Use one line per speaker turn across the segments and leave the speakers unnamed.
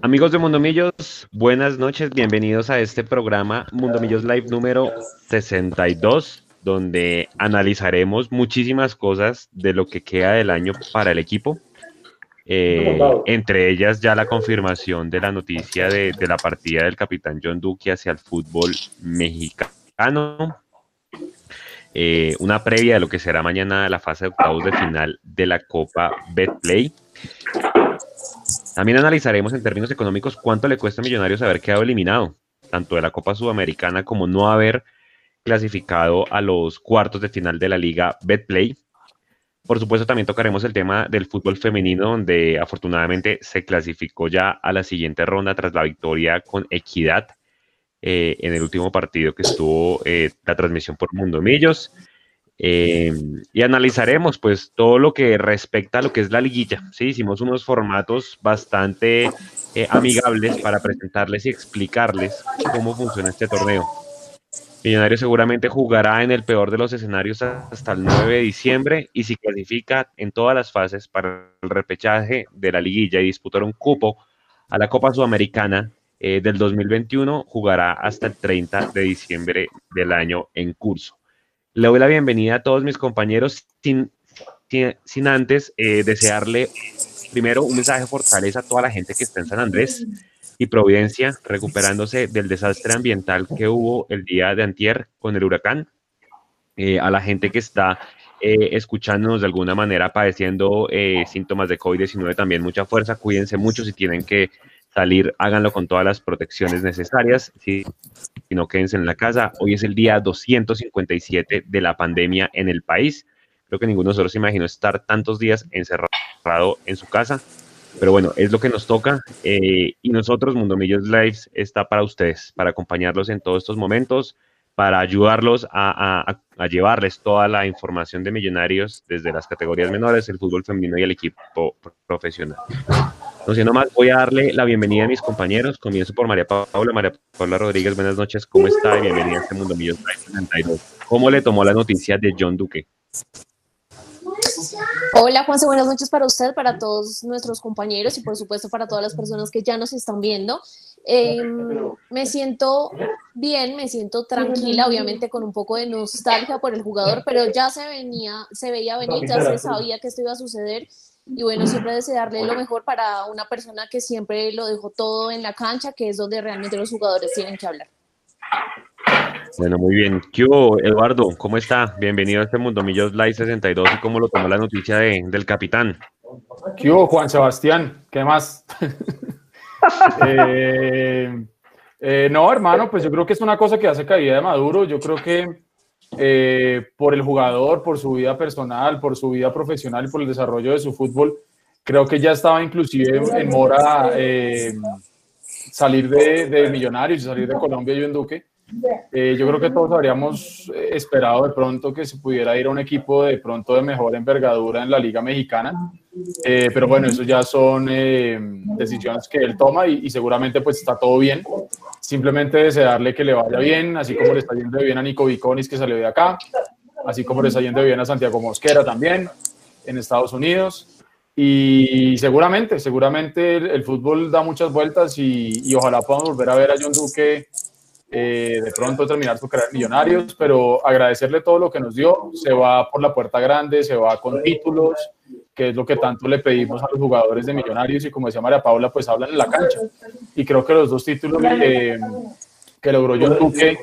Amigos de Mundomillos, buenas noches, bienvenidos a este programa Mundomillos Live número 62, donde analizaremos muchísimas cosas de lo que queda del año para el equipo, entre ellas ya la confirmación de la noticia de la partida del capitán John Duque hacia el fútbol mexicano, una previa de lo que será mañana la fase de octavos de final de la Copa Betplay. También analizaremos en términos económicos cuánto le cuesta a Millonarios haber quedado eliminado, tanto de la Copa Sudamericana como no haber clasificado a los cuartos de final de la Liga Betplay. Por supuesto, también tocaremos el tema del fútbol femenino, donde afortunadamente se clasificó ya a la siguiente ronda tras la victoria con Equidad en el último partido que estuvo la transmisión por Mundomillos. Y analizaremos pues todo lo que respecta a lo que es la liguilla. ¿Sí? Hicimos unos formatos bastante amigables para presentarles y explicarles cómo funciona este torneo. Millonarios seguramente jugará en el peor de los escenarios hasta el 9 de diciembre y si clasifica en todas las fases para el repechaje de la liguilla y disputar un cupo a la Copa Sudamericana del 2021, jugará hasta el 30 de diciembre del año en curso. Le doy la bienvenida a todos mis compañeros sin antes desearle primero un mensaje de fortaleza a toda la gente que está en San Andrés y Providencia, recuperándose del desastre ambiental que hubo el día de antier con el huracán, a la gente que está escuchándonos de alguna manera padeciendo síntomas de COVID-19 también mucha fuerza, cuídense mucho si tienen que salir, háganlo con todas las protecciones necesarias, si no quédense en la casa. Hoy es el día 257 de la pandemia en el país. Creo que ninguno de nosotros se imaginó estar tantos días encerrado en su casa. Pero bueno, es lo que nos toca y nosotros, Mundomillos Lives, está para ustedes, para acompañarlos en todos estos momentos, para ayudarlos a llevarles toda la información de Millonarios desde las categorías menores, el fútbol femenino y el equipo profesional. No siendo más, voy a darle la bienvenida a mis compañeros. Comienzo por María Paula. María Paula Rodríguez, buenas noches. ¿Cómo está? Y bienvenida a este Mundomillos Live 62. ¿Cómo le tomó la noticia de John Duque?
Hola Juanse, buenas noches para usted, para todos nuestros compañeros y por supuesto para todas las personas que ya nos están viendo. Me siento bien, me siento tranquila, obviamente con un poco de nostalgia por el jugador, pero ya se veía venir, ya se sabía que esto iba a suceder y bueno, siempre desearle lo mejor para una persona que siempre lo dejó todo en la cancha, que es donde realmente los jugadores tienen que hablar.
Bueno, muy bien. ¿Qué hubo, Eduardo? ¿Cómo está? Bienvenido a este Mundomillos Live 62 y cómo lo tomó la noticia del capitán.
¿Qué hubo, Juan Sebastián? ¿Qué más? No, hermano, pues yo creo que es una cosa que hace caída de Maduro. Yo creo que por el jugador, por su vida personal, por su vida profesional y por el desarrollo de su fútbol, creo que ya estaba inclusive en mora salir de Millonarios y salir de Colombia y en Duque. Yo creo que todos habríamos esperado de pronto que se pudiera ir a un equipo de pronto de mejor envergadura en la Liga Mexicana, pero bueno, eso ya son decisiones que él toma y seguramente pues está todo bien. Simplemente desearle que le vaya bien, así como le está yendo bien a Nico Viconis, que salió de acá, así como le está yendo bien a Santiago Mosquera también en Estados Unidos. Y seguramente el fútbol da muchas vueltas y ojalá podamos volver a ver a John Duque de pronto terminar su carrera en Millonarios, pero agradecerle todo lo que nos dio. Se va por la puerta grande, se va con títulos, que es lo que tanto le pedimos a los jugadores de Millonarios y como decía María Paula, pues hablan en la cancha. Y creo que los dos títulos que logró John Duque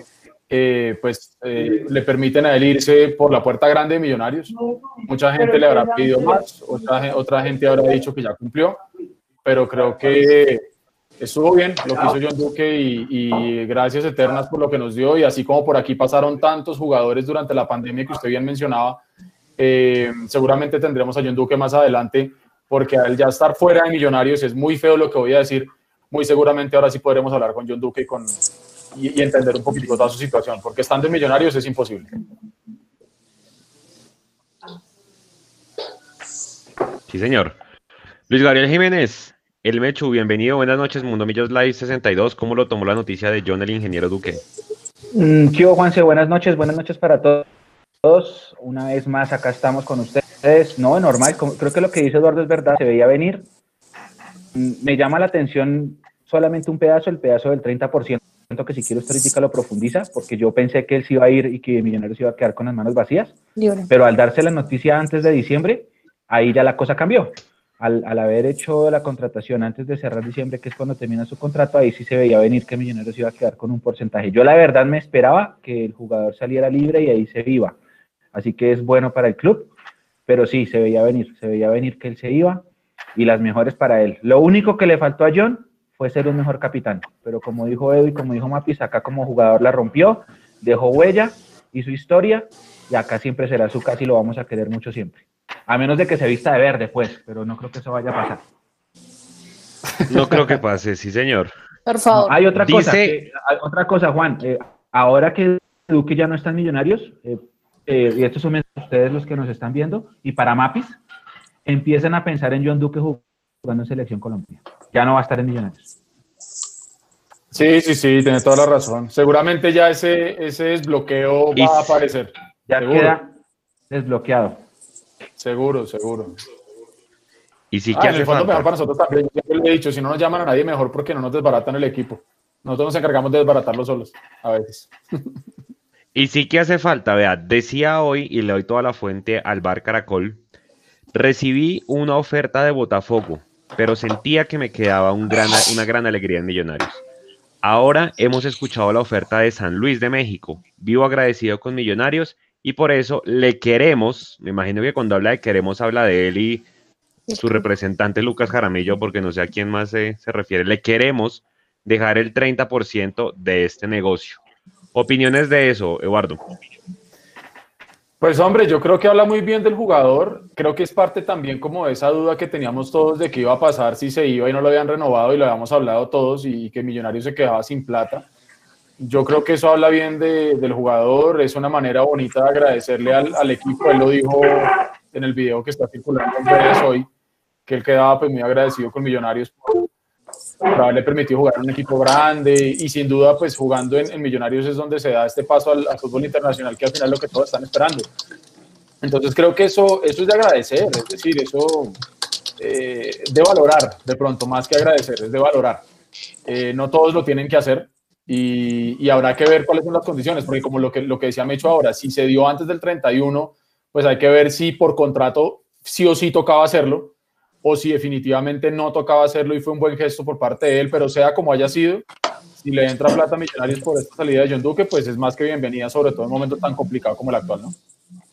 le permiten a él irse por la puerta grande de Millonarios. Mucha gente le habrá pedido más, otra gente habrá dicho que ya cumplió, pero creo que estuvo bien lo que hizo John Duque y gracias eternas por lo que nos dio, y así como por aquí pasaron tantos jugadores durante la pandemia que usted bien mencionaba, seguramente tendremos a John Duque más adelante, porque al ya estar fuera de Millonarios es muy feo lo que voy a decir, muy seguramente ahora sí podremos hablar con John Duque y entender un poquitico toda su situación, porque estando en Millonarios es imposible.
Sí, señor. Luis Gabriel Jiménez. El Mechu, bienvenido, buenas noches, Mundomillos Live 62. ¿Cómo lo tomó la noticia de John, el ingeniero Duque?
¿Qué hubo, Juanse? Buenas noches para todos. Una vez más, acá estamos con ustedes. No, normal, creo que lo que dice Eduardo es verdad, se veía venir. Me llama la atención solamente un pedazo, el pedazo del 30%, que si quiero estadística lo profundiza, porque yo pensé que él se iba a ir y que Millonarios iba a quedar con las manos vacías, pero al darse la noticia antes de diciembre, ahí ya la cosa cambió. Al haber hecho la contratación antes de cerrar diciembre, que es cuando termina su contrato, ahí sí se veía venir que Millonarios iba a quedar con un porcentaje. Yo la verdad me esperaba que el jugador saliera libre y ahí se iba. Así que es bueno para el club, pero sí, se veía venir que él se iba y las mejores para él. Lo único que le faltó a John fue ser un mejor capitán, pero como dijo Edu y como dijo Mapis, acá como jugador la rompió, dejó huella, hizo historia y acá siempre será su casa y lo vamos a querer mucho siempre. A menos de que se vista de verde, pues, pero no creo que eso vaya a pasar.
No creo que pase, sí, señor.
Por favor.
No, hay otra cosa, Juan. Ahora que Duque ya no está en Millonarios, y estos son ustedes los que nos están viendo, y para Mapis, empiecen a pensar en John Duque jugando en Selección Colombia. Ya no va a estar en Millonarios.
Sí, tiene toda la razón. Seguramente ya ese desbloqueo va a aparecer.
Ya seguro. Queda desbloqueado.
Seguro.
Y sí que
en el fondo mejor para nosotros también. Yo siempre le he dicho, si no nos llaman a nadie mejor porque no nos desbaratan el equipo. Nosotros nos encargamos de desbaratarlo solos, a veces.
Y sí que hace falta, vea, decía hoy, y le doy toda la fuente al Bar Caracol, recibí una oferta de Botafogo, pero sentía que me quedaba una gran alegría en Millonarios. Ahora hemos escuchado la oferta de San Luis de México, vivo agradecido con Millonarios, y por eso le queremos, me imagino que cuando habla de queremos habla de él y su representante Lucas Jaramillo, porque no sé a quién más se refiere, le queremos dejar el 30% de este negocio. ¿Opiniones de eso, Eduardo?
Pues hombre, yo creo que habla muy bien del jugador, creo que es parte también como de esa duda que teníamos todos de qué iba a pasar si se iba y no lo habían renovado y lo habíamos hablado todos y que Millonarios se quedaba sin plata. Yo creo que eso habla bien del jugador, es una manera bonita de agradecerle al equipo, él lo dijo en el video que está circulando en redes hoy, que él quedaba pues muy agradecido con Millonarios por haberle permitido jugar en un equipo grande y sin duda pues jugando en Millonarios es donde se da este paso al fútbol internacional que al final es lo que todos están esperando. Entonces creo que eso es de agradecer, es decir, eso de valorar de pronto, más que agradecer, es de valorar. No todos lo tienen que hacer y habrá que ver cuáles son las condiciones, porque como lo que decía Mecho ahora, si se dio antes del 31, pues hay que ver si por contrato sí o sí tocaba hacerlo, o si definitivamente no tocaba hacerlo y fue un buen gesto por parte de él, pero sea como haya sido, si le entra plata a Millonarios por esta salida de John Duque, pues es más que bienvenida, sobre todo en un momento tan complicado como el actual, ¿no?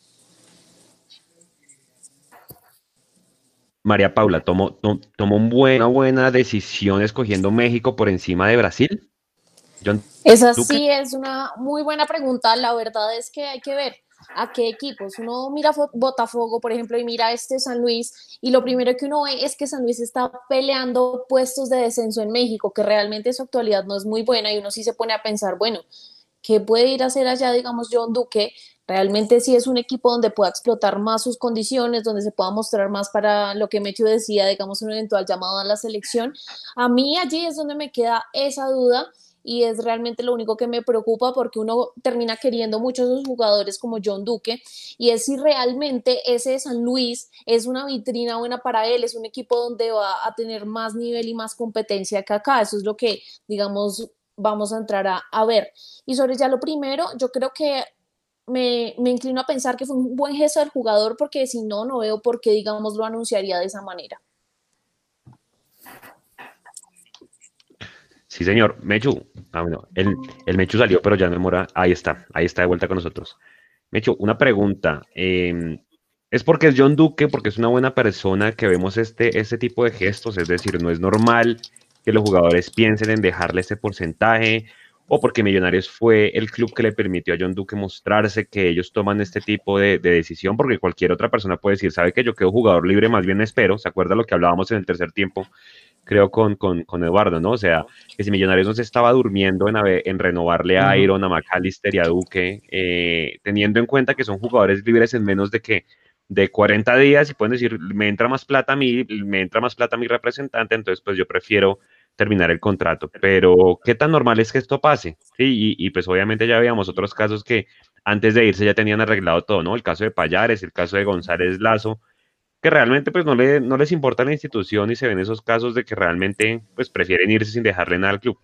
María Paula, ¿tomó una buena decisión escogiendo México por encima de Brasil?
Esa sí es una muy buena pregunta. La verdad es que hay que ver a qué equipos. Uno mira Botafogo, por ejemplo, y mira San Luis, y lo primero que uno ve es que San Luis está peleando puestos de descenso en México, que realmente su actualidad no es muy buena, y uno sí se pone a pensar, bueno, ¿qué puede ir a hacer allá, digamos, John Duque? Realmente sí es un equipo donde pueda explotar más sus condiciones, donde se pueda mostrar más para lo que Mecho decía, digamos, un eventual llamado a la selección. A mí allí es donde me queda esa duda, y es realmente lo único que me preocupa, porque uno termina queriendo mucho a esos jugadores como John Duque, y es si realmente ese San Luis es una vitrina buena para él, es un equipo donde va a tener más nivel y más competencia que acá. Eso es lo que, digamos, vamos a entrar a ver. Y sobre ya lo primero, yo creo que me inclino a pensar que fue un buen gesto del jugador, porque si no, no veo por qué, digamos, lo anunciaría de esa manera.
Sí, señor. Mechu, bueno, el Mechu salió, pero ya no demora. Ahí está de vuelta con nosotros. Mechu, una pregunta. ¿Es porque es John Duque, porque es una buena persona que vemos este tipo de gestos? Es decir, no es normal que los jugadores piensen en dejarle ese porcentaje, o porque Millonarios fue el club que le permitió a John Duque mostrarse que ellos toman este tipo de decisión, porque cualquier otra persona puede decir, ¿sabe que yo quedo jugador libre? Más bien espero. ¿Se acuerda lo que hablábamos en el tercer tiempo? Creo con Eduardo, ¿no? O sea, que si Millonarios no se estaba durmiendo en renovarle a Iron, a McAllister y a Duque, teniendo en cuenta que son jugadores libres en menos de 40 días, y pueden decir, me entra más plata a mí, me entra más plata a mi representante, entonces pues yo prefiero terminar el contrato. Pero, ¿qué tan normal es que esto pase? Sí, y pues obviamente ya veíamos otros casos que antes de irse ya tenían arreglado todo, ¿no? El caso de Payares, el caso de González Lazo. que realmente pues no les importa la institución y se ven esos casos de que realmente pues prefieren irse sin dejarle nada al club.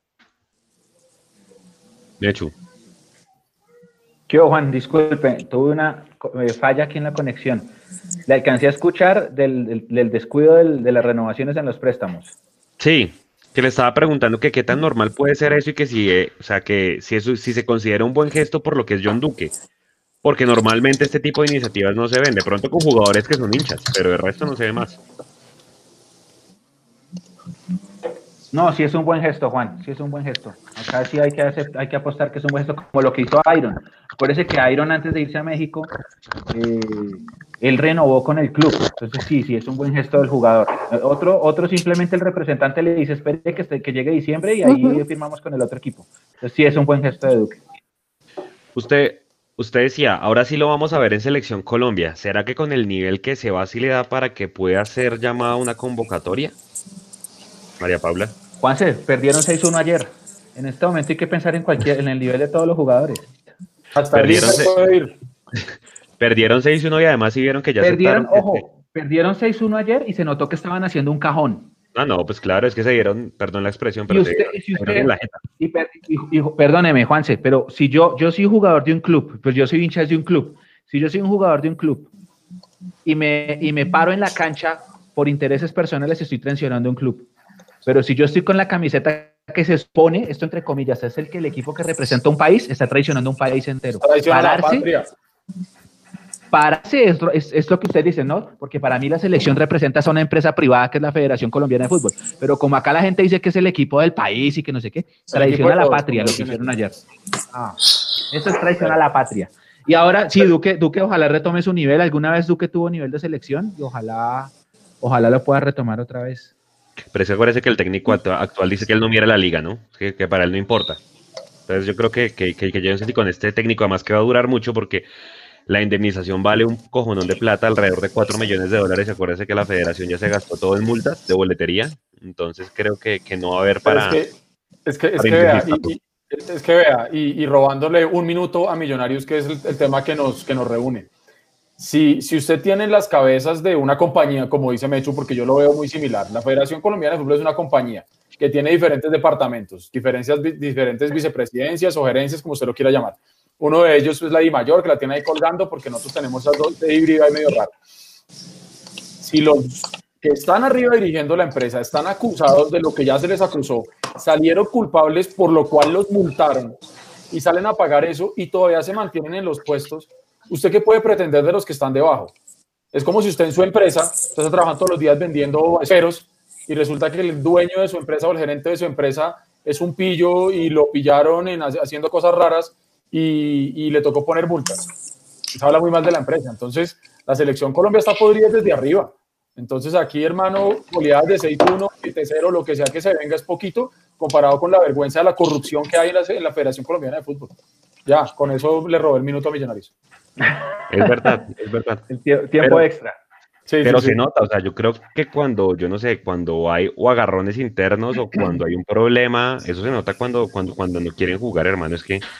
De hecho.
¿Qué hubo, Juan? Disculpe, tuve una falla aquí en la conexión. Le alcancé a escuchar del descuido de las renovaciones en los préstamos.
Sí, que le estaba preguntando que qué tan normal puede ser eso y que si, o sea, que si eso, si se considera un buen gesto por lo que es John Duque. Porque normalmente este tipo de iniciativas no se ven, de pronto con jugadores que son hinchas, pero el resto no se ve más.
No, sí es un buen gesto, Juan, sí es un buen gesto. Acá sí hay que apostar que es un buen gesto, como lo que hizo Iron. Acuérdese que Iron antes de irse a México, él renovó con el club. Entonces sí es un buen gesto del jugador. Otro simplemente el representante le dice, espere que llegue diciembre y ahí firmamos con el otro equipo. Entonces sí es un buen gesto de Duque.
Usted decía, ahora sí lo vamos a ver en Selección Colombia. ¿Será que con el nivel que se va sí le da para que pueda ser llamada una convocatoria? María Paula.
Juanse, perdieron 6-1 ayer. En este momento hay que pensar en el nivel de todos los jugadores.
Hasta
perdieron 6-1 y además sí vieron que ya
perdieron 6-1 ayer y se notó que estaban haciendo un cajón.
No, pues claro, es que se dieron, perdón la expresión, pero
perdóneme, Juanse, pero si yo soy jugador de un club, pues yo soy hincha de un club. Si yo soy un jugador de un club y me paro en la cancha por intereses personales, estoy traicionando un club. Pero si yo estoy con la camiseta que se expone, esto entre comillas, es el equipo que representa un país, está traicionando un país entero. Pararse es lo que usted dice, ¿no? Porque para mí la selección representa a una empresa privada que es la Federación Colombiana de Fútbol. Pero como acá la gente dice que es el equipo del país y que no sé qué, traiciona a la patria, lo que hicieron ayer. Eso es traición a la patria. Y ahora, sí, Duque ojalá retome su nivel. Alguna vez Duque tuvo nivel de selección y ojalá lo pueda retomar otra vez.
Pero es que acuérdese que el técnico actual dice que él no mira la liga, ¿no? Que para él no importa. Entonces yo creo que Jensen con este técnico además que va a durar mucho porque la indemnización vale un cojonón de plata, alrededor de $4 millones. Acuérdese que la federación ya se gastó todo en multas de boletería. Entonces creo que no va a haber para...
Es que vea, y robándole un minuto a Millonarios, que es el tema que nos reúne. Si usted tiene las cabezas de una compañía, como dice Mechu, porque yo lo veo muy similar, la Federación Colombiana de Fútbol es una compañía que tiene diferentes departamentos, diferentes vicepresidencias o gerencias, como usted lo quiera llamar. Uno de ellos es la DIMAYOR, que la tiene ahí colgando, porque nosotros tenemos esas dos de híbrida y medio raro. Si los que están arriba dirigiendo la empresa están acusados de lo que ya se les acusó, salieron culpables por lo cual los multaron y salen a pagar eso y todavía se mantienen en los puestos, ¿usted qué puede pretender de los que están debajo? Es como si usted en su empresa, usted está trabajando todos los días vendiendo esferos y resulta que el dueño de su empresa o el gerente de su empresa es un pillo y lo pillaron haciendo cosas raras y le tocó poner multas. Se habla muy mal de la empresa. Entonces, la selección Colombia está podrida desde arriba. Entonces, aquí, hermano, goleadas de 6-1, 7-0, lo que sea que se venga es poquito comparado con la vergüenza de la corrupción que hay en la Federación Colombiana de Fútbol. Ya, con eso le robé el minuto a Millonarios.
Es verdad.
Tiempo extra.
Sí, pero se nota, o sea, yo creo que cuando hay o agarrones internos o cuando hay un problema, eso se nota cuando no quieren jugar, hermano, es que...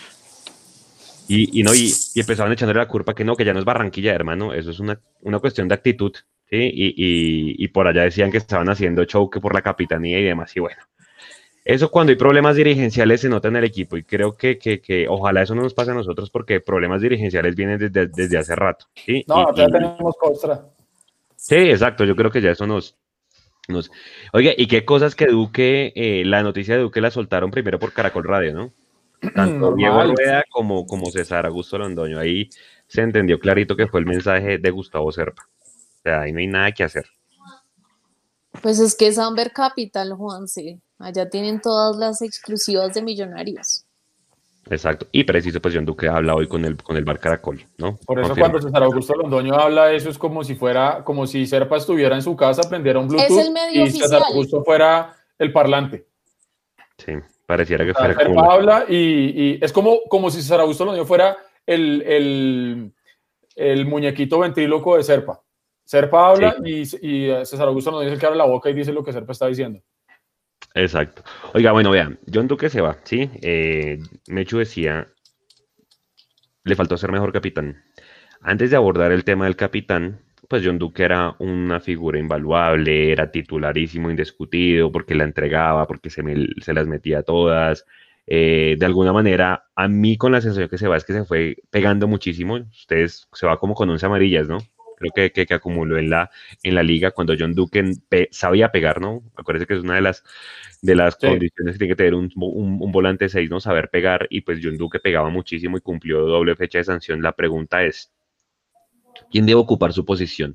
Y empezaban echándole la culpa que ya no es Barranquilla, hermano, eso es una cuestión de actitud, ¿sí? Y por allá decían que estaban haciendo show que por la capitanía y demás, y bueno. Eso cuando hay problemas dirigenciales se nota en el equipo y creo que ojalá eso no nos pase a nosotros porque problemas dirigenciales vienen desde hace rato, ¿sí?
Ya tenemos costra.
Sí, exacto, yo creo que ya eso nos... Oiga, ¿y qué cosas que Duque, la noticia de Duque la soltaron primero por Caracol Radio, ¿no? Tanto Diego Rueda como César Augusto Londoño, ahí se entendió clarito que fue el mensaje de Gustavo Serpa. O sea, ahí no hay nada que hacer.
Pues es que es Amber Capital, Juanse. Allá tienen todas las exclusivas de Millonarios.
Exacto. Y preciso, pues John Duque habla hoy con el Bar Caracol, ¿no?
Por eso cuando César Augusto Londoño habla, eso es como si Serpa estuviera en su casa, prendiera un Bluetooth
es el medio
y
oficial.
César Augusto fuera el parlante.
Sí, pareciera que fuera
Serpa habla y es como si César Augusto Londoño fuera el muñequito ventríloco de Serpa. Serpa habla y César Augusto Londoño es el que abre la boca y dice lo que Serpa está diciendo.
Exacto. Oiga, bueno, vean, John Duque se va, ¿sí? Mechu decía, le faltó ser mejor capitán. Antes de abordar el tema del capitán, pues John Duque era una figura invaluable, era titularísimo, indiscutido, porque la entregaba, porque se las metía todas. De alguna manera, a mí con la sensación que se va es que se fue pegando muchísimo. Ustedes se va como con 11 amarillas, ¿no? Creo que acumuló en la liga cuando John Duque sabía pegar, ¿no? Acuérdense que es una de las
Sí.
condiciones que tiene que tener un volante 6, ¿no? Saber pegar, y pues John Duque pegaba muchísimo y cumplió doble fecha de sanción. La pregunta es, ¿quién debe ocupar su posición?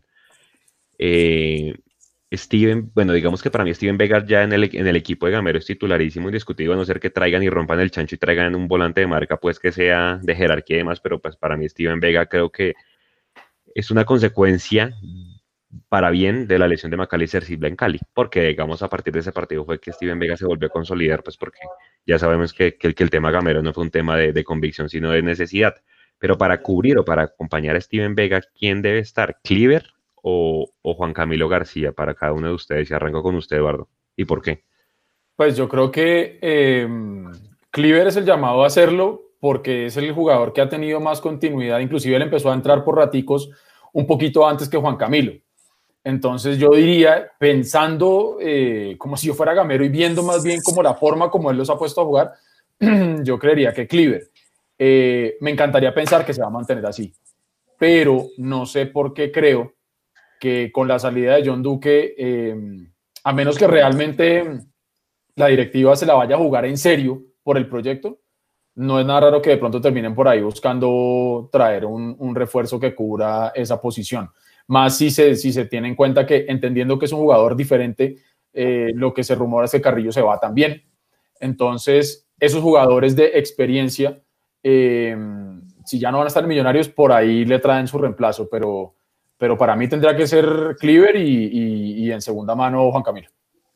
Bueno, digamos que para mí Steven Vega ya en el equipo de Gamero es titularísimo, indiscutido, a no ser que traigan y rompan el chancho y traigan un volante de marca, pues que sea de jerarquía y demás, pero pues para mí Steven Vega creo que es una consecuencia para bien de la lesión de Macalister Silva en Cali, porque digamos a partir de ese partido fue que Steven Vega se volvió a consolidar, pues porque ya sabemos que el tema Gamero no fue un tema de convicción, sino de necesidad. Pero para cubrir o para acompañar a Steven Vega, ¿quién debe estar? ¿Cliver o Juan Camilo García para cada uno de ustedes? Y arranco con usted, Eduardo. ¿Y por qué?
Pues yo creo que Cliver es el llamado a hacerlo porque es el jugador que ha tenido más continuidad, inclusive él empezó a entrar por raticos un poquito antes que Juan Camilo. Entonces yo diría, pensando como si yo fuera Gamero y viendo más bien como la forma como él los ha puesto a jugar, yo creería que Cliver. Me encantaría pensar que se va a mantener así, pero no sé por qué creo que con la salida de John Duque, a menos que realmente la directiva se la vaya a jugar en serio por el proyecto, no es nada raro que de pronto terminen por ahí buscando traer un refuerzo que cubra esa posición. Más si se tiene en cuenta que, entendiendo que es un jugador diferente, lo que se rumora es que Carrillo se va también. Entonces, esos jugadores de experiencia, si ya no van a estar Millonarios, por ahí le traen su reemplazo, pero para mí tendría que ser Cliver y en segunda mano Juan Camilo.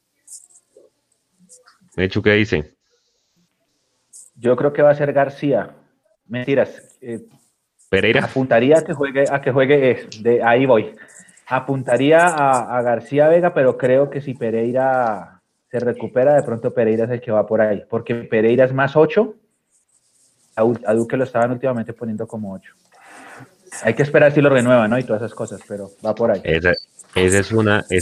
Mechu, ¿qué dice?
Yo creo que va a ser García. Mentiras.
Pereira.
Apuntaría a que juegue ahí voy. Apuntaría a García Vega, pero creo que si Pereira se recupera, de pronto Pereira es el que va por ahí, porque Pereira es más 8. A Duque lo estaban últimamente poniendo como 8. Hay que esperar si lo renuevan, ¿no? Y todas esas cosas, pero va por ahí.
Esa es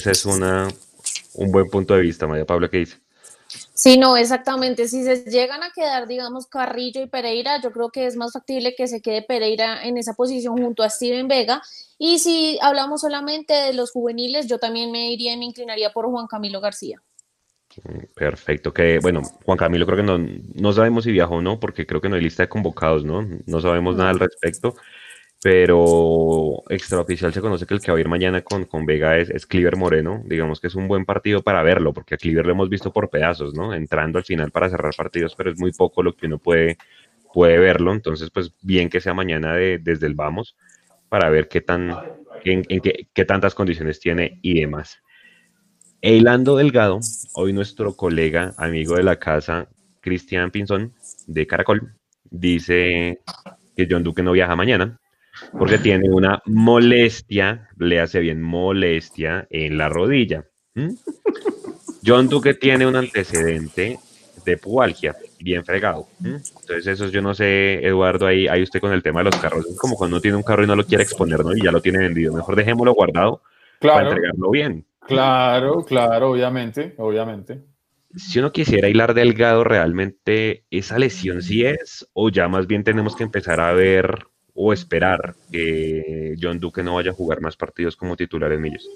un buen punto de vista, María Pablo, ¿qué dice?
Sí, no, exactamente. Si se llegan a quedar, digamos, Carrillo y Pereira, yo creo que es más factible que se quede Pereira en esa posición junto a Steven Vega. Y si hablamos solamente de los juveniles, yo también me iría y me inclinaría por Juan Camilo García.
Perfecto, que bueno, Juan Camilo creo que no sabemos si viajó o no, porque creo que no hay lista de convocados, ¿no? No sabemos nada al respecto, pero extraoficial se conoce que el que va a ir mañana con Vega es Cliver Moreno. Digamos que es un buen partido para verlo, porque a Cliver lo hemos visto por pedazos, ¿no? Entrando al final para cerrar partidos, pero es muy poco lo que uno puede verlo. Entonces, pues bien que sea mañana desde el vamos para ver qué tantas condiciones tiene y demás. Eilando Delgado, hoy nuestro colega, amigo de la casa, Cristian Pinzón, de Caracol, dice que John Duque no viaja mañana porque tiene una molestia, le hace bien molestia en la rodilla. John Duque tiene un antecedente de pubalgia, bien fregado. Entonces eso yo no sé, Eduardo, ahí usted con el tema de los carros, es como cuando uno tiene un carro y no lo quiere exponer, ¿no? Y ya lo tiene vendido, mejor dejémoslo guardado para entregarlo bien.
Claro, obviamente.
Si uno quisiera hilar delgado, ¿realmente esa lesión sí es? ¿O ya más bien tenemos que empezar a ver o esperar que John Duque no vaya a jugar más partidos como titular en Millos?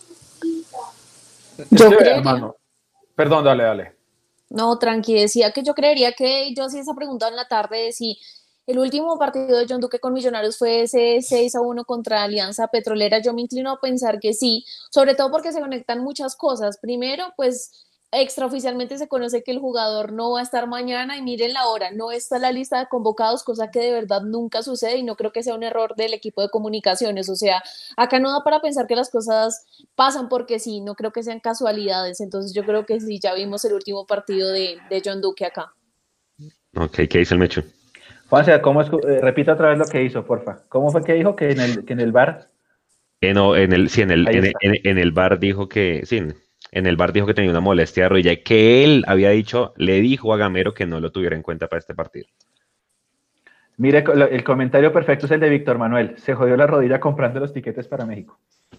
Yo creo.
Perdón, dale.
No, tranqui, decía que yo creería que yo hacía esa pregunta en la tarde de si el último partido de John Duque con Millonarios fue ese 6-1 contra Alianza Petrolera. Yo me inclino a pensar que sí, sobre todo porque se conectan muchas cosas. Primero, pues extraoficialmente se conoce que el jugador no va a estar mañana y miren la hora, no está en la lista de convocados, cosa que de verdad nunca sucede y no creo que sea un error del equipo de comunicaciones. O sea, acá no da para pensar que las cosas pasan porque sí, no creo que sean casualidades. Entonces yo creo que sí, ya vimos el último partido de John Duque acá.
Ok, ¿qué dice el Mecho?
Juanse, repita otra vez lo que hizo, porfa. ¿Cómo fue que dijo que en el bar?
No, en el bar dijo que sí, en el bar dijo que tenía una molestia de rodilla y que él había dicho, le dijo a Gamero que no lo tuviera en cuenta para este partido.
Mire, el comentario perfecto es el de Víctor Manuel. Se jodió la rodilla comprando los tiquetes para México.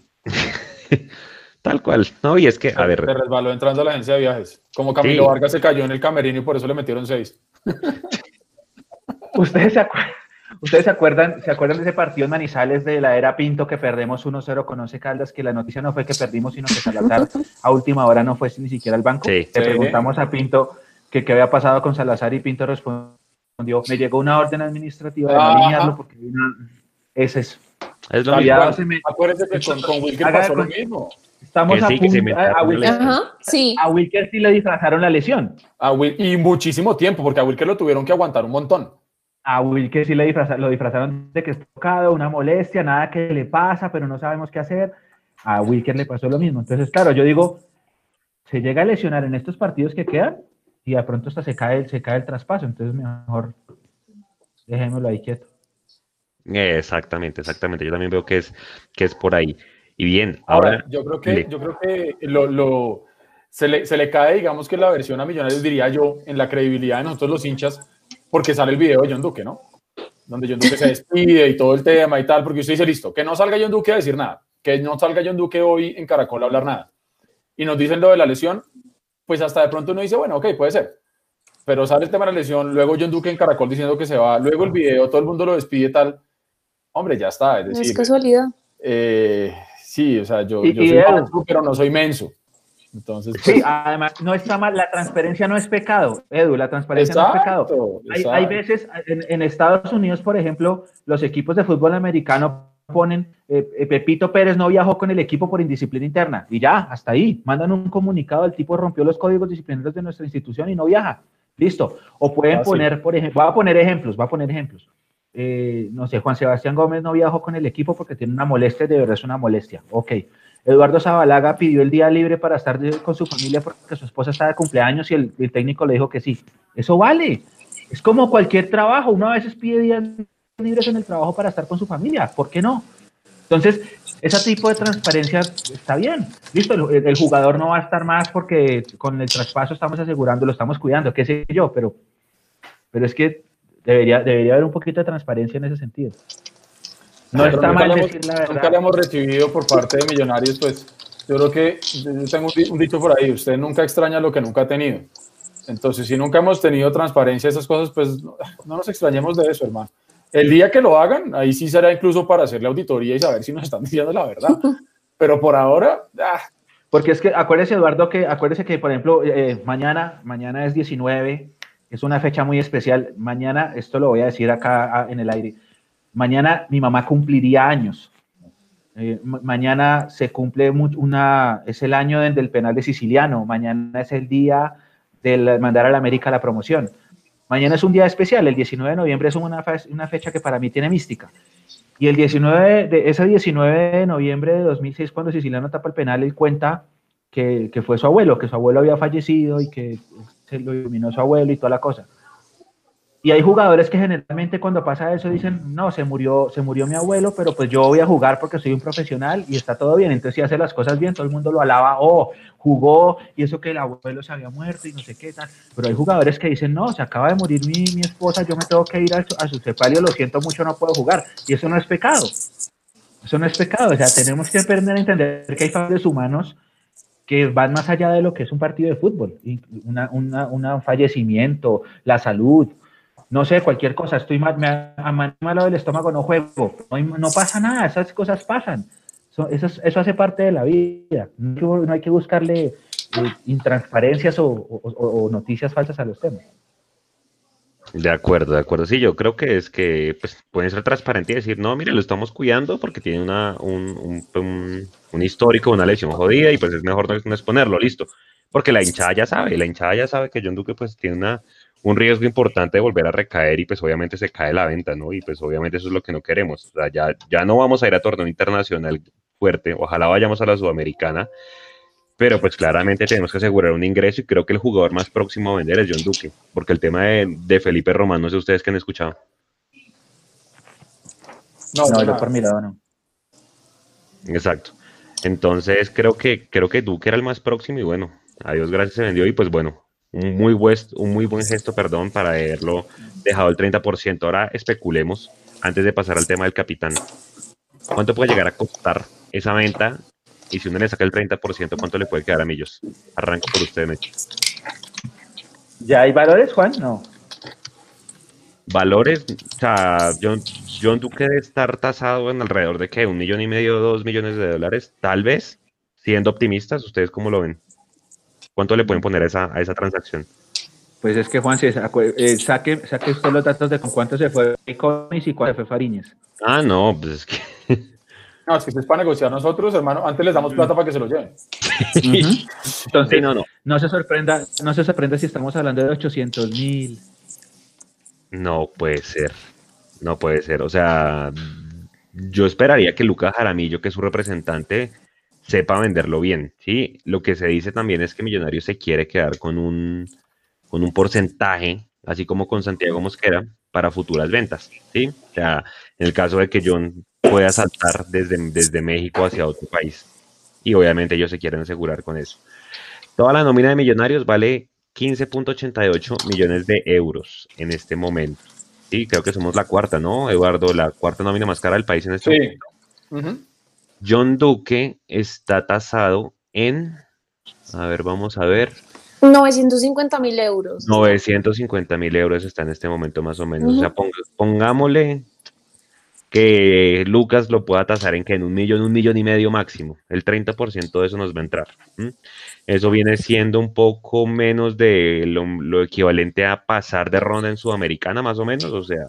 Tal cual. No, y es que, a ver.
Se resbaló entrando a la agencia de viajes. Como Camilo Vargas se cayó en el camerino y por eso le metieron 6.
¿Ustedes se acuerdan de ese partido en Manizales de la era Pinto que perdemos 1-0 con 11 Caldas? Que la noticia no fue que perdimos, sino que Salazar a última hora no fue ni siquiera al banco.
Sí.
Le preguntamos a Pinto que qué había pasado con Salazar y Pinto respondió: me llegó una orden administrativa de no alinearlo porque ese es.
Es lo mismo.
Acuérdense que con Wilker pasó lo mismo.
Estamos a punto. A Wilker sí le disfrazaron la lesión.
Y muchísimo tiempo, porque a Wilker lo tuvieron que aguantar un montón.
A Wilker sí lo disfrazaron de que es tocado, una molestia, nada que le pasa, pero no sabemos qué hacer. A Wilker le pasó lo mismo. Entonces, claro, yo digo, se llega a lesionar en estos partidos que quedan y de pronto hasta se cae el traspaso. Entonces, mejor dejémoslo ahí quieto.
Exactamente. Yo también veo que es por ahí. Y bien,
ahora yo creo que se le cae, digamos que la versión a Millonarios, diría yo, en la credibilidad de nosotros los hinchas, porque sale el video de John Duque, ¿no? Donde John Duque se despide y todo el tema y tal, porque usted dice, listo, que no salga John Duque a decir nada, que no salga John Duque hoy en Caracol a hablar nada. Y nos dicen lo de la lesión, pues hasta de pronto uno dice, bueno, ok, puede ser. Pero sale el tema de la lesión, luego John Duque en Caracol diciendo que se va, luego el video, todo el mundo lo despide tal. Hombre, ya está, es decir...
No es casualidad.
Sí, o sea, yo soy manso, pero no soy menso. Entonces, pues,
sí, además, no está mal, la transparencia no es pecado, Edu, la transparencia no es pecado. Hay veces, en Estados Unidos, por ejemplo, los equipos de fútbol americano ponen, Pepito Pérez no viajó con el equipo por indisciplina interna, y ya, hasta ahí, mandan un comunicado, el tipo rompió los códigos disciplinarios de nuestra institución y no viaja, listo. O pueden poner, por ejemplo, voy a poner ejemplos. No sé, Juan Sebastián Gómez no viajó con el equipo porque tiene una molestia, de verdad es una molestia, ok. Eduardo Zabalaga pidió el día libre para estar con su familia porque su esposa está de cumpleaños y el técnico le dijo que sí. Eso vale. Es como cualquier trabajo. Uno a veces pide días libres en el trabajo para estar con su familia. ¿Por qué no? Entonces, ese tipo de transparencia está bien. Listo, el jugador no va a estar más porque con el traspaso estamos asegurando, lo estamos cuidando, qué sé yo, pero es que debería haber un poquito de transparencia en ese sentido. No está mal decir la verdad.
Nunca le hemos recibido por parte de Millonarios, pues yo creo que yo tengo un dicho por ahí, usted nunca extraña lo que nunca ha tenido. Entonces, si nunca hemos tenido transparencia, esas cosas, pues no nos extrañemos de eso, hermano. El día que lo hagan, ahí sí será incluso para hacerle auditoría y saber si nos están diciendo la verdad. Pero por ahora...
Porque es que acuérdese, Eduardo, que por ejemplo, mañana es 19, es una fecha muy especial. Mañana, esto lo voy a decir acá en el aire, mañana mi mamá cumpliría años. Mañana se cumple es el año del penal de Siciliano. Mañana es el día de mandar a la América la promoción. Mañana es un día especial. El 19 de noviembre es una fecha que para mí tiene mística. Y ese 19 de noviembre de 2006, cuando Siciliano tapa el penal, él cuenta que fue su abuelo, que su abuelo había fallecido y que se lo iluminó su abuelo y toda la cosa. Y hay jugadores que generalmente cuando pasa eso dicen, no, se murió mi abuelo, pero pues yo voy a jugar porque soy un profesional y está todo bien. Entonces si hace las cosas bien, todo el mundo lo alaba, jugó y eso que el abuelo se había muerto y no sé qué tal. Pero hay jugadores que dicen, no, se acaba de morir mi esposa, yo me tengo que ir a su sepelio, lo siento mucho, no puedo jugar. Y eso no es pecado. Eso no es pecado. O sea, tenemos que aprender a entender que hay factores humanos que van más allá de lo que es un partido de fútbol. Un fallecimiento, la salud, no sé, cualquier cosa, me ha malo del estómago, no juego, no pasa nada, esas cosas pasan, eso hace parte de la vida, no hay que buscarle intransparencias o noticias falsas a los temas.
De acuerdo, sí, yo creo que pues, pueden ser transparentes y decir, no, mire, lo estamos cuidando porque tiene un histórico, una lesión jodida y pues es mejor no exponerlo, listo, porque la hinchada ya sabe que John Duque pues tiene un riesgo importante de volver a recaer y pues obviamente se cae la venta, ¿no? Y pues obviamente eso es lo que no queremos. O sea, ya no vamos a ir a torneo internacional fuerte, ojalá vayamos a la Sudamericana, pero pues claramente tenemos que asegurar un ingreso y creo que el jugador más próximo a vender es John Duque, porque el tema de Felipe Román, no sé ustedes qué han escuchado.
No, yo por mi lado no.
Exacto. Entonces creo que Duque era el más próximo y bueno, a Dios gracias se vendió y pues bueno, un muy buen gesto, perdón, para haberlo dejado el 30%. Ahora especulemos, antes de pasar al tema del capitán. ¿Cuánto puede llegar a costar esa venta? Y si uno le saca el 30%, ¿cuánto le puede quedar a Millos? Arranco por usted, Mecho.
¿Ya hay valores, Juan? No.
Valores, o sea, John Duque debe estar tasado en alrededor de ¿qué? 1,5 millones, 2 millones de dólares, tal vez, siendo optimistas. ¿Ustedes cómo lo ven? ¿Cuánto le pueden poner a esa transacción?
Pues es que, Juan, saque usted los datos de con cuánto se fue Comis y cuánto fue Fariñez.
Ah, no, pues es que...
No, es que es para negociar nosotros, hermano. Antes les damos plata para que se lo lleven.
Entonces,
Sí,
no se sorprenda si estamos hablando de 800,000.
No puede ser, no puede ser. O sea, yo esperaría que Lucas Jaramillo, que es su representante, sepa venderlo bien, ¿sí? Lo que se dice también es que Millonarios se quiere quedar con un porcentaje, así como con Santiago Mosquera, para futuras ventas, ¿sí? O sea, en el caso de que John pueda saltar desde México hacia otro país. Y obviamente ellos se quieren asegurar con eso. Toda la nómina de Millonarios vale 15,88 millones de euros en este momento. Sí, creo que somos la cuarta, ¿no, Eduardo? La cuarta nómina más cara del país en este momento. John Duque está tasado en, a ver, vamos a ver.
950.000 euros.
950.000 euros está en este momento más o menos. O sea, pongámosle que Lucas lo pueda tasar en que en 1,5 millones máximo. El 30% de eso nos va a entrar. Eso viene siendo un poco menos de lo equivalente a pasar de ronda en Sudamericana, más o menos. O sea,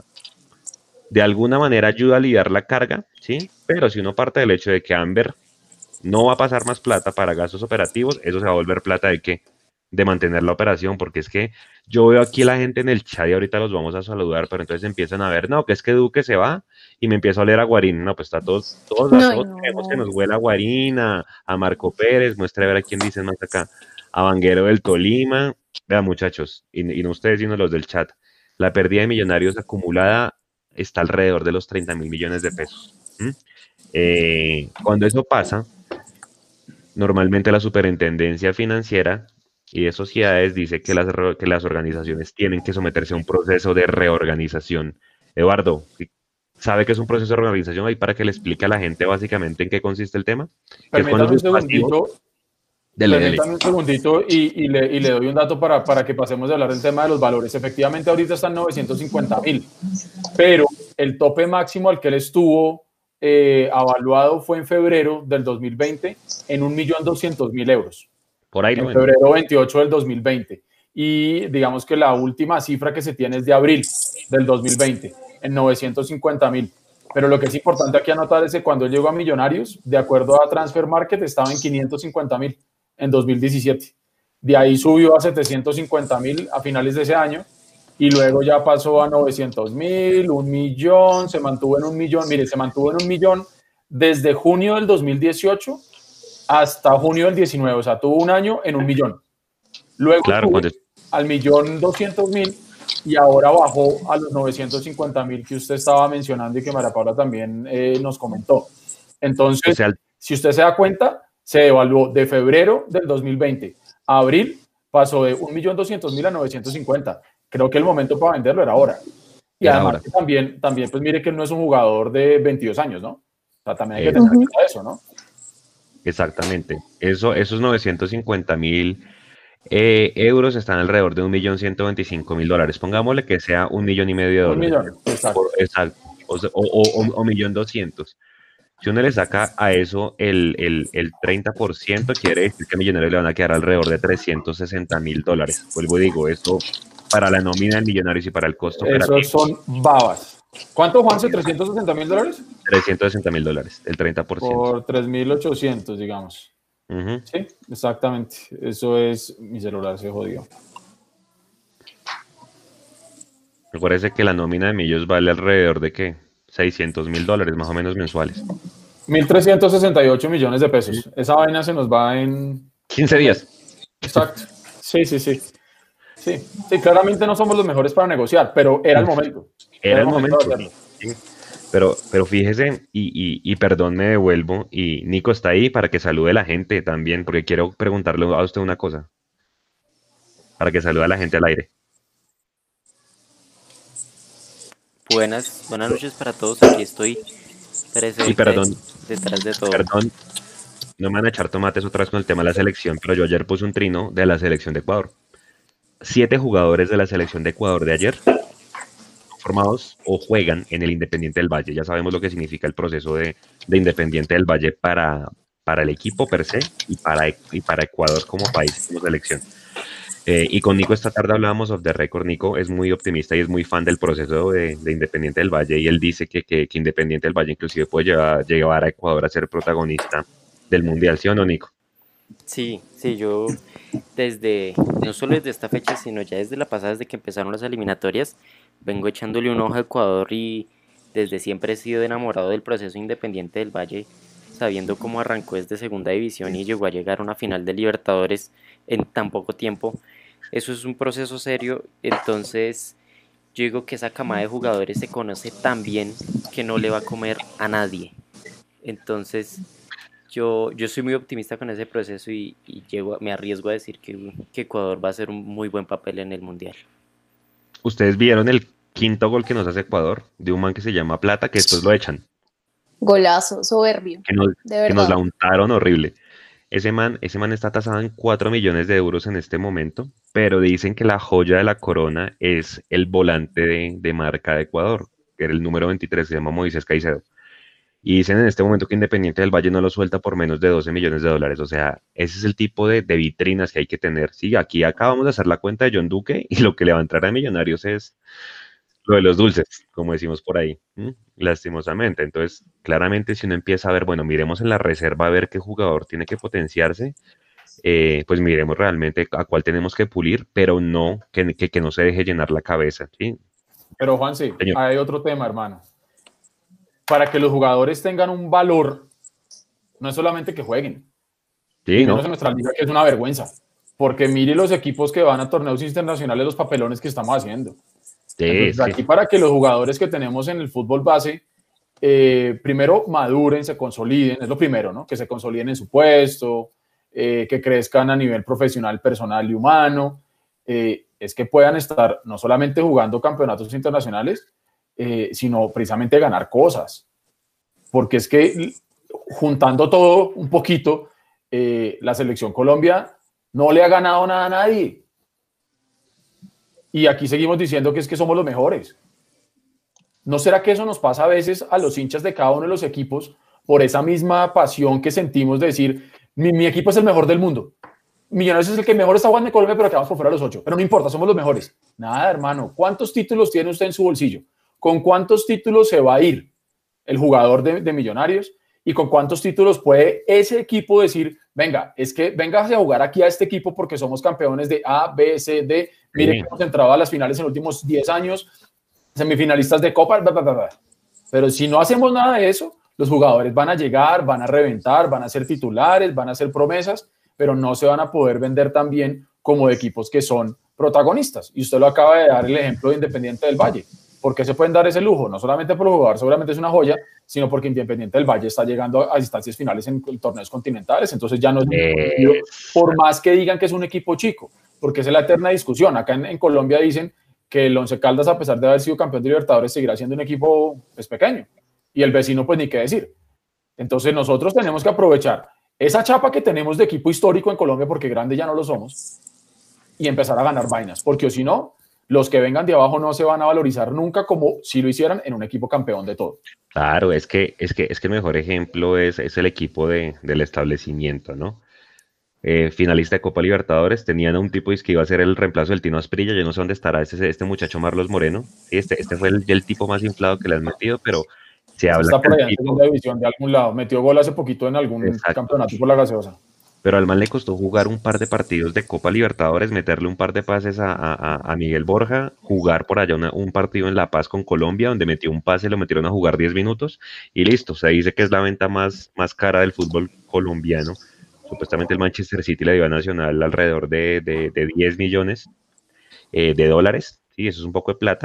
de alguna manera ayuda a aliviar la carga, ¿sí? Pero si uno parte del hecho de que Amber no va a pasar más plata para gastos operativos, eso se va a volver plata de ¿qué? De mantener la operación, porque es que yo veo aquí la gente en el chat y ahorita los vamos a saludar, pero entonces empiezan a ver, no, que es que Duque se va y me empiezo a oler a Guarín. No, pues está todos queremos que nos huela a Guarín, a Marco Pérez, muestre a ver a quién dicen más acá, a Vanguero del Tolima. Vean, muchachos, y no ustedes, sino los del chat, la pérdida de Millonarios acumulada está alrededor de los 30.000 millones de pesos. Cuando eso pasa, normalmente la superintendencia financiera y de sociedades dice que las organizaciones tienen que someterse a un proceso de reorganización. Eduardo, ¿sabe qué es un proceso de reorganización? Ahí para que le explique a la gente básicamente en qué consiste el tema.
Permítame un segundito. Permítame un segundito y le doy un dato para que pasemos a hablar del tema de los valores. Efectivamente, ahorita están 950.000, pero el tope máximo al que él estuvo evaluado fue en febrero del 2020 en 1.200.000 euros.
Por ahí
en febrero 28 del 2020. Y digamos que la última cifra que se tiene es de abril del 2020, en 950.000. Pero lo que es importante aquí anotar es que cuando él llegó a Millonarios, de acuerdo a Transfer Market, estaba en 550.000 en 2017. De ahí subió a 750.000 a finales de ese año y luego ya pasó a 900.000, 1.000.000, se mantuvo en 1.000.000. Mire, se mantuvo en 1.000.000 desde junio del 2018 hasta junio del 19, o sea, tuvo un año en 1.000.000. Luego al 1.200.000 y ahora bajó a los 950.000 que usted estaba mencionando y que María Paula también nos comentó. Entonces, o sea, si usted se da cuenta, se devaluó de febrero del 2020 a abril, pasó de 1.200.000 a 950. Creo que el momento para venderlo era ahora. Y además también, pues mire que él no es un jugador de 22 años, ¿no? O sea, también hay que tener en cuenta eso, ¿no?
Exactamente. Esos 950.000 euros están alrededor de 1.125.000 dólares. Pongámosle que sea 1,5 millones de dólares.
1 millón, exacto.
Exacto. O 1.200.000. Si uno le saca a eso el 30%, quiere decir que a Millonarios le van a quedar alrededor de 360.000 dólares. Vuelvo y digo, esto para la nómina de Millonarios y para el costo operativo.
Esos son babas. ¿Cuánto, Juanse? ¿360.000 dólares?
360.000 dólares, el 30%.
Por 3.800, digamos. Sí, exactamente. Eso es, mi celular se jodió.
Me parece que la nómina de Millos vale alrededor de ¿qué? 600.000 dólares más o menos mensuales.
1.368 millones de pesos. Esa vaina se nos va en
15 días.
Exacto. Sí. Sí, claramente no somos los mejores para negociar, pero era el momento.
Era el momento. Sí. Pero fíjese, y perdón, me devuelvo, y Nico está ahí para que salude a la gente también, porque quiero preguntarle a usted una cosa. para que salude a la gente al aire.
Buenas noches para todos. Aquí estoy presente.
Y perdón,
detrás de todo.
Perdón, no me van a echar tomates otra vez con el tema de la selección, pero yo ayer puse un trino de la selección de Ecuador. 7 jugadores de la selección de Ecuador de ayer formados o juegan en el Independiente del Valle. Ya sabemos lo que significa el proceso de Independiente del Valle para el equipo per se y para Ecuador como país, como selección. Y con Nico esta tarde hablábamos off the record. Nico es muy optimista y es muy fan del proceso de Independiente del Valle, y él dice que Independiente del Valle inclusive puede llevar a Ecuador a ser protagonista del Mundial, ¿sí o no, Nico?
Sí, yo no solo desde esta fecha, sino ya desde la pasada, desde que empezaron las eliminatorias, vengo echándole un ojo a Ecuador y desde siempre he sido enamorado del proceso Independiente del Valle, sabiendo cómo arrancó desde segunda división y llegó a llegar a una final de Libertadores en tan poco tiempo. Eso es un proceso serio, entonces yo digo que esa camada de jugadores se conoce tan bien que no le va a comer a nadie. Entonces yo soy muy optimista con ese proceso y me arriesgo a decir que Ecuador va a hacer un muy buen papel en el Mundial.
¿Ustedes vieron el quinto gol que nos hace Ecuador? De un man que se llama Plata, que después lo echan.
Golazo, soberbio.
Que nos la untaron horrible. Ese man está tasado en 4 millones de euros en este momento, pero dicen que la joya de la corona es el volante de marca de Ecuador, que era el número 23, se llama Moisés Caicedo. Y dicen en este momento que Independiente del Valle no lo suelta por menos de 12 millones de dólares. O sea, ese es el tipo de vitrinas que hay que tener. Sí, aquí acabamos de hacer la cuenta de John Duque y lo que le va a entrar a Millonarios es lo de los dulces, como decimos por ahí, lastimosamente. Entonces, claramente si uno empieza a ver, bueno, miremos en la reserva a ver qué jugador tiene que potenciarse, pues miremos realmente a cuál tenemos que pulir, pero no que no se deje llenar la cabeza, ¿sí?
Pero Juan, sí, hay otro tema, hermano. Para que los jugadores tengan un valor, no es solamente que jueguen.
Sí,
y menos en nuestra liga, que es una vergüenza. Porque mire los equipos que van a torneos internacionales, los papelones que estamos haciendo.
Sí,
entonces, aquí para que los jugadores que tenemos en el fútbol base, primero maduren, se consoliden, es lo primero, ¿no? Que se consoliden en su puesto, que crezcan a nivel profesional, personal y humano, es que puedan estar no solamente jugando campeonatos internacionales, sino precisamente ganar cosas. Porque es que juntando todo un poquito, la selección Colombia no le ha ganado nada a nadie. Y aquí seguimos diciendo que es que somos los mejores. ¿No será que eso nos pasa a veces a los hinchas de cada uno de los equipos por esa misma pasión que sentimos de decir, mi equipo es el mejor del mundo? Millonarios es el que mejor está jugando en Colombia, pero quedamos por fuera de los 8. Pero no importa, somos los mejores. Nada, hermano. ¿Cuántos títulos tiene usted en su bolsillo? ¿Con cuántos títulos se va a ir el jugador de Millonarios? ¿Y con cuántos títulos puede ese equipo decir, venga, es que venga a jugar aquí a este equipo porque somos campeones de A, B, C, D? Mire que hemos entrado a las finales en los últimos 10 años, semifinalistas de Copa, bla, bla, bla, bla. Pero si no hacemos nada de eso, los jugadores van a llegar, van a reventar, van a ser titulares, van a ser promesas, pero no se van a poder vender tan bien como de equipos que son protagonistas. Y usted lo acaba de dar el ejemplo de Independiente del Valle. ¿Por qué se pueden dar ese lujo? No solamente por jugar, seguramente es una joya, sino porque Independiente del Valle está llegando a instancias finales en torneos continentales, entonces ya no es por más que digan que es un equipo chico, porque esa es la eterna discusión. Acá en Colombia dicen que el Once Caldas, a pesar de haber sido campeón de Libertadores, seguirá siendo un equipo pues, pequeño, y el vecino pues ni qué decir. Entonces nosotros tenemos que aprovechar esa chapa que tenemos de equipo histórico en Colombia, porque grande ya no lo somos, y empezar a ganar vainas, porque o si no, los que vengan de abajo no se van a valorizar nunca como si lo hicieran en un equipo campeón de todo.
Claro, es que el mejor ejemplo es el equipo del establecimiento, ¿no? Finalista de Copa Libertadores, tenían a un tipo que iba a ser el reemplazo del Tino Asprilla. Yo no sé dónde estará este muchacho Marlos Moreno. Sí, este fue el tipo más inflado que le han metido, pero se habla.
Está por allá en segunda división de algún lado. Metió gol hace poquito en algún campeonato por la gaseosa.
Pero al man le costó jugar un par de partidos de Copa Libertadores, meterle un par de pases a Miguel Borja, jugar por allá un partido en La Paz con Colombia, donde metió un pase, lo metieron a jugar 10 minutos y listo. Se dice que es la venta más cara del fútbol colombiano. Supuestamente el Manchester City le dio a Nacional alrededor de 10 millones de dólares. Sí, eso es un poco de plata.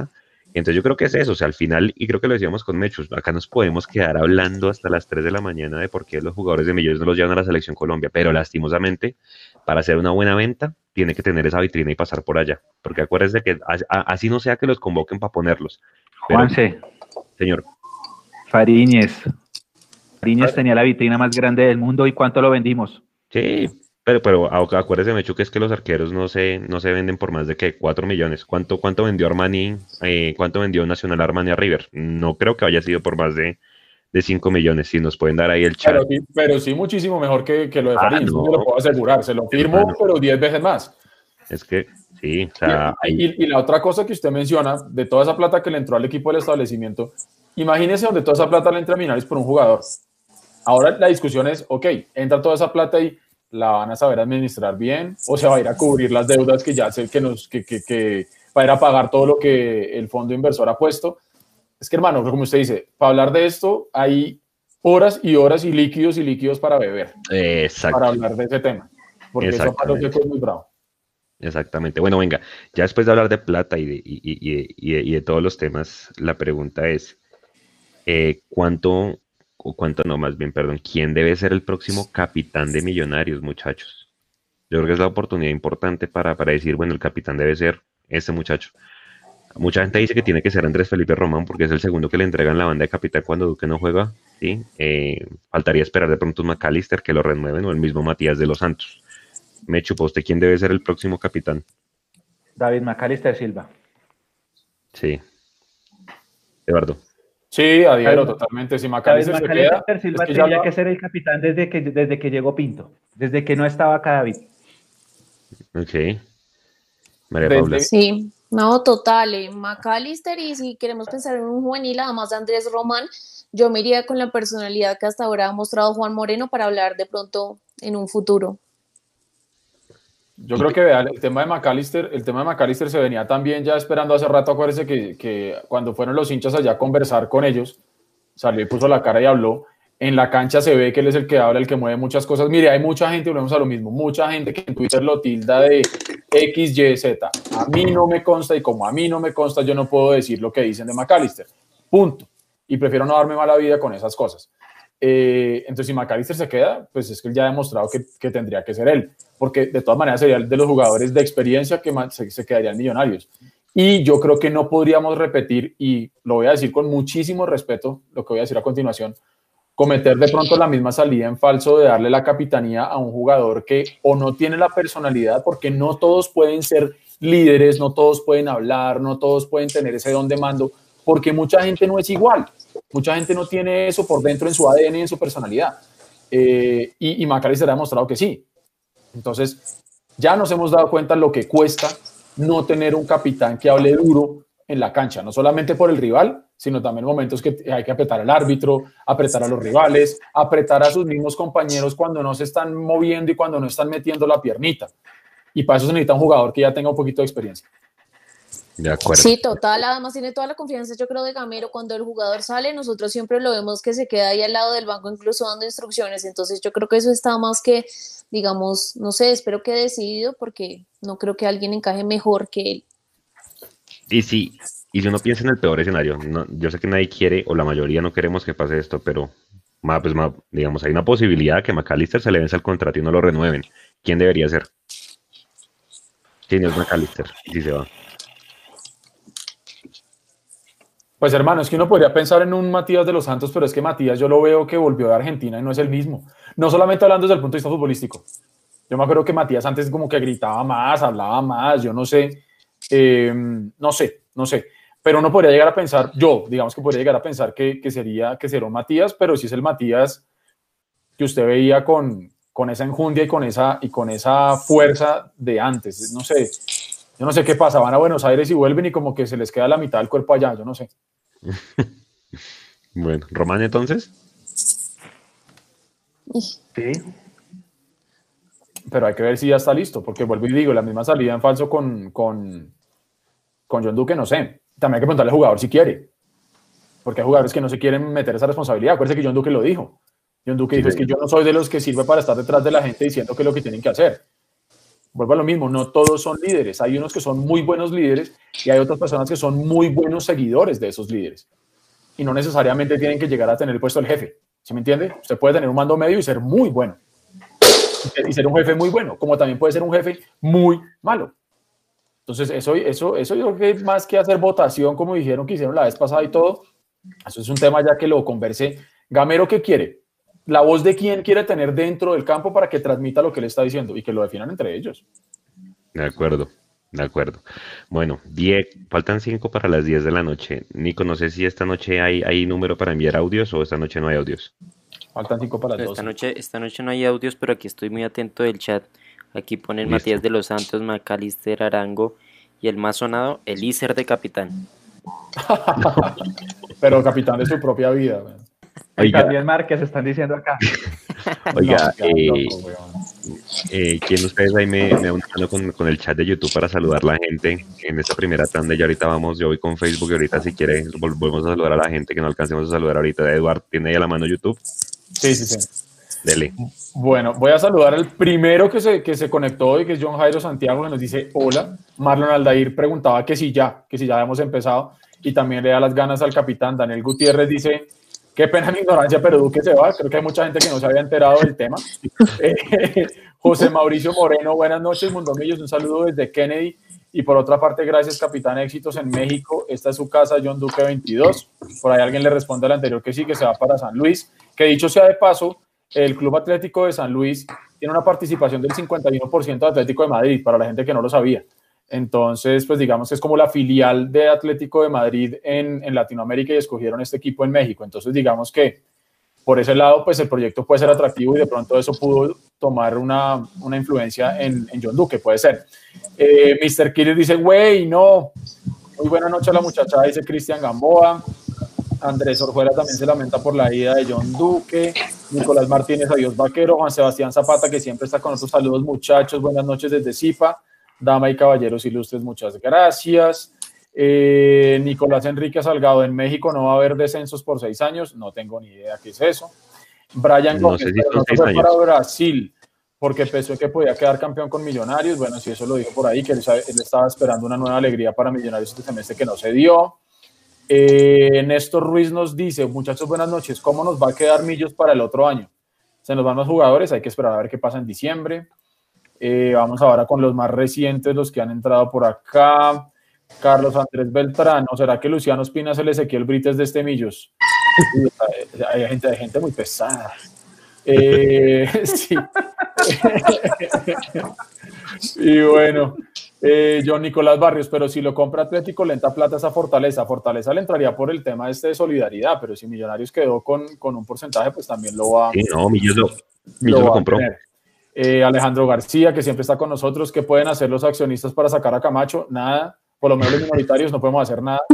Entonces yo creo que es eso, o sea, al final, y creo que lo decíamos con Mechus, acá nos podemos quedar hablando hasta las 3 de la mañana de por qué los jugadores de Millones no los llevan a la selección Colombia, pero lastimosamente, para hacer una buena venta, tiene que tener esa vitrina y pasar por allá, porque acuérdense que así no sea que los convoquen para ponerlos. Pero,
Juanse,
señor.
Fariñez tenía la vitrina más grande del mundo, ¿y cuánto lo vendimos?
Sí, pero acuérdese, Mechu, que es que los arqueros no se venden por más de que 4 millones. ¿Cuánto vendió Armani? ¿Cuánto vendió Nacional Armani a River? No creo que haya sido por más de 5 millones. Si nos pueden dar ahí el chat.
Pero sí muchísimo mejor que lo de Fariñez,
no.
yo lo puedo asegurar, se lo firmo, hermano, pero 10 veces más.
Es que sí, o sea,
y la otra cosa que usted menciona, de toda esa plata que le entró al equipo del establecimiento, imagínese donde toda esa plata le entra a Millonarios por un jugador. Ahora la discusión es, ok, entra toda esa plata y la van a saber administrar bien, o se va a ir a cubrir las deudas que ya sé que va a ir a pagar todo lo que el fondo inversor ha puesto. Es que, hermano, como usted dice, para hablar de esto hay horas y horas y líquidos para beber.
Exacto.
Para hablar de ese tema, porque eso para los es muy bravo.
Exactamente. Bueno, venga, ya después de hablar de plata y de todos los temas, la pregunta es, ¿quién debe ser el próximo capitán de Millonarios, muchachos? Yo creo que es la oportunidad importante para decir, bueno, el capitán debe ser este muchacho. Mucha gente dice que tiene que ser Andrés Felipe Román porque es el segundo que le entregan la banda de capitán cuando Duque no juega, ¿sí? Faltaría esperar de pronto un McAllister que lo renueven o el mismo Matías de los Santos. Mechu, ¿para usted quién debe ser el próximo capitán?
David McAllister Silva.
Sí. Eduardo.
Sí, adhiero totalmente. Si McAllister se queda,
Silva tenía que ser el capitán desde que llegó Pinto, desde que no estaba acá David.
Ok. María Paula.
Sí, no, total. McAllister, y si queremos pensar en un juvenil, además de Andrés Román, yo me iría con la personalidad que hasta ahora ha mostrado Juan Moreno para hablar de pronto en un futuro.
Yo creo que el tema de McAllister se venía también ya esperando hace rato. Acuérdense que cuando fueron los hinchas allá a conversar con ellos, salió y puso la cara y habló. En la cancha se ve que él es el que habla, el que mueve muchas cosas. Mire, hay mucha gente, volvemos a lo mismo, mucha gente que en Twitter lo tilda de X, Y, Z. A mí no me consta, y como a mí no me consta, yo no puedo decir lo que dicen de McAllister. Punto. Y prefiero no darme mala vida con esas cosas. Entonces, si McAllister se queda, pues es que él ya ha demostrado que tendría que ser él, porque de todas maneras sería el de los jugadores de experiencia que se quedarían Millonarios. Y yo creo que no podríamos repetir, y lo voy a decir con muchísimo respeto, lo que voy a decir a continuación, cometer de pronto la misma salida en falso de darle la capitanía a un jugador que o no tiene la personalidad, porque no todos pueden ser líderes, no todos pueden hablar, no todos pueden tener ese don de mando, porque mucha gente no es igual. Mucha gente no tiene eso por dentro en su ADN y en su personalidad. Y McAllister ha demostrado que sí. Entonces, ya nos hemos dado cuenta lo que cuesta no tener un capitán que hable duro en la cancha, no solamente por el rival, sino también momentos que hay que apretar al árbitro, apretar a los rivales, apretar a sus mismos compañeros cuando no se están moviendo y cuando no están metiendo la piernita. Y para eso se necesita un jugador que ya tenga un poquito de experiencia.
De acuerdo.
Sí, total, además tiene toda la confianza, yo creo, de Gamero. Cuando el jugador sale, nosotros siempre lo vemos que se queda ahí al lado del banco, incluso dando instrucciones. Entonces yo creo que eso está más que, digamos, no sé, espero que decidido, porque no creo que alguien encaje mejor que él.
Y si uno piensa en el peor escenario, no, yo sé que nadie quiere, o la mayoría no queremos que pase esto, pero digamos, hay una posibilidad de que McAllister se le vence el contrato y no lo renueven. ¿Quién debería ser? ¿Quién es McAllister? Si se va.
Pues hermano, es que uno podría pensar en un Matías de los Santos, pero es que Matías yo lo veo que volvió de Argentina y no es el mismo. No solamente hablando desde el punto de vista futbolístico. Yo me acuerdo que Matías antes como que gritaba más, hablaba más, yo no sé, no sé. Pero uno podría llegar a pensar, digamos que podría llegar a pensar que sería un Matías, pero si es el Matías que usted veía con esa enjundia y con esa fuerza de antes. No sé. Yo no sé qué pasa, van a Buenos Aires y vuelven y como que se les queda la mitad del cuerpo allá, yo no sé.
Bueno, ¿Román entonces?
Sí.
Pero hay que ver si ya está listo, porque vuelvo y digo, la misma salida en falso con John Duque, no sé. También hay que preguntarle al jugador si quiere, porque hay jugadores que no se quieren meter esa responsabilidad. Acuérdense que John Duque lo dijo. John Duque dijo, es que yo no soy de los que sirve para estar detrás de la gente diciendo qué es lo que tienen que hacer. Vuelvo a lo mismo, no todos son líderes, hay unos que son muy buenos líderes y hay otras personas que son muy buenos seguidores de esos líderes y no necesariamente tienen que llegar a tener el puesto del jefe, ¿sí me entiende? Usted puede tener un mando medio y ser muy bueno y ser un jefe muy bueno, como también puede ser un jefe muy malo. Entonces eso yo creo que más que hacer votación como dijeron que hicieron la vez pasada y todo, eso es un tema ya que lo converse. Gamero, ¿qué quiere? La voz de quién quiere tener dentro del campo para que transmita lo que le está diciendo y que lo definan entre ellos.
De acuerdo. Bueno, faltan 5 para las 10 de la noche. Nico, no sé si esta noche hay número para enviar audios o esta noche no hay audios.
Faltan 5 para las 12.
Esta noche no hay audios, pero aquí estoy muy atento del chat. Aquí ponen
Listo.
Matías de los Santos, Macalister, Arango y el más sonado, Elícer de capitán.
Pero capitán de su propia vida.
Oiga.
Gabriel Márquez están diciendo acá.
Oiga,
loco,
¿quién de ustedes ahí me da una mano con el chat de YouTube para saludar a la gente en esta primera tanda? Ya ahorita yo voy con Facebook y ahorita si quiere volvemos a saludar a la gente que no alcancemos a saludar ahorita. Eduard, ¿tiene ahí a la mano YouTube?
Sí.
Dele.
Bueno, voy a saludar al primero que se conectó hoy, que es John Jairo Santiago, que nos dice hola. Marlon Aldair preguntaba que si ya habíamos empezado, y también le da las ganas al capitán. Daniel Gutiérrez dice, qué pena mi ignorancia, pero Duque se va. Creo que hay mucha gente que no se había enterado del tema. José Mauricio Moreno, buenas noches, Mundomillos, un saludo desde Kennedy. Y por otra parte, gracias capitán, éxitos en México. Esta es su casa, John Duque 22. Por ahí alguien le responde al anterior que sí, que se va para San Luis. Que dicho sea de paso, el Club Atlético de San Luis tiene una participación del 51% de Atlético de Madrid, para la gente que no lo sabía. Entonces, pues digamos que es como la filial de Atlético de Madrid en Latinoamérica y escogieron este equipo en México. Entonces, digamos que por ese lado, pues el proyecto puede ser atractivo y de pronto eso pudo tomar una influencia en John Duque, puede ser. Mr. Killer dice, güey, no. Muy buena noche a la muchacha, dice Cristian Gamboa. Andrés Orjuela también se lamenta por la ida de John Duque. Nicolás Martínez, adiós vaquero. Juan Sebastián Zapata, que siempre está con nosotros. Saludos, muchachos. Buenas noches desde Zipa. Dama y caballeros ilustres, muchas gracias. Nicolás Enrique Salgado, en México no va a haber descensos por 6 años. No tengo ni idea qué es eso. Brian Gómez,
sé si
pero no se fue para Brasil porque pensó que podía quedar campeón con Millonarios. Bueno, sí, eso lo dijo por ahí, que él estaba esperando una nueva alegría para Millonarios este semestre que no se dio. Néstor Ruiz nos dice, muchachos, buenas noches, ¿cómo nos va a quedar Millos para el otro año? Se nos van los jugadores, hay que esperar a ver qué pasa en diciembre. Vamos ahora con los más recientes, los que han entrado por acá. Carlos Andrés Beltrán, ¿o será que Luciano Espina es el Ezequiel Brites de este Millos? Hay gente muy pesada. Sí. Y bueno, John Nicolás Barrios, pero si lo compra Atlético, le entra plata esa Fortaleza. Fortaleza le entraría por el tema de solidaridad, pero si Millonarios quedó con un porcentaje, pues también lo va.
Sí, no, Millos lo compró.
Alejandro García, que siempre está con nosotros. ¿Qué pueden hacer los accionistas para sacar a Camacho? Nada, por lo menos los minoritarios no podemos hacer nada.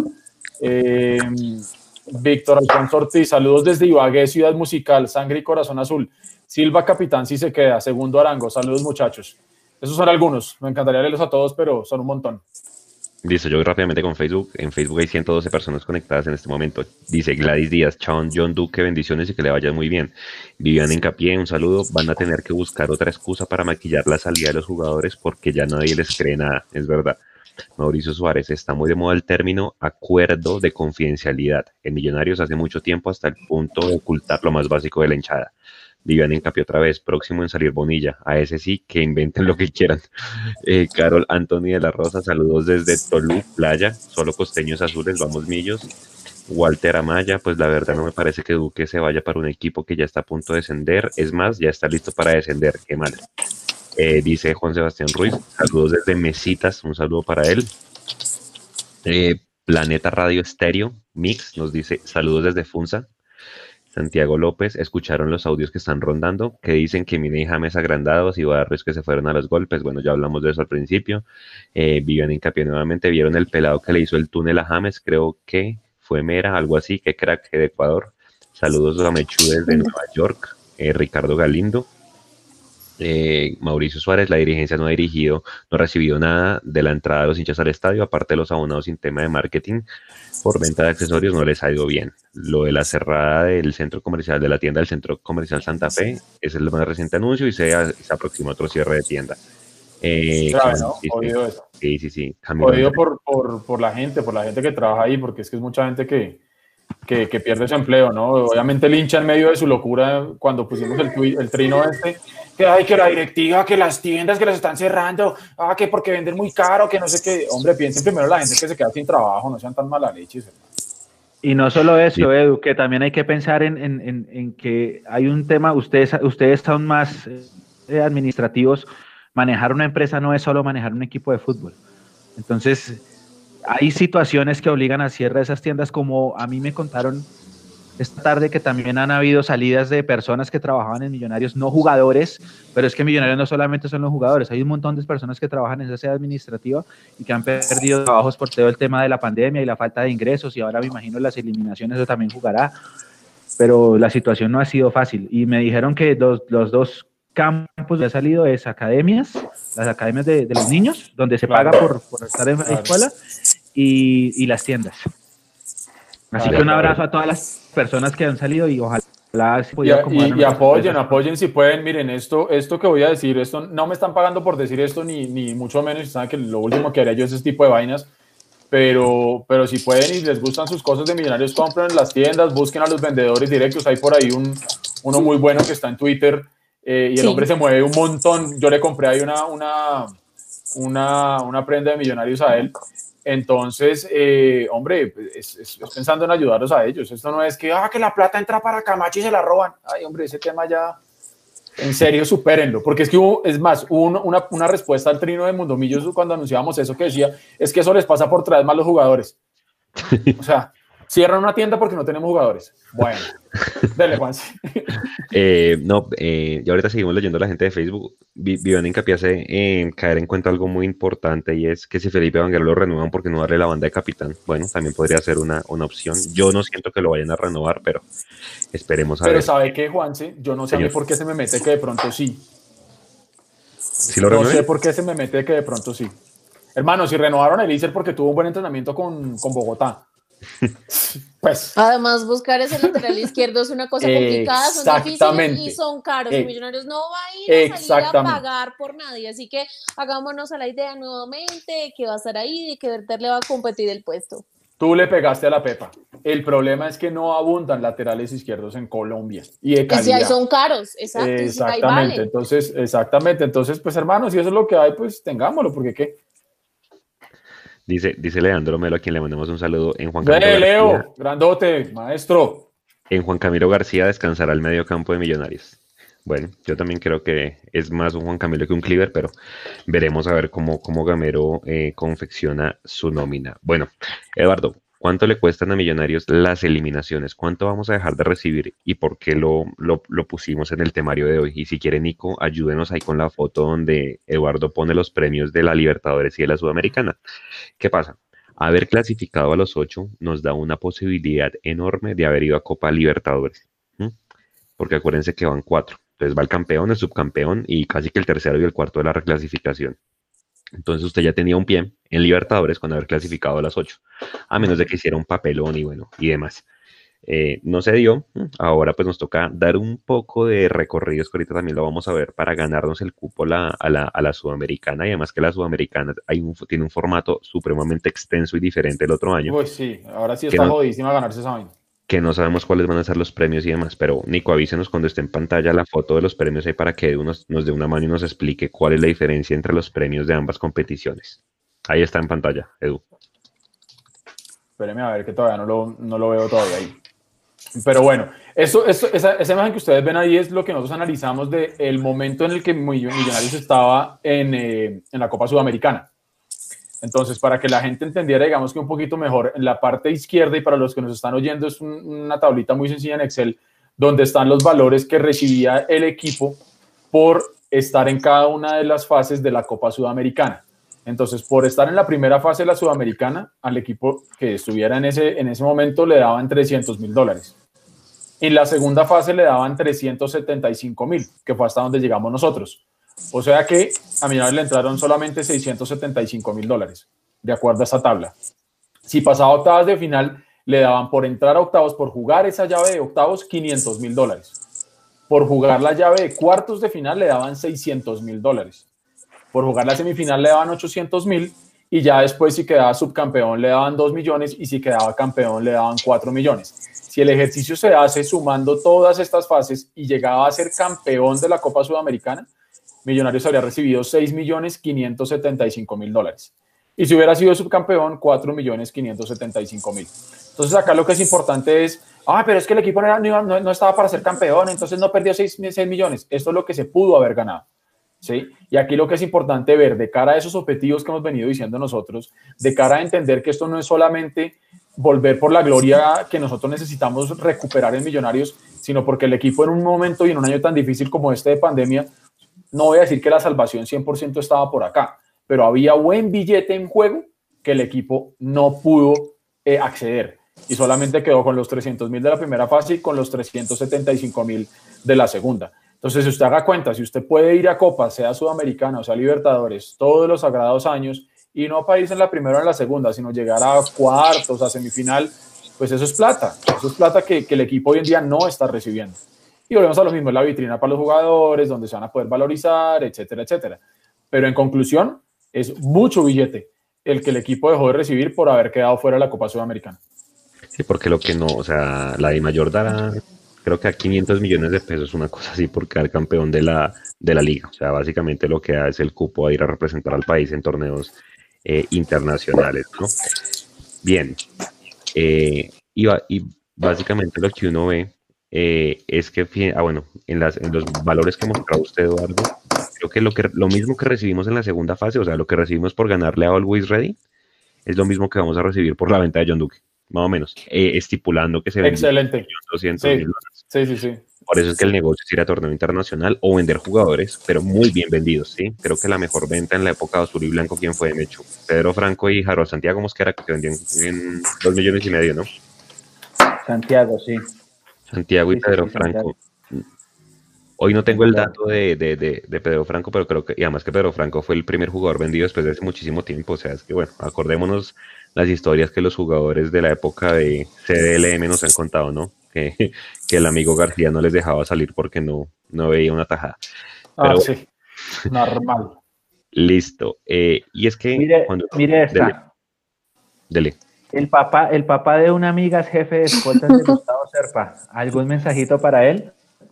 Víctor Alfonso Ortiz, saludos desde Ibagué, Ciudad Musical, Sangre y Corazón Azul. Silva Capitán, si se queda. Segundo Arango, saludos muchachos. Esos son algunos, me encantaría leerlos a todos, pero son un montón.
Listo, yo rápidamente con Facebook. En Facebook hay 112 personas conectadas en este momento. Dice Gladys Díaz, chao John Duque, bendiciones y que le vaya muy bien. Viviana Hincapié, un saludo. Van a tener que buscar otra excusa para maquillar la salida de los jugadores porque ya nadie les cree nada, es verdad. Mauricio Suárez, está muy de moda el término acuerdo de confidencialidad. En Millonarios hace mucho tiempo hasta el punto de ocultar lo más básico de la hinchada. Viviana Hincapié otra vez, próximo en salir Bonilla. A ese sí, que inventen lo que quieran. Carol Anthony de la Rosa, saludos desde Tolú, playa, solo costeños azules, vamos Millos. Walter Amaya, pues la verdad no me parece que Duque se vaya para un equipo que ya está a punto de descender. Es más, ya está listo para descender, qué mal. Dice Juan Sebastián Ruiz, saludos desde Mesitas, un saludo para él. Planeta Radio Estéreo, Mix, nos dice saludos desde Funza. Santiago López, escucharon los audios que están rondando, que dicen que Mina y James agrandados y Barrios que se fueron a los golpes. Bueno, ya hablamos de eso al principio. Vivian Hincapié nuevamente, vieron el pelado que le hizo el túnel a James, creo que fue Mera, algo así, que crack de Ecuador. Saludos a Mechu desde Nueva York. Ricardo Galindo. Mauricio Suárez, la dirigencia no ha recibido nada de la entrada de los hinchas al estadio, aparte de los abonados sin tema de marketing por venta de accesorios no les ha ido bien. Lo de la cerrada del centro comercial, de la tienda del centro comercial Santa Fe, es el más reciente anuncio y se aproxima otro cierre de tienda.
Grave, ¿no? Jodido eso.
Sí.
Jodido por la gente que trabaja ahí, porque es que es mucha gente que pierde su empleo, ¿no? Obviamente el hincha en medio de su locura, cuando pusimos el trino que hay que la directiva, que las tiendas que las están cerrando, que porque venden muy caro, que no sé qué. Hombre, piensen primero la gente que se queda sin trabajo, no sean tan mala leches, hermano.
Y no solo eso, Edu, que también hay que pensar en que hay un tema, ustedes son más administrativos. Manejar una empresa no es solo manejar un equipo de fútbol. Entonces, hay situaciones que obligan a cierre de esas tiendas, como a mí me contaron esta tarde que también han habido salidas de personas que trabajaban en Millonarios, no jugadores, pero es que Millonarios no solamente son los jugadores, hay un montón de personas que trabajan en esa sede administrativa y que han perdido trabajos por todo el tema de la pandemia y la falta de ingresos, y ahora me imagino las eliminaciones eso también jugará, pero la situación no ha sido fácil. Y me dijeron que los dos campos que han salido es academias, las academias de los niños, donde se paga por estar en la escuela, y las tiendas. Así que un abrazo a todas las personas que han salido y ojalá
y apoyen si pueden. Miren, esto que voy a decir, esto no me están pagando por decir esto, ni mucho menos. Saben que lo último que haría yo es ese tipo de vainas, pero si pueden y les gustan sus cosas de Millonarios, compren en las tiendas, busquen a los vendedores directos. Hay por ahí uno muy bueno que está en Twitter, y el hombre se mueve un montón. Yo le compré ahí una prenda de Millonarios a él. Entonces, hombre, es pensando en ayudarlos a ellos. Esto no es que la plata entra para Camacho y se la roban. Ay, hombre, ese tema ya, en serio, supérenlo. Porque es que hubo una respuesta al trino de Mundomillos cuando anunciábamos eso, que decía, es que eso les pasa por traer malos jugadores. O sea, cierran una tienda porque no tenemos jugadores. Bueno, dale, Juan.
Y ahorita seguimos leyendo a la gente de Facebook. Vivian hincapié hace en caer en cuenta algo muy importante, y es que si Felipe Vanguero lo renuevan, porque no darle la banda de capitán. Bueno, también podría ser una opción. Yo no siento que lo vayan a renovar, pero esperemos a ver.
Pero ¿sabe qué, Juanse? Yo no sé por qué se me mete que de pronto sí.
¿Sí lo
no sé por qué se me mete que de pronto sí. Hermano, si renovaron el Iser porque tuvo un buen entrenamiento con Bogotá. Pues,
además, buscar ese lateral izquierdo es una cosa complicada, son difíciles y son caros. Millonarios no va a ir a salir a pagar por nadie, así que hagámonos a la idea nuevamente que va a estar ahí y que Werther le va a competir el puesto.
Tú le pegaste a la pepa. El problema es que no abundan laterales izquierdos en Colombia y de calidad.
Y si hay son caros, exacto.
Exactamente, entonces, pues hermano, si eso es lo que hay, pues tengámoslo, porque qué.
Dice Leandro Melo, a quien le mandamos un saludo. En Juan Camilo
García, Leo, grandote, maestro.
En Juan Camilo García descansará el medio campo de Millonarios. Bueno, yo también creo que es más un Juan Camilo que un Cliver, pero veremos a ver cómo Gamero confecciona su nómina. Bueno, Eduardo, ¿cuánto le cuestan a Millonarios las eliminaciones? ¿Cuánto vamos a dejar de recibir y por qué lo pusimos en el temario de hoy? Y si quiere, Nico, ayúdenos ahí con la foto donde Eduardo pone los premios de la Libertadores y de la Sudamericana. ¿Qué pasa? Haber clasificado a los 8 nos da una posibilidad enorme de haber ido a Copa Libertadores, porque acuérdense que van 4. Entonces va el campeón, el subcampeón y casi que el tercero y el cuarto de la reclasificación. Entonces usted ya tenía un pie en Libertadores con haber clasificado a las 8, a menos de que hiciera un papelón y demás. No se dio. Ahora pues nos toca dar un poco de recorridos, que ahorita también lo vamos a ver, para ganarnos el cupo a la Sudamericana, y además que la Sudamericana tiene un formato supremamente extenso y diferente el otro año.
Pues sí, ahora sí está jodísima ganarse esa vaina.
Que no sabemos cuáles van a ser los premios y demás, pero Nico, avísenos cuando esté en pantalla la foto de los premios ahí para que Edu nos dé una mano y nos explique cuál es la diferencia entre los premios de ambas competiciones. Ahí está en pantalla, Edu.
Espéreme a ver, que todavía no lo veo todavía ahí. Pero bueno, esa imagen que ustedes ven ahí es lo que nosotros analizamos del momento en el que Millonarios estaba en la Copa Sudamericana. Entonces, para que la gente entendiera, digamos que un poquito mejor, en la parte izquierda, y para los que nos están oyendo, es una tablita muy sencilla en Excel, donde están los valores que recibía el equipo por estar en cada una de las fases de la Copa Sudamericana. Entonces, por estar en la primera fase de la Sudamericana, al equipo que estuviera en ese momento le daban $300,000. En la segunda fase le daban 375,000, que fue hasta donde llegamos nosotros. O sea que a Millonarios le entraron solamente $675,000, de acuerdo a esa tabla. Si pasaba a octavos de final, le daban por entrar a octavos, por jugar esa llave de octavos, $500,000. Por jugar la llave de cuartos de final, le daban $600,000. Por jugar la semifinal le daban 800.000 y ya después si quedaba subcampeón le daban 2 millones y si quedaba campeón le daban 4 millones. Si el ejercicio se hace sumando todas estas fases y llegaba a ser campeón de la Copa Sudamericana, Millonarios habría recibido 6.575.000 dólares. Y si hubiera sido subcampeón, 4.575.000. Entonces acá lo que es importante es, pero es que el equipo no estaba para ser campeón, entonces no perdió 6 millones. Esto es lo que se pudo haber ganado, ¿sí? Y aquí lo que es importante ver, de cara a esos objetivos que hemos venido diciendo nosotros, de cara a entender que esto no es solamente volver por la gloria que nosotros necesitamos recuperar en Millonarios, sino porque el equipo en un momento y en un año tan difícil como este de pandemia, no voy a decir que la salvación 100% estaba por acá, pero había buen billete en juego que el equipo no pudo acceder y solamente quedó con los 300.000 de la primera fase y con los 375.000 de la segunda. Entonces, si usted haga cuenta, si usted puede ir a Copa, sea Sudamericana o sea Libertadores, todos los sagrados años, y no para irse en la primera o en la segunda, sino llegar a cuartos, a semifinal, pues eso es plata que el equipo hoy en día no está recibiendo. Y volvemos a lo mismo, es la vitrina para los jugadores, donde se van a poder valorizar, etcétera, etcétera. Pero en conclusión, es mucho billete el que el equipo dejó de recibir por haber quedado fuera de la Copa Sudamericana.
Sí, porque lo que no, o sea, la DIMAYOR dará, creo que a 500 millones de pesos, una cosa así, por quedar campeón de la liga. O sea, básicamente lo que da es el cupo a ir a representar al país en torneos internacionales, ¿no? Bien. Y básicamente lo que uno ve es que, en los valores que mostraba usted, Eduardo, creo que lo mismo que recibimos en la segunda fase, o sea, lo que recibimos por ganarle a Always Ready, es lo mismo que vamos a recibir por la venta de John Duque, más o menos, estipulando que se vende
excelente
200.000 dólares.
Sí.
Por eso es que el negocio es ir a torneo internacional o vender jugadores, pero muy bien vendidos, ¿sí? Creo que la mejor venta en la época de Azul y Blanco, ¿quién fue, Mechu? Pedro Franco y Harold Santiago Mosquera, que vendían en 2,5 millones, ¿no?
Santiago, sí.
Santiago y Pedro Franco. Hoy no tengo el dato de Pedro Franco, pero creo que, y además que Pedro Franco fue el primer jugador vendido después de hace muchísimo tiempo. O sea, es que bueno, acordémonos las historias que los jugadores de la época de CDLM nos han contado, ¿no? Que el amigo García no les dejaba salir porque no veía una tajada. Pero,
sí, normal.
Listo. Y es que...
Mire esta.
Dele.
El papá de una amiga es jefe de escoltas de Gustavo Serpa. ¿Algún mensajito para él?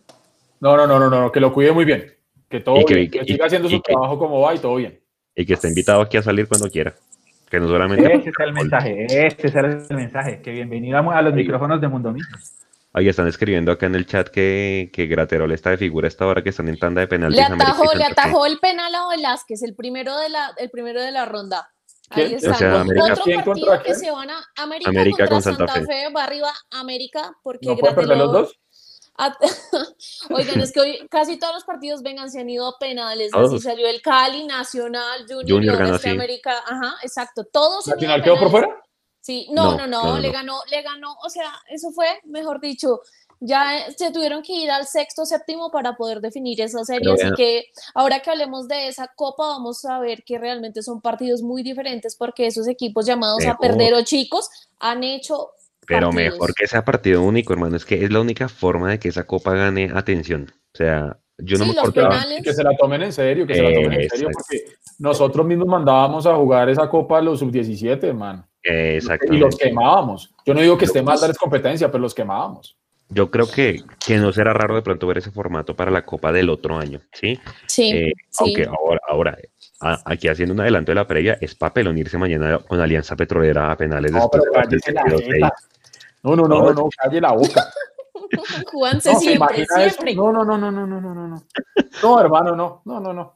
No, que lo cuide muy bien. Que todo bien, que siga haciendo su trabajo como va y todo bien.
Y que esté invitado aquí a salir cuando quiera. Que no solamente...
Ese es el mensaje. Que bienvenido a los micrófonos de Mundo Millos.
Ahí están escribiendo acá en el chat que Graterol está de figura esta hora que están en tanda de penaltis.
Le atajó el penal a Velázquez, el primero de la ronda. Ahí
¿Quién?
están.
O sea,
Otro partido que se van a América contra Santa Fe. Va arriba América porque
¿No puede perder los dos?
Oigan, es que hoy casi todos los partidos se han ido a penales. Así salió el Cali, Nacional, Junior ganó, América, ajá, exacto. Todos
¿Nacional quedó por fuera?
Sí, no, le ganó, o sea, eso fue, mejor dicho, ya se tuvieron que ir al sexto, séptimo para poder definir esa serie, así que ahora que hablemos de esa copa vamos a ver que realmente son partidos muy diferentes porque esos equipos llamados a perder o chicos han hecho
pero
partidos.
Mejor que sea partido único, hermano, es que es la única forma de que esa copa gane atención, o sea, yo no me
acordaba.
Que se la tomen en serio, porque nosotros mismos mandábamos a jugar esa copa a los sub-17, hermano.
Exactamente.
Y los quemábamos. Yo no digo que esté mal darles competencia, pero los quemábamos.
Yo creo que no será raro de pronto ver ese formato para la Copa del otro año, ¿sí?
Sí.
Aunque ahora aquí haciendo un adelanto de la previa, es papelón irse mañana con Alianza Petrolera a penales después
de No, calle la boca.
Juanse siempre.
No. No, hermano, no.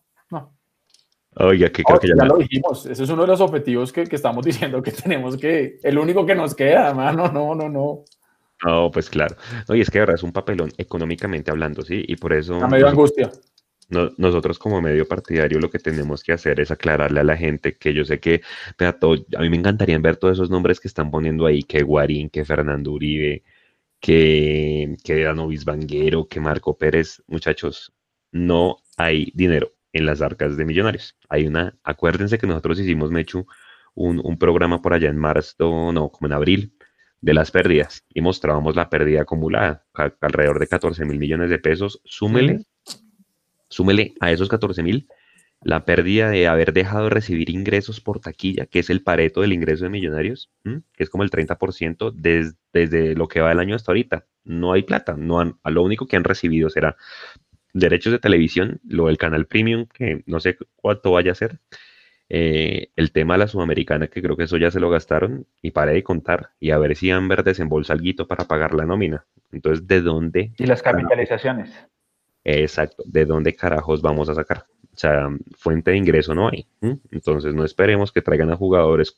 Oiga, que creo que
ya lo dijimos, ese es uno de los objetivos que estamos diciendo que tenemos el único que nos queda, hermano, no.
No, pues claro. No, y es que de verdad es un papelón económicamente hablando, ¿sí? Y por eso...
Me dio angustia.
Nosotros como medio partidario lo que tenemos que hacer es aclararle a la gente que yo sé que a mí me encantaría ver todos esos nombres que están poniendo ahí, que Guarín, que Fernando Uribe, que Danovis Vanguero, que Marco Pérez. Muchachos, no hay dinero en las arcas de Millonarios. Acuérdense que nosotros hicimos, Mechu, un programa por allá en marzo, como en abril, de las pérdidas y mostrábamos la pérdida acumulada, alrededor de 14.000 millones de pesos. Súmele a esos 14.000 la pérdida de haber dejado de recibir ingresos por taquilla, que es el Pareto del ingreso de Millonarios, que es como el 30% desde lo que va del año hasta ahorita. No hay plata, a lo único que han recibido será derechos de televisión, lo del canal premium, que no sé cuánto vaya a ser, el tema de la Sudamericana, que creo que eso ya se lo gastaron, y paré de contar, y a ver si Amber desembolsa alguito para pagar la nómina. Entonces, ¿de dónde?
Y las capitalizaciones.
Exacto, ¿de dónde carajos vamos a sacar? O sea, fuente de ingreso no hay. Entonces, no esperemos que traigan a jugadores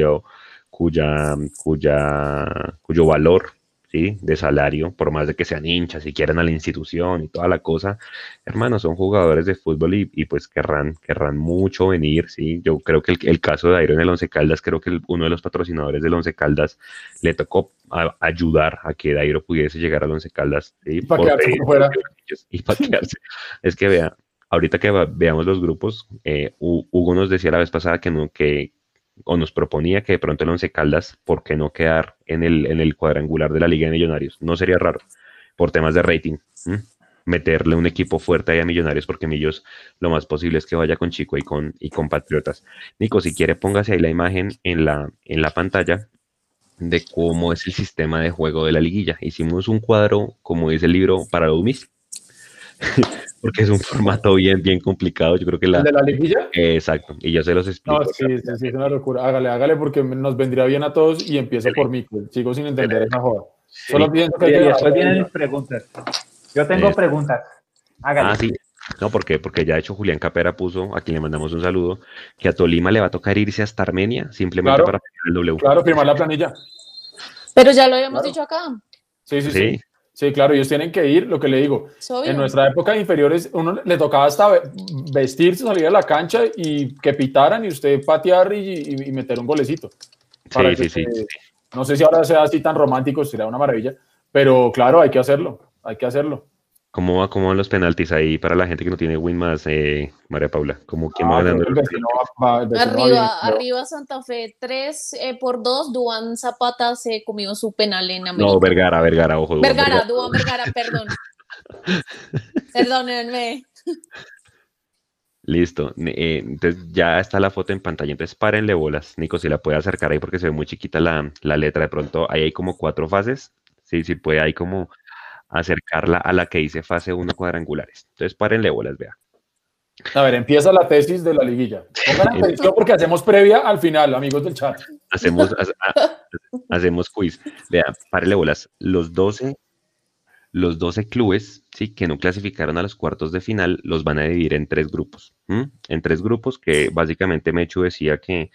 cuyo valor, ¿sí?, de salario, por más de que sean hinchas y quieran a la institución y toda la cosa, hermano, son jugadores de fútbol y pues querrán mucho venir, ¿sí? Yo creo que el caso de Dairo en el Once Caldas, creo que uno de los patrocinadores del Once Caldas le tocó ayudar a que Dairo pudiese llegar al Once Caldas, ¿sí?
Para quedarse por fuera.
Y para quedarse. Es que vea, ahorita que veamos los grupos, Hugo nos decía la vez pasada o nos proponía que de pronto el Once Caldas, ¿por qué no quedar en el cuadrangular de la Liga de Millonarios? No sería raro, por temas de rating. Meterle un equipo fuerte ahí a Millonarios, porque Millos lo más posible es que vaya con Chico y con Patriotas. Nico, si quiere, póngase ahí la imagen en la pantalla de cómo es el sistema de juego de la liguilla. Hicimos un cuadro, como dice el libro, para dummies, porque es un formato bien complicado. Yo creo que
¿El de la liguilla?
Exacto, y yo se los explico.
No, sí, es una locura. Hágale porque nos vendría bien a todos y empiezo por mí. Sigo sin entender esa joda. Solo pienso que
y después vienen mis preguntas. Yo tengo preguntas. Hágale.
Sí. No, porque ya de hecho Julián Capera puso, a quien le mandamos un saludo, que a Tolima le va a tocar irse hasta Armenia simplemente para firmar el W.
Claro, firmar la planilla.
Pero ya lo habíamos dicho acá.
Sí. Sí, claro, ellos tienen que ir, lo que le digo. En nuestra época de inferiores, uno le tocaba hasta vestirse, salir a la cancha y que pitaran y usted patear y meter un golecito. Sí. No sé si ahora sea así tan romántico, sería una maravilla, pero claro, hay que hacerlo.
¿Cómo van los penaltis ahí para la gente que no tiene win más, María Paula? ¿Quién va ganando?
Arriba Santa Fe 3-2, Duván Zapata se comió su penal en América.
No, Vergara, ojo.
Duván Vergara, perdón. Perdónenme.
Listo. Entonces ya está la foto en pantalla. Entonces párenle bolas. Nico, si la puede acercar ahí porque se ve muy chiquita la letra. De pronto ahí hay como 4 fases. Sí, puede ahí como acercarla a la que dice fase 1 cuadrangulares. Entonces párenle bolas, vea.
A ver, empieza la tesis de la liguilla. Pongan atención porque hacemos previa al final, amigos del chat.
Hacemos quiz. Vea, párenle bolas. Los 12 clubes, sí, que no clasificaron a los cuartos de final, los van a dividir en 3 grupos. En 3 grupos que básicamente Mechu decía que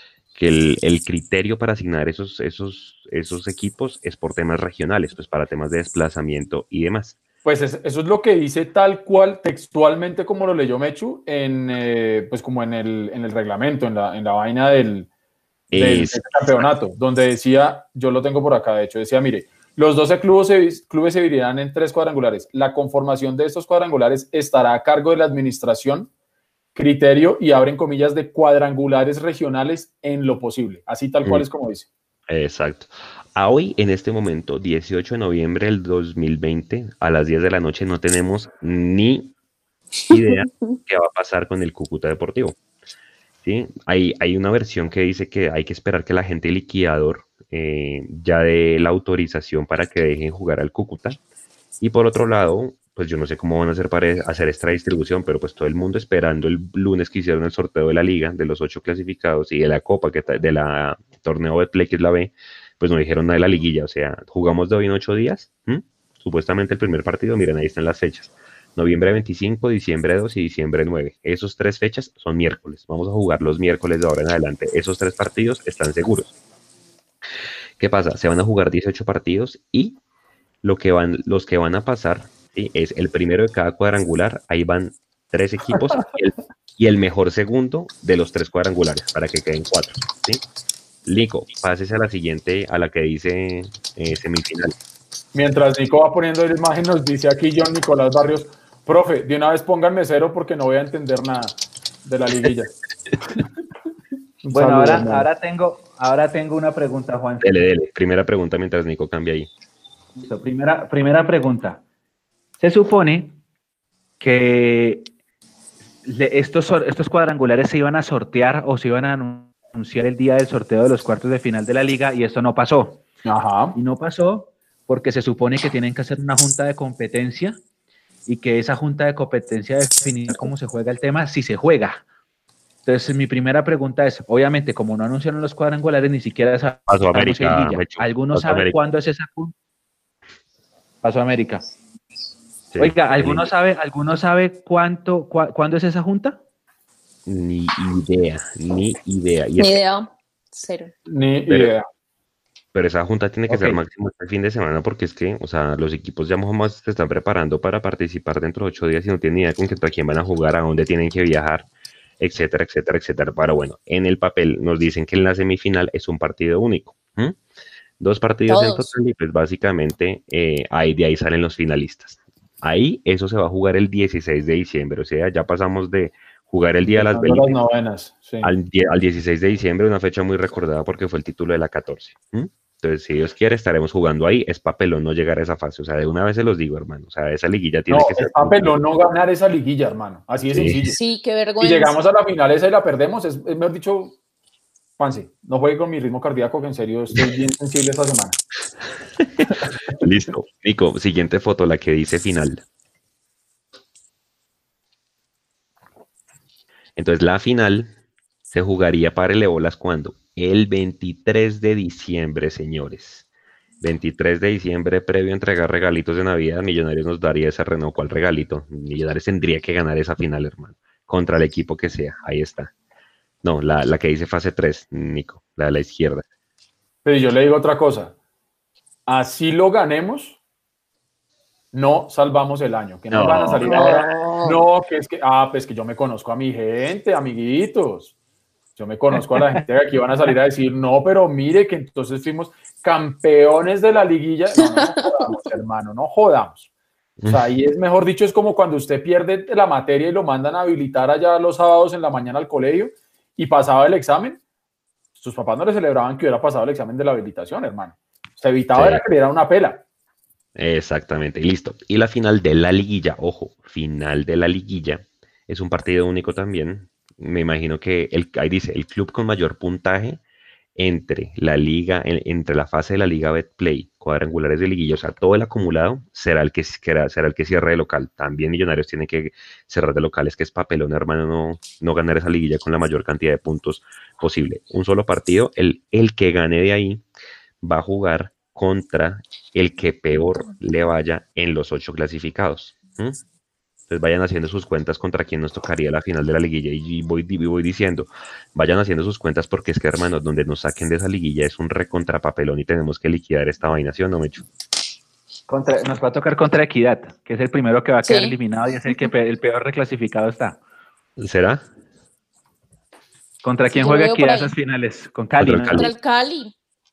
el criterio para asignar esos equipos es por temas regionales, pues para temas de desplazamiento y demás.
Pues eso es lo que dice tal cual textualmente como lo leyó Mechu pues como en el reglamento, en la vaina del campeonato, donde decía, yo lo tengo por acá, de hecho, decía, mire, los 12 clubes se dividirán en 3 cuadrangulares. La conformación de estos cuadrangulares estará a cargo de la administración, criterio y abren comillas de cuadrangulares regionales en lo posible. Así tal cual es como dice.
Exacto. A hoy, en este momento, 18 de noviembre del 2020, a las 10 de la noche, no tenemos ni idea qué va a pasar con el Cúcuta Deportivo. ¿Sí? Hay una versión que dice que hay que esperar que la gente liquidador ya dé la autorización para que dejen jugar al Cúcuta. Y por otro lado, pues yo no sé cómo van a hacer para hacer esta distribución, pero pues todo el mundo esperando el lunes que hicieron el sorteo de la liga, de los 8 clasificados y de la Copa, de la torneo Betplay, que es la B, pues no dijeron nada de la liguilla. O sea, jugamos de hoy en 8 días, supuestamente el primer partido, miren, ahí están las fechas. Noviembre 25, diciembre 2 y diciembre 9. Esos 3 fechas son miércoles. Vamos a jugar los miércoles de ahora en adelante. Esos 3 partidos están seguros. ¿Qué pasa? Se van a jugar 18 partidos y los que van a pasar, ¿sí?, es el primero de cada cuadrangular. Ahí van 3 equipos y el mejor segundo de los 3 cuadrangulares para que queden 4. ¿Sí? Lico, pásese a la siguiente, a la que dice semifinal.
Mientras Nico va poniendo la imagen, nos dice aquí John Nicolás Barrios, profe, de una vez pónganme 0 porque no voy a entender nada de la liguilla.
Bueno, ahora tengo una pregunta, Juan.
Dele. Primera pregunta mientras Nico cambia ahí.
Listo, primera pregunta. Se supone que estos cuadrangulares se iban a sortear o se iban a anunciar el día del sorteo de los cuartos de final de la liga y esto no pasó.
Ajá.
Y no pasó porque se supone que tienen que hacer una junta de competencia y que esa junta de competencia definirá cómo se juega el tema, si se juega. Entonces, mi primera pregunta es, obviamente, como no anunciaron los cuadrangulares, ni siquiera
Pasó a América.
¿Alguno sabe cuándo es esa junta? Pasó a América.
Sí,
Oiga, ¿alguno sabe cuándo es esa junta?
Ni idea.
Ni idea, cero.
Ni idea.
Pero esa junta tiene que ser máximo este fin de semana porque es que, o sea, los equipos ya más se están preparando para participar dentro de 8 días y no tienen ni idea contra quién van a jugar, a dónde tienen que viajar, etcétera, etcétera, etcétera. Pero bueno, en el papel nos dicen que en la semifinal es un partido único. 2 partidos en total y pues básicamente de ahí salen los finalistas. Ahí eso se va a jugar el 16 de diciembre, o sea, ya pasamos de jugar el día de las 20
novenas, sí.
al 16 de diciembre, una fecha muy recordada porque fue el título de la 14. Entonces, si Dios quiere, estaremos jugando ahí. Es papelón no llegar a esa fase. O sea, de una vez se los digo, hermano. O sea, esa liguilla tiene que ser.
Es papelón no ganar esa liguilla, hermano. Así de sencillo.
Sí, qué vergüenza.
Si llegamos a la final esa y la perdemos, es mejor dicho, Juanse, no juegue con mi ritmo cardíaco, que en serio estoy bien sensible esta semana.
Listo. Nico, siguiente foto, la que dice final. Entonces, la final se jugaría para el Ebolas ¿cuándo? El 23 de diciembre, señores. 23 de diciembre, previo a entregar regalitos de Navidad, Millonarios nos daría ese Renault. ¿Cuál regalito? Millonarios tendría que ganar esa final, hermano. Contra el equipo que sea. Ahí está. No, la que dice fase 3, Nico, la de la izquierda.
Pero yo le digo otra cosa. Así lo ganemos, no salvamos el año. Que no van a salir ahora. No, que es que, pues que yo me conozco a mi gente, amiguitos. Yo me conozco a la gente que aquí van a salir a decir, no, pero mire que entonces fuimos campeones de la liguilla. No jodamos, hermano, no jodamos. O sea, ahí es, mejor dicho, es como cuando usted pierde la materia y lo mandan a habilitar allá los sábados en la mañana al colegio y pasaba el examen. Sus papás no le celebraban que hubiera pasado el examen de la habilitación, hermano. Se evitaba era que le dieran una pela.
Exactamente, y listo. Y la final de la liguilla, ojo, final de la liguilla, es un partido único también. Me imagino que ahí dice, el club con mayor puntaje entre la liga, entre la fase de la liga Betplay, cuadrangulares de liguilla, o sea, todo el acumulado será el que cierre de local. También Millonarios tiene que cerrar de local, es que es papelón, hermano, no ganar esa liguilla con la mayor cantidad de puntos posible. Un solo partido, el que gane de ahí va a jugar contra el que peor le vaya en los 8 clasificados. Entonces vayan haciendo sus cuentas contra quién nos tocaría la final de la liguilla y voy diciendo, vayan haciendo sus cuentas porque es que, hermanos, donde nos saquen de esa liguilla es un recontrapapelón y tenemos que liquidar esta vaina, ¿sí o no, Mecho?
Nos va a tocar contra Equidad, que es el primero que va a quedar eliminado y es el que el peor reclasificado está.
¿Será?
¿Contra quién juega Equidad esas finales? Con Cali.
Contra el Cali.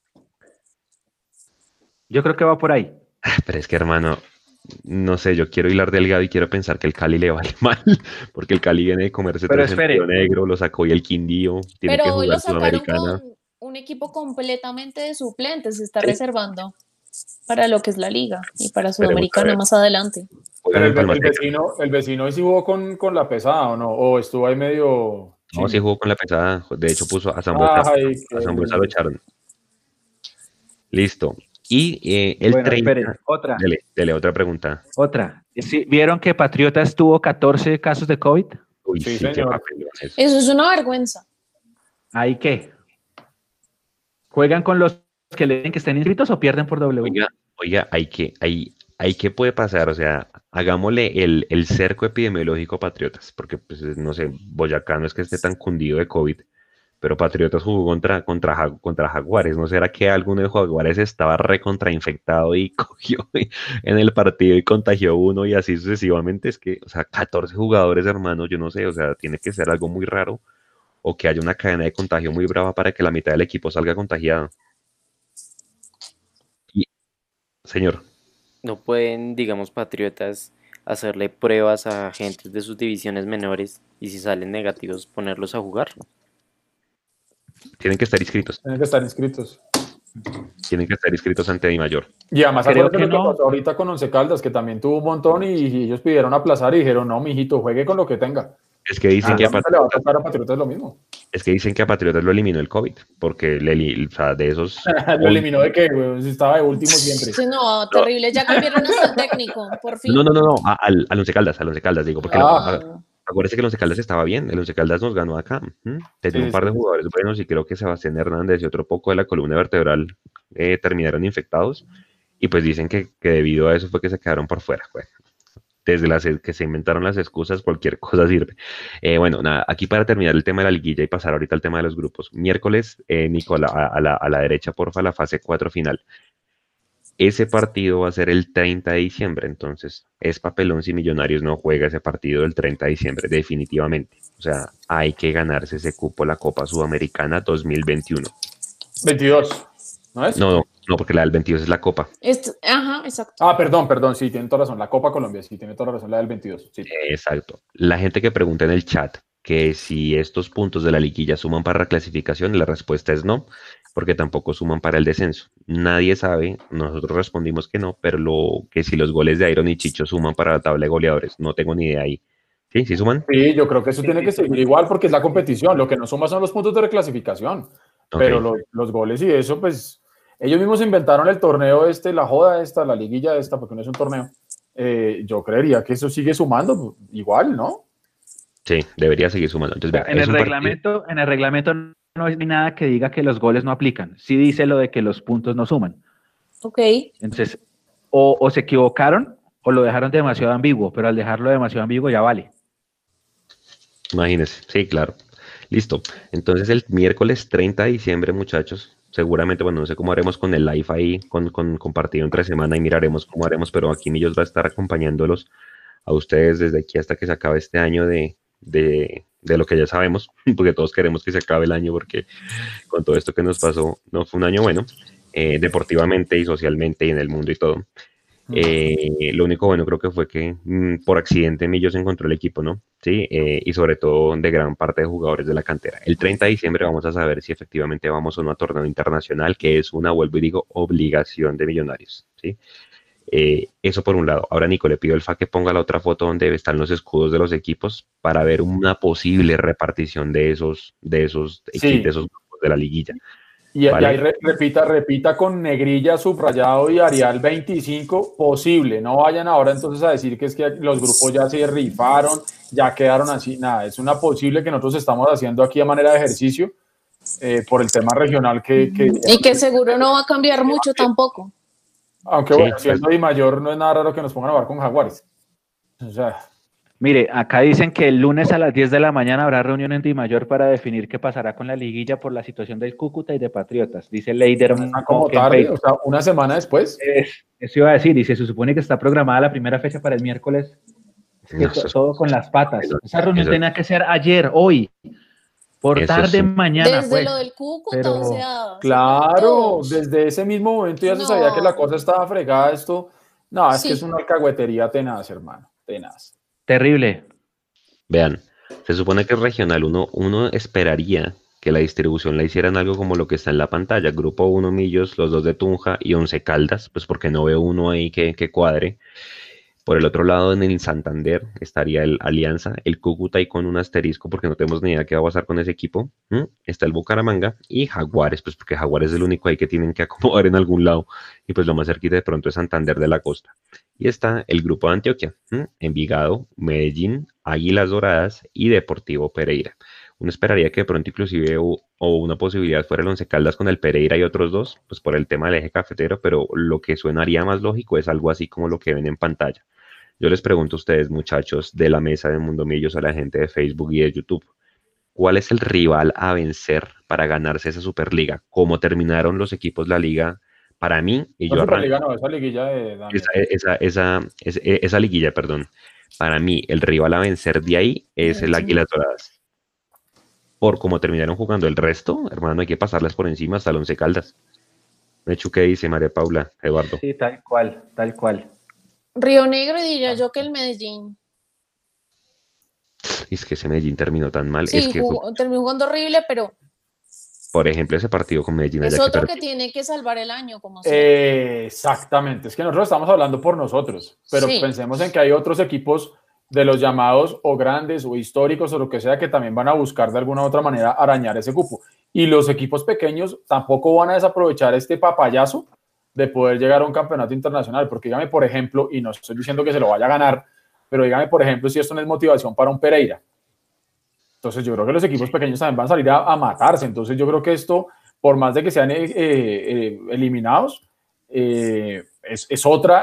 Yo creo que va por ahí.
Pero es que, hermano, no sé, yo quiero hilar delgado y quiero pensar que el Cali le vale mal, porque el Cali viene de comerse 3 en Río Negro, lo sacó y el Quindío, tiene que jugar Sudamericana.
Con un equipo completamente de suplentes, se está reservando para lo que es la liga y para Sudamericana más adelante.
Pero el vecino sí jugó con la pesada, ¿o no? ¿O estuvo ahí medio...?
No, sí jugó con la pesada, de hecho puso a Sambuesa, lo echaron. Listo. Y el 30...
otra.
Dele, otra pregunta.
Otra. ¿Sí, ¿vieron que Patriotas tuvo 14 casos de COVID?
Uy, sí, qué papelón
eso es una vergüenza.
¿Ahí qué? ¿Juegan con los que le dicen que estén inscritos o pierden por W?
Oiga, hay que puede pasar, o sea, hagámosle el cerco epidemiológico a Patriotas, porque, pues, no sé, Boyacá no es que esté tan cundido de COVID, pero Patriotas jugó contra Jaguares. ¿No será que alguno de Jaguares estaba recontrainfectado y cogió en el partido y contagió uno y así sucesivamente? Es que, o sea, 14 jugadores, hermano, yo no sé, o sea, tiene que ser algo muy raro o que haya una cadena de contagio muy brava para que la mitad del equipo salga contagiado. Señor.
No pueden, digamos, Patriotas hacerle pruebas a agentes de sus divisiones menores y si salen negativos ponerlos a jugar.
Tienen que estar inscritos. Tienen que estar inscritos ante Di Mayor.
Y además creo que no. Pasó ahorita con Once Caldas, que también tuvo un montón y ellos pidieron aplazar y dijeron, no, mijito, juegue con lo que tenga.
Es que dicen que a
le va a
Patriotas,
tocar a Patriotas lo mismo.
es que dicen que a Patriotas lo eliminó el COVID, porque o sea, de esos
¿Lo eliminó de qué, güey? Si estaba de último siempre.
Sí, no, terrible. Ya cambiaron hasta el técnico, por fin.
no, al Once Caldas, digo, porque
Ah.
acuérdense que el Once Caldas estaba bien, el Once Caldas nos ganó acá, tenía un par de jugadores buenos y creo que Sebastián Hernández y otro poco de la columna vertebral terminaron infectados y pues dicen que debido a eso fue que se quedaron por fuera, bueno, desde las que se inventaron las excusas, cualquier cosa sirve. Bueno, nada, aquí para terminar el tema de la liguilla y pasar ahorita al tema de los grupos. Miércoles, Nicola, a la derecha, porfa, la fase 4 final. Ese partido va a ser el 30 de diciembre, entonces es papelón si Millonarios no juega ese partido el 30 de diciembre, definitivamente. O sea, hay que ganarse ese cupo a la Copa Sudamericana 2021.
22, ¿no es?
No, porque la del 22 es la Copa.
Ajá, exacto.
Ah, perdón, sí, tiene toda razón. La Copa Colombia, sí, tiene toda razón, la del 22. Sí.
Exacto. La gente que pregunta en el chat que si estos puntos de la liguilla suman para la clasificación, la respuesta es no, porque tampoco suman para el descenso. Nadie sabe, nosotros respondimos que no, pero que si los goles de Iron y Chicho suman para la tabla de goleadores, no tengo ni idea ahí. ¿Sí? ¿Sí suman?
Sí, yo creo que eso tiene que seguir igual porque es la competición. Lo que no suma son los puntos de reclasificación.
Okay.
Pero los goles y eso, pues, ellos mismos inventaron el torneo la joda esta, la liguilla esta, porque no es un torneo. Yo creería que eso sigue sumando igual, ¿no?
Sí, debería seguir sumando. Entonces, vea,
en el reglamento no hay nada que diga que los goles no aplican. Sí dice lo de que los puntos no suman.
Ok.
Entonces, o se equivocaron o lo dejaron demasiado ambiguo, pero al dejarlo demasiado ambiguo ya vale.
Imagínense, sí, claro. Listo. Entonces, el miércoles 30 de diciembre, muchachos, seguramente, bueno, no sé cómo haremos con el live ahí, con compartido entre semana y miraremos cómo haremos, pero aquí Millos va a estar acompañándolos a ustedes desde aquí hasta que se acabe este año de lo que ya sabemos, porque todos queremos que se acabe el año, porque con todo esto que nos pasó, no fue un año bueno, deportivamente y socialmente y en el mundo y todo. Lo único bueno creo que fue que por accidente Millos encontró el equipo, ¿no? Sí, y sobre todo de gran parte de jugadores de la cantera. El 30 de diciembre vamos a saber si efectivamente vamos o no a torneo internacional, que es una, vuelvo y digo, obligación de Millonarios, ¿sí? Eso por un lado. Ahora, Nico, le pido al FA que ponga la otra foto donde están los escudos de los equipos para ver una posible repartición de esos equipos, de esos grupos de la liguilla.
Y ahí repita con negrilla, subrayado y Arial 25, posible. No vayan ahora entonces a decir que es que los grupos ya se rifaron, ya quedaron así. Nada, es una posible que nosotros estamos haciendo aquí a manera de ejercicio por el tema regional
y que seguro no va a cambiar mucho tampoco.
Aunque sí, bueno, siendo Di Mayor no es nada raro que nos pongan a jugar con Jaguares. O sea...
Mire, acá dicen que el lunes a las 10 de la mañana habrá reunión en Di Mayor para definir qué pasará con la liguilla por la situación del Cúcuta y de Patriotas. Dice Leider.
Como tarde, o sea, una semana después.
Eso iba a decir, dice, se supone que está programada la primera fecha para el miércoles. No, todo con las patas. Esa reunión tenía que ser ayer, hoy. Por tarde, mañana.
Desde lo del Cúcuta, pero, o sea.
Claro, desde ese mismo momento ya se sabía que la cosa estaba fregada. Esto, no, es que es una alcahuetería tenaz, hermano. Tenaz.
Terrible.
Vean, se supone que es regional. Uno esperaría que la distribución la hicieran algo como lo que está en la pantalla. Grupo 1 Millos, los 2 de Tunja y 11 Caldas, pues porque no veo uno ahí que cuadre. Por el otro lado, en el Santander estaría el Alianza, el Cúcuta y con un asterisco porque no tenemos ni idea qué va a pasar con ese equipo. Está el Bucaramanga y Jaguares, pues porque Jaguares es el único ahí que tienen que acomodar en algún lado. Y pues lo más cerquita de pronto es Santander de la Costa. Y está el grupo de Antioquia, Envigado, Medellín, Águilas Doradas y Deportivo Pereira. Uno esperaría que de pronto inclusive o una posibilidad fuera el Once Caldas con el Pereira y otros dos, pues por el tema del eje cafetero, pero lo que suenaría más lógico es algo así como lo que ven en pantalla. Yo les pregunto a ustedes, muchachos, de la mesa de Mundo Millos, a la gente de Facebook y de YouTube, ¿cuál es el rival a vencer para ganarse esa Superliga? ¿Cómo terminaron los equipos la liga? Para mí, y
no,
yo
Superliga no, esa liguilla de
esa liguilla, perdón. Para mí, el rival a vencer de ahí es el Águilas Doradas. Por cómo terminaron jugando el resto, hermano, hay que pasarlas por encima hasta el Once Caldas. Mechu, ¿qué dice María Paula, Eduardo?
Sí, tal cual, tal cual.
Río Negro y diría yo que el Medellín.
Es que ese Medellín terminó tan mal.
Sí,
es que
terminó jugando horrible, pero...
Por ejemplo, ese partido con Medellín.
Es otro que tiene que salvar el año, como sea.
Exactamente, es que nosotros estamos hablando por nosotros, pero sí, pensemos en que hay otros equipos de los llamados o grandes o históricos o lo que sea, que también van a buscar de alguna u otra manera arañar ese cupo. Y los equipos pequeños tampoco van a desaprovechar este papayazo de poder llegar a un campeonato internacional, porque dígame, por ejemplo, y no estoy diciendo que se lo vaya a ganar, pero dígame, por ejemplo, si esto no es motivación para un Pereira. Entonces yo creo que los equipos pequeños también van a salir a matarse. Entonces yo creo que esto, por más de que sean eliminados, es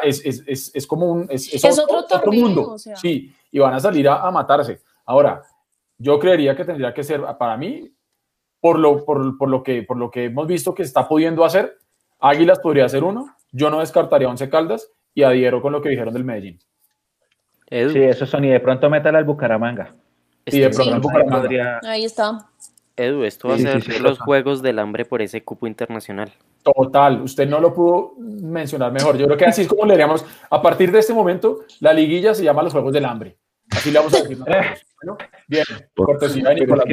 otro mundo.
O sea.
Sí, y van a salir a matarse. Ahora, yo creería que tendría que ser, para mí, por lo que hemos visto que está pudiendo hacer, Águilas podría ser uno, yo no descartaría a Once Caldas y adhiero con lo que dijeron del Medellín.
Edu. Sí, eso son, y de pronto métala al Bucaramanga.
Y de pronto Bucaramanga podría...
Ahí está.
Edu, esto va a ser los Juegos del Hambre por ese cupo internacional.
Total, usted no lo pudo mencionar mejor. Yo creo que así es como le diríamos, a partir de este momento, la liguilla se llama los Juegos del Hambre. Así le vamos a decir nosotros. Bueno, bien, cortesía de Nicolás.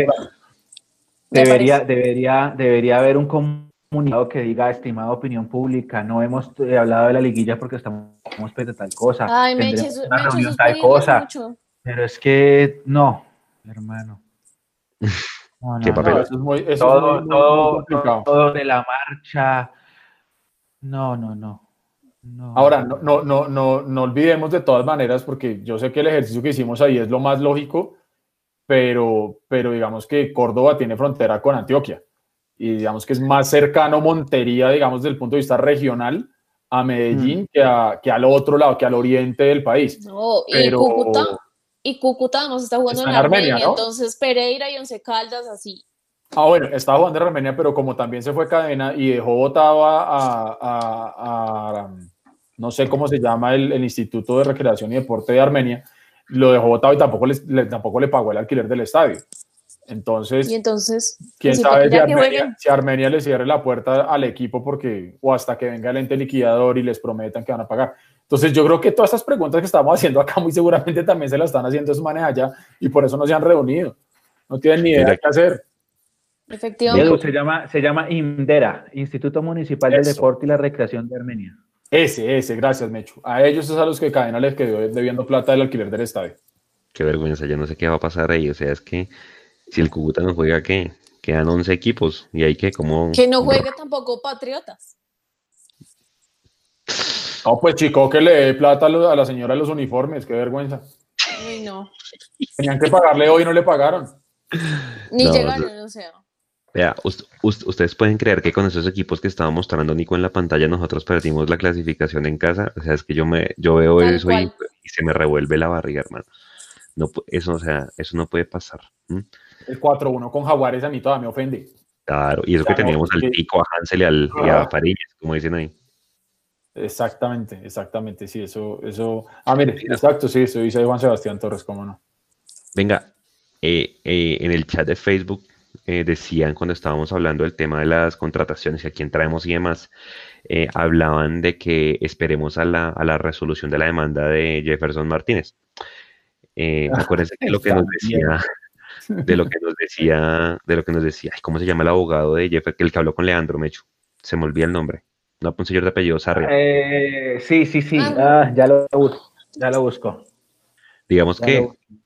Debería haber un comunicado que diga, estimada opinión pública, no hemos hablado de la liguilla porque estamos de tal cosa.
Ay, Meche,
una reunión tal cosa. Mucho. Pero es que no, hermano.
¿Qué papel?
Todo de la marcha. No.
Ahora, no olvidemos de todas maneras, porque yo sé que el ejercicio que hicimos ahí es lo más lógico, pero digamos que Córdoba tiene frontera con Antioquia y digamos que es más cercano Montería, digamos, desde el punto de vista regional a Medellín que al otro lado, que al oriente del país.
No, y Cúcuta nos está jugando en Armenia, ¿no? Entonces Pereira y Once Caldas así.
Bueno, estaba jugando en Armenia, pero como también se fue Cadena y dejó votado a no sé cómo se llama el Instituto de Recreación y Deporte de Armenia, lo dejó votado y tampoco le pagó el alquiler del estadio. Entonces quién sabe si Armenia le cierre la puerta al equipo o hasta que venga el ente liquidador y les prometan que van a pagar. Entonces yo creo que todas estas preguntas que estamos haciendo acá muy seguramente también se las están haciendo esos manes allá y por eso no se han reunido. No tienen ni idea de qué hacer.
Efectivamente.
Se llama INDERA, Instituto Municipal del Deporte y la Recreación de Armenia.
Ese, gracias, Mechu. A ellos es a los que Cadena les quedó debiendo plata del alquiler del estadio.
Qué vergüenza, ya no sé qué va a pasar ahí. O sea, es que si el Cúcuta no juega, ¿qué? Quedan 11 equipos. ¿Y hay que como
que no juegue tampoco Patriotas.
No, pues chico, que le dé plata a la señora de los uniformes. Qué vergüenza.
Uy, no.
Tenían que pagarle hoy y no le pagaron.
Ni llegaron, o sea.
Vea, ustedes pueden creer que con esos equipos que estaba mostrando Nico en la pantalla nosotros perdimos la clasificación en casa. O sea, es que yo veo tal eso y se me revuelve la barriga, hermano. No, eso no puede pasar.
El 4-1 con Jaguares a mí todavía me ofende.
Claro, y eso que teníamos al Pico, a Hansel y a Fariñas, como dicen ahí.
Exactamente, sí, eso. Mire, exacto, sí, eso dice Juan Sebastián Torres, cómo no.
Venga, en el chat de Facebook decían cuando estábamos hablando del tema de las contrataciones y a quién traemos y demás, hablaban de que esperemos a la resolución de la demanda de Jefferson Martínez. Acuérdense que lo que nos decía, de lo que nos decía, ¿cómo se llama el abogado de Jefferson? El que habló con Leandro, Mechu, se me olvida el nombre. No, un señor de apellido Sarria.
Sí. Ya lo busco.
Digamos que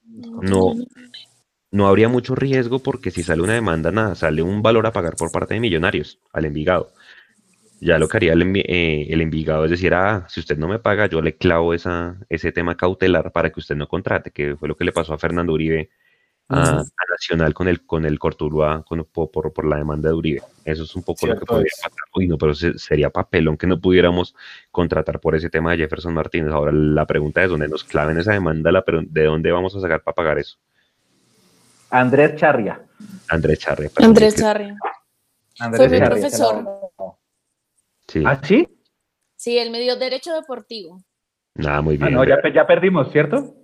no habría mucho riesgo porque si sale una demanda, nada, sale un valor a pagar por parte de Millonarios al Envigado. Ya lo que haría el Envigado es decir, si usted no me paga, yo le clavo ese tema cautelar para que usted no contrate, que fue lo que le pasó a Fernando Uribe a Nacional con el Cortuluá por la demanda de Uribe. Eso es un poco lo que podría pasar. Uy, no, pero sería papelón que no pudiéramos contratar por ese tema de Jefferson Martínez. Ahora la pregunta es, ¿dónde nos claven esa demanda? ¿De dónde vamos a sacar para pagar eso?
Andrés Charria.
Fue mi profesor.
Sí.
¿Ah, sí?
Sí, él me dio Derecho Deportivo.
Muy bien.
No, ya perdimos, ¿cierto?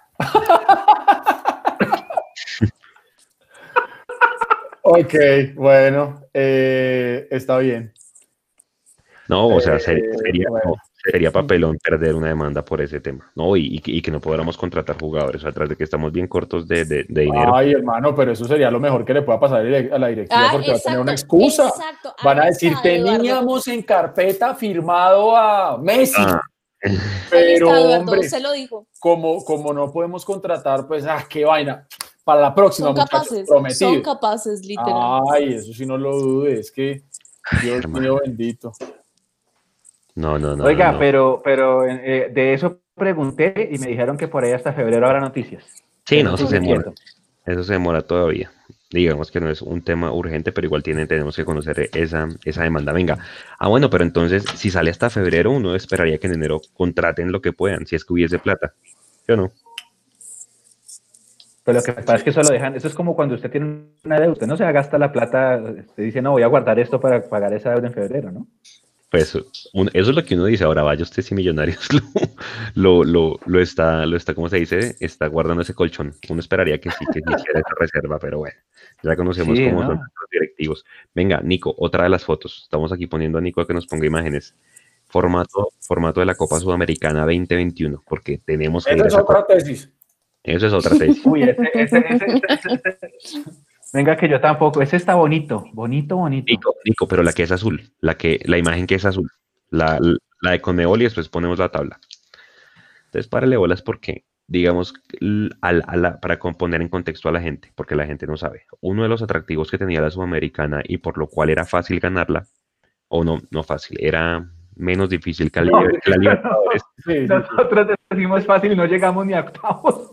Ok, bueno, está bien.
No, o sea, sería papelón perder una demanda por ese tema, ¿no? Y que no podamos contratar jugadores, atrás de que estamos bien cortos de dinero.
Ay, hermano, pero eso sería lo mejor que le pueda pasar a la directiva porque va a tener una excusa. Van a decir, teníamos en carpeta firmado a Messi.
Ahí está, Eduardo,
hombre,
se lo dijo.
como no podemos contratar, pues, qué vaina. Para la próxima, muchachos, prometido.
Son capaces, literal.
Ay, eso sí no lo dudes, es que Dios mío bendito.
No.
Oiga,
no.
pero de eso pregunté y me dijeron que por ahí hasta febrero habrá noticias.
Sí, no, eso
sí
se
me
demora.
quieto.
Eso se demora todavía. Digamos que no es un tema urgente, pero igual tenemos que conocer esa demanda. Venga. Bueno, pero entonces, si sale hasta febrero, uno esperaría que en enero contraten lo que puedan, si es que hubiese plata. ¿Sí o no?
Pero lo que pasa es que eso lo dejan, eso es como cuando usted tiene una deuda, usted no se gasta la plata, usted dice, no, voy a guardar esto para pagar esa deuda en febrero, ¿no?
Pues eso es lo que uno dice. Ahora vaya usted si Millonarios lo está, ¿cómo se dice? Está guardando ese colchón. Uno esperaría que sí hiciera esa reserva, pero bueno, ya conocemos
Sí,
cómo
¿no?
son los directivos. Venga, Nico, otra de las fotos. Estamos aquí poniendo a Nico a que nos ponga imágenes. Formato de la Copa Sudamericana 2021, porque tenemos que ir a
Esa es
esa
otra
Copa.
tesis.
Eso es otra tesis.
Uy, ese. Venga, que yo tampoco. Ese está bonito.
Nico, pero la que es azul, la imagen que es azul, la de Conmebol y después ponemos la tabla. Entonces, párale bolas porque, digamos, para poner en contexto a la gente, porque la gente no sabe, uno de los atractivos que tenía la Sudamericana y por lo cual era fácil ganarla, o no fácil, era menos difícil que la Libertadores.
Sí.
Nosotros decimos fácil y no llegamos ni a octavos.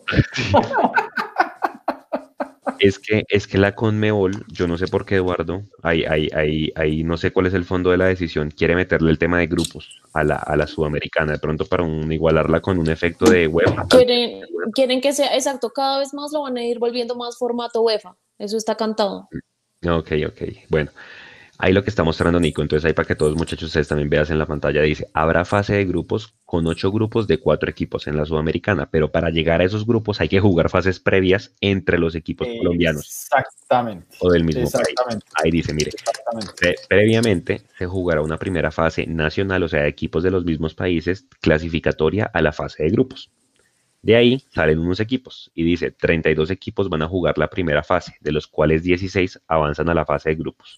Es que la Conmebol, yo no sé por qué Eduardo, ahí no sé cuál es el fondo de la decisión, quiere meterle el tema de grupos a la Sudamericana, de pronto para igualarla con un efecto de UEFA.
Quieren que sea, exacto, cada vez más lo van a ir volviendo más formato UEFA, eso está cantado.
Ok, bueno. Ahí lo que está mostrando Nico, entonces ahí para que todos muchachos ustedes también vean en la pantalla, dice, habrá fase de grupos con 8 grupos de 4 equipos en la Sudamericana, pero para llegar a esos grupos hay que jugar fases previas entre los equipos colombianos.
Exactamente.
O del mismo país. Ahí dice, mire, previamente se jugará una primera fase nacional, o sea, equipos de los mismos países, clasificatoria a la fase de grupos. De ahí salen unos equipos y dice, 32 equipos van a jugar la primera fase, de los cuales 16 avanzan a la fase de grupos.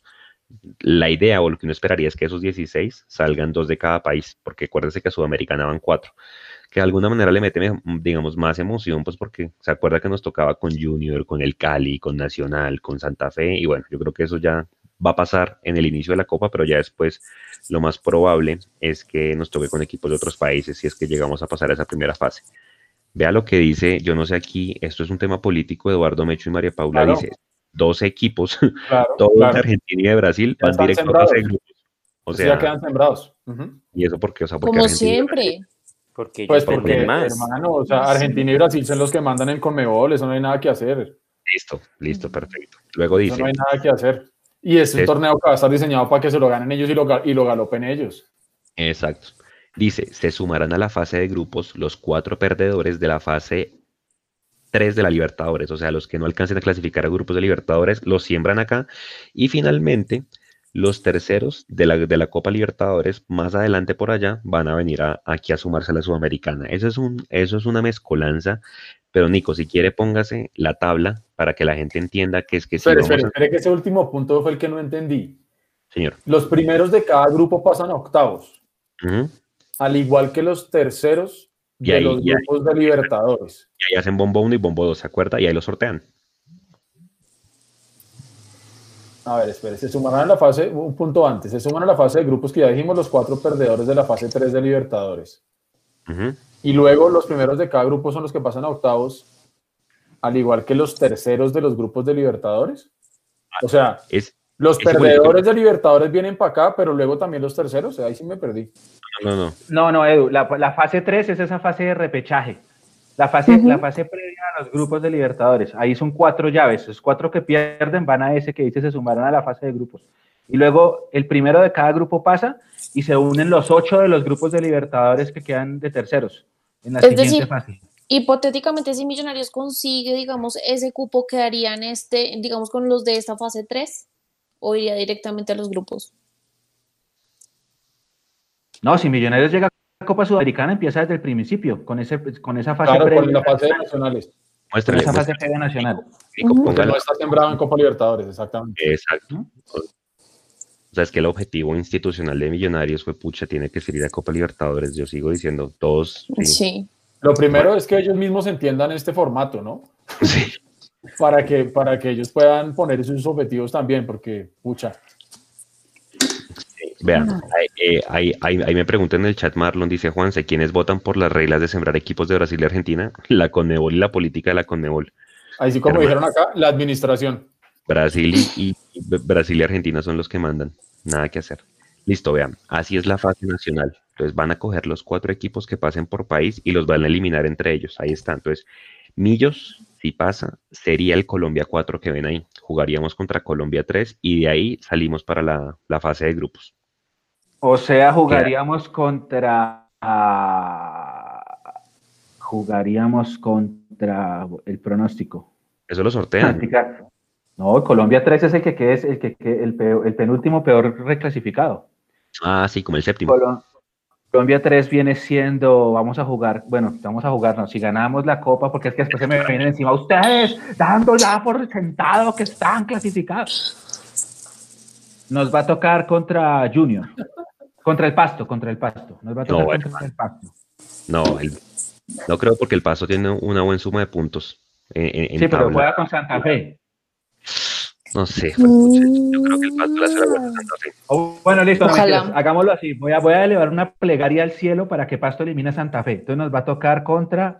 La idea o lo que uno esperaría es que esos 16 salgan 2 de cada país, porque acuérdense que a Sudamericana van 4, que de alguna manera le mete, digamos, más emoción, pues porque se acuerda que nos tocaba con Junior, con el Cali, con Nacional, con Santa Fe, y bueno, yo creo que eso ya va a pasar en el inicio de la Copa, pero ya después lo más probable es que nos toque con equipos de otros países si es que llegamos a pasar a esa primera fase. Vea lo que dice, yo no sé aquí, esto es un tema político, Eduardo Mecho y María Paula dice, 12 equipos, todos de Argentina y de Brasil van directo a fase de grupos. O sea,
ya quedan sembrados.
¿Y eso por qué? O sea,
como siempre.
Porque
hermano, o sea, Argentina y Brasil son los que mandan en Conmebol, eso no hay nada que hacer.
Listo, perfecto. Luego dice...
Eso no hay nada que hacer. Y es un torneo que va a estar diseñado para que se lo ganen ellos y lo galopen ellos.
Exacto. Dice, se sumarán a la fase de grupos los 4 perdedores de la fase 3 de la Libertadores, o sea, los que no alcancen a clasificar a grupos de Libertadores, los siembran acá, y finalmente los terceros de la Copa Libertadores, más adelante por allá, van a venir aquí a sumarse a la Sudamericana. Eso es una mezcolanza, pero Nico, si quiere póngase la tabla para que la gente entienda que es que
espere, que ese último punto fue el que no entendí.
Señor.
Los primeros de cada grupo pasan a octavos, al igual que los terceros de los grupos de Libertadores.
Y ahí hacen bombo 1 y bombo 2, ¿se acuerda? Y ahí lo sortean.
A ver, espere, se sumarán a la fase, un punto antes, se suman a la fase de grupos que ya dijimos los 4 perdedores de la fase 3 de Libertadores. Y luego los primeros de cada grupo son los que pasan a octavos, al igual que los terceros de los grupos de Libertadores. O sea, los perdedores de Libertadores vienen para acá, pero luego también los terceros, ahí sí me perdí.
No, Edu, la fase 3 es esa fase de repechaje. La fase previa a los grupos de Libertadores. Ahí son 4 llaves. Los 4 que pierden van a ese que dice se sumarán a la fase de grupos. Y luego el primero de cada grupo pasa y se unen los 8 de los grupos de Libertadores que quedan de terceros en la siguiente fase.
Hipotéticamente, si Millonarios consigue, digamos, ese cupo, ¿quedarían digamos, con los de esta fase 3 o iría directamente a los grupos?
No, si Millonarios llega a Copa Sudamericana, empieza desde el principio, con esa fase
previa. Con la fase de nacionales.
Con esa fase previa nacional.
Porque no está sembrado en Copa Libertadores, exactamente.
Exacto. O sea, es que el objetivo institucional de Millonarios fue, pucha, tiene que ser ir a Copa Libertadores. Yo sigo diciendo, todos.
Sí.
Lo primero es que ellos mismos entiendan este formato, ¿no?
Sí.
Para que ellos puedan poner sus objetivos también, porque, pucha.
Vean, ahí me preguntan en el chat, Marlon, dice Juanse, ¿quiénes votan por las reglas de sembrar equipos de Brasil y Argentina? La Conmebol y la política de la Conmebol.
Así como dijeron acá, la administración.
Brasil Brasil y Argentina son los que mandan. Nada que hacer. Listo, vean. Así es la fase nacional. Entonces van a coger los 4 equipos que pasen por país y los van a eliminar entre ellos. Ahí está. Entonces, Millos, si pasa, sería el Colombia 4 que ven ahí. Jugaríamos contra Colombia 3 y de ahí salimos para la fase de grupos.
O sea, jugaríamos contra el pronóstico.
Eso lo sortean.
No, Colombia 3 es el penúltimo peor reclasificado.
Ah, sí, como el séptimo.
Colombia 3 viene siendo, vamos a jugar, no, si ganamos la Copa, porque es que después se me vienen encima ustedes, dando ya por sentado que están clasificados. Nos va a tocar contra Junior, contra el Pasto. Nos va a tocar contra el Pasto.
No creo, porque el Pasto tiene una buena suma de puntos.
Sí, pero juega con Santa Fe.
No sé, yo creo que el Pasto la será con Santa Fe.
Bueno, listo, hagámoslo así. Voy a elevar una plegaria al cielo para que Pasto elimine a Santa Fe. Entonces nos va a tocar contra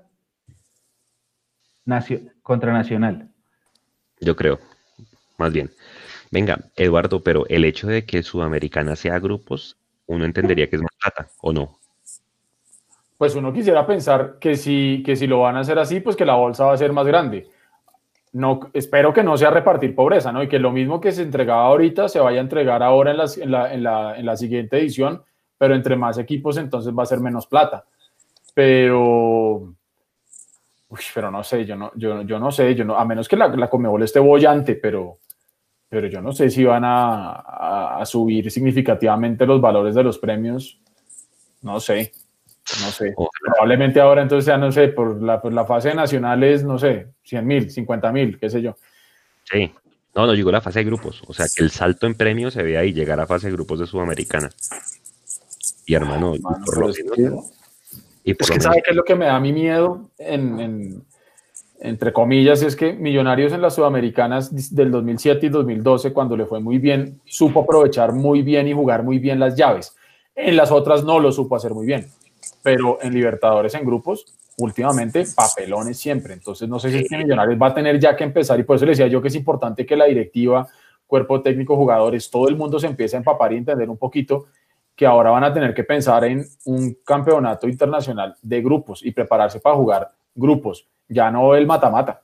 Nacional.
Yo creo, más bien. Venga, Eduardo, pero el hecho de que Sudamericana sea grupos, uno entendería que es más plata, ¿o no?
Pues uno quisiera pensar que si lo van a hacer así, pues que la bolsa va a ser más grande. No, espero que no sea repartir pobreza, ¿no? Y que lo mismo que se entregaba ahorita se vaya a entregar ahora en la siguiente edición, pero entre más equipos entonces va a ser menos plata. Pero no sé, yo no sé, a menos que la Conmebol esté bollante, pero yo no sé si van a subir significativamente los valores de los premios. No sé. Probablemente ahora entonces ya no sé, por la fase nacional es, no sé, 100.000, 50.000, qué sé yo.
Sí, no llegó la fase de grupos, o sea que el salto en premios se ve ahí, llegar a fase de grupos de Sudamericana. Y hermano, por lo menos.
Es que ¿sabe qué es lo que me da a mí miedo? Entre comillas, es que Millonarios en las Sudamericanas del 2007 y 2012, cuando le fue muy bien, supo aprovechar muy bien y jugar muy bien las llaves. En las otras no lo supo hacer muy bien. Pero en Libertadores en grupos, últimamente, papelones siempre. Entonces, no sé si este Millonarios va a tener ya que empezar, y por eso le decía yo que es importante que la directiva, cuerpo técnico, jugadores, todo el mundo se empiece a empapar y entender un poquito que ahora van a tener que pensar en un campeonato internacional de grupos y prepararse para jugar grupos, ya no el mata-mata.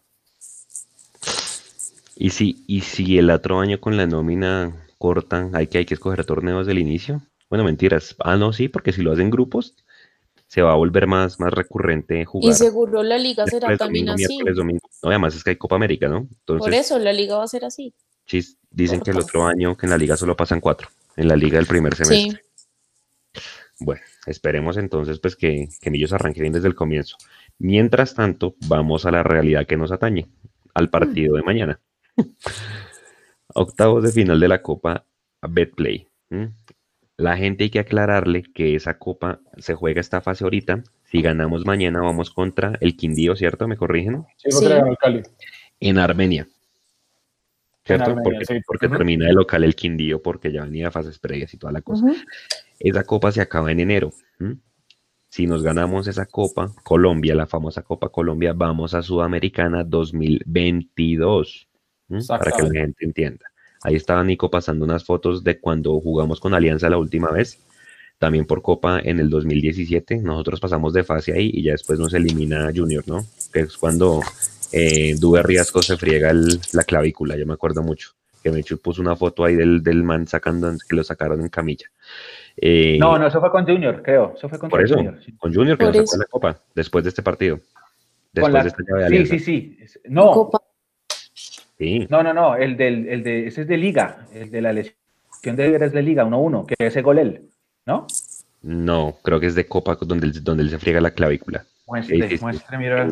¿Y si el otro año con la nómina cortan, hay que escoger torneos del inicio? Bueno, mentiras. No, sí, porque si lo hacen grupos, se va a volver más recurrente jugar.
Y seguro la liga será también así.
Domingo. No, además es que hay Copa América, ¿no? Entonces,
por eso la liga va a ser así.
Sí, dicen que el otro año que en la liga solo pasan 4, en la liga del primer semestre. Sí. Bueno, esperemos entonces pues que Millos arranque bien desde el comienzo. Mientras tanto, vamos a la realidad que nos atañe, al partido de mañana. Octavos de final de la Copa Betplay. La gente hay que aclararle que esa copa se juega esta fase ahorita. Si ganamos mañana vamos contra el Quindío, ¿cierto? ¿Me corrigen?
Sí, contra el Cali.
En Armenia. ¿Cierto? Porque termina de local el Quindío, porque ya venía a fases previas y toda la cosa. Esa copa se acaba en enero. Si nos ganamos esa copa, Colombia, la famosa Copa Colombia, vamos a Sudamericana 2022. Para que la gente entienda. Ahí estaba Nico pasando unas fotos de cuando jugamos con Alianza la última vez, también por Copa en el 2017. Nosotros pasamos de fase ahí y ya después nos elimina Junior, ¿no? Que es cuando Duber Riasco se friega la clavícula, yo me acuerdo mucho. Que Mechu puso una foto ahí del man sacando, que lo sacaron en camilla.
No, eso fue con Junior, creo. Eso fue con
Junior. Sí. Con Junior que nos sacó la Copa, después de este partido. Después de esta llave de Alianza.
Sí. No.
Copa.
Sí. No, ese es de Liga, el de la lesión de Iber es de Liga, 1-1, que ese gol él, ¿no?
No, creo que es de Copa donde él se friega la clavícula.
Muestre, mira.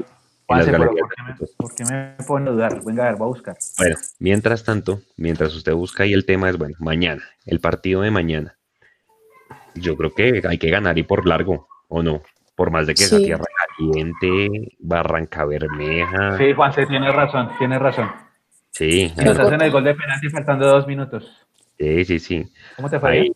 las
Juanse, pero
galerías
¿por qué
de fotos.
por qué me ponen a dudar? Venga, a ver, voy a buscar.
Bueno, mientras tanto, mientras usted busca ahí el tema es, bueno, mañana, el partido de mañana. Yo creo que hay que ganar y por largo, ¿o no? Por más de que esa
Sí.
tierra caliente, Barranca Bermeja.
Sí, Juanse, tienes razón, tienes razón.
Sí,
Y nos
Bogotá.
hacen el gol de penalti faltando 2 minutos.
sí.
¿Cómo te fue?
Ahí,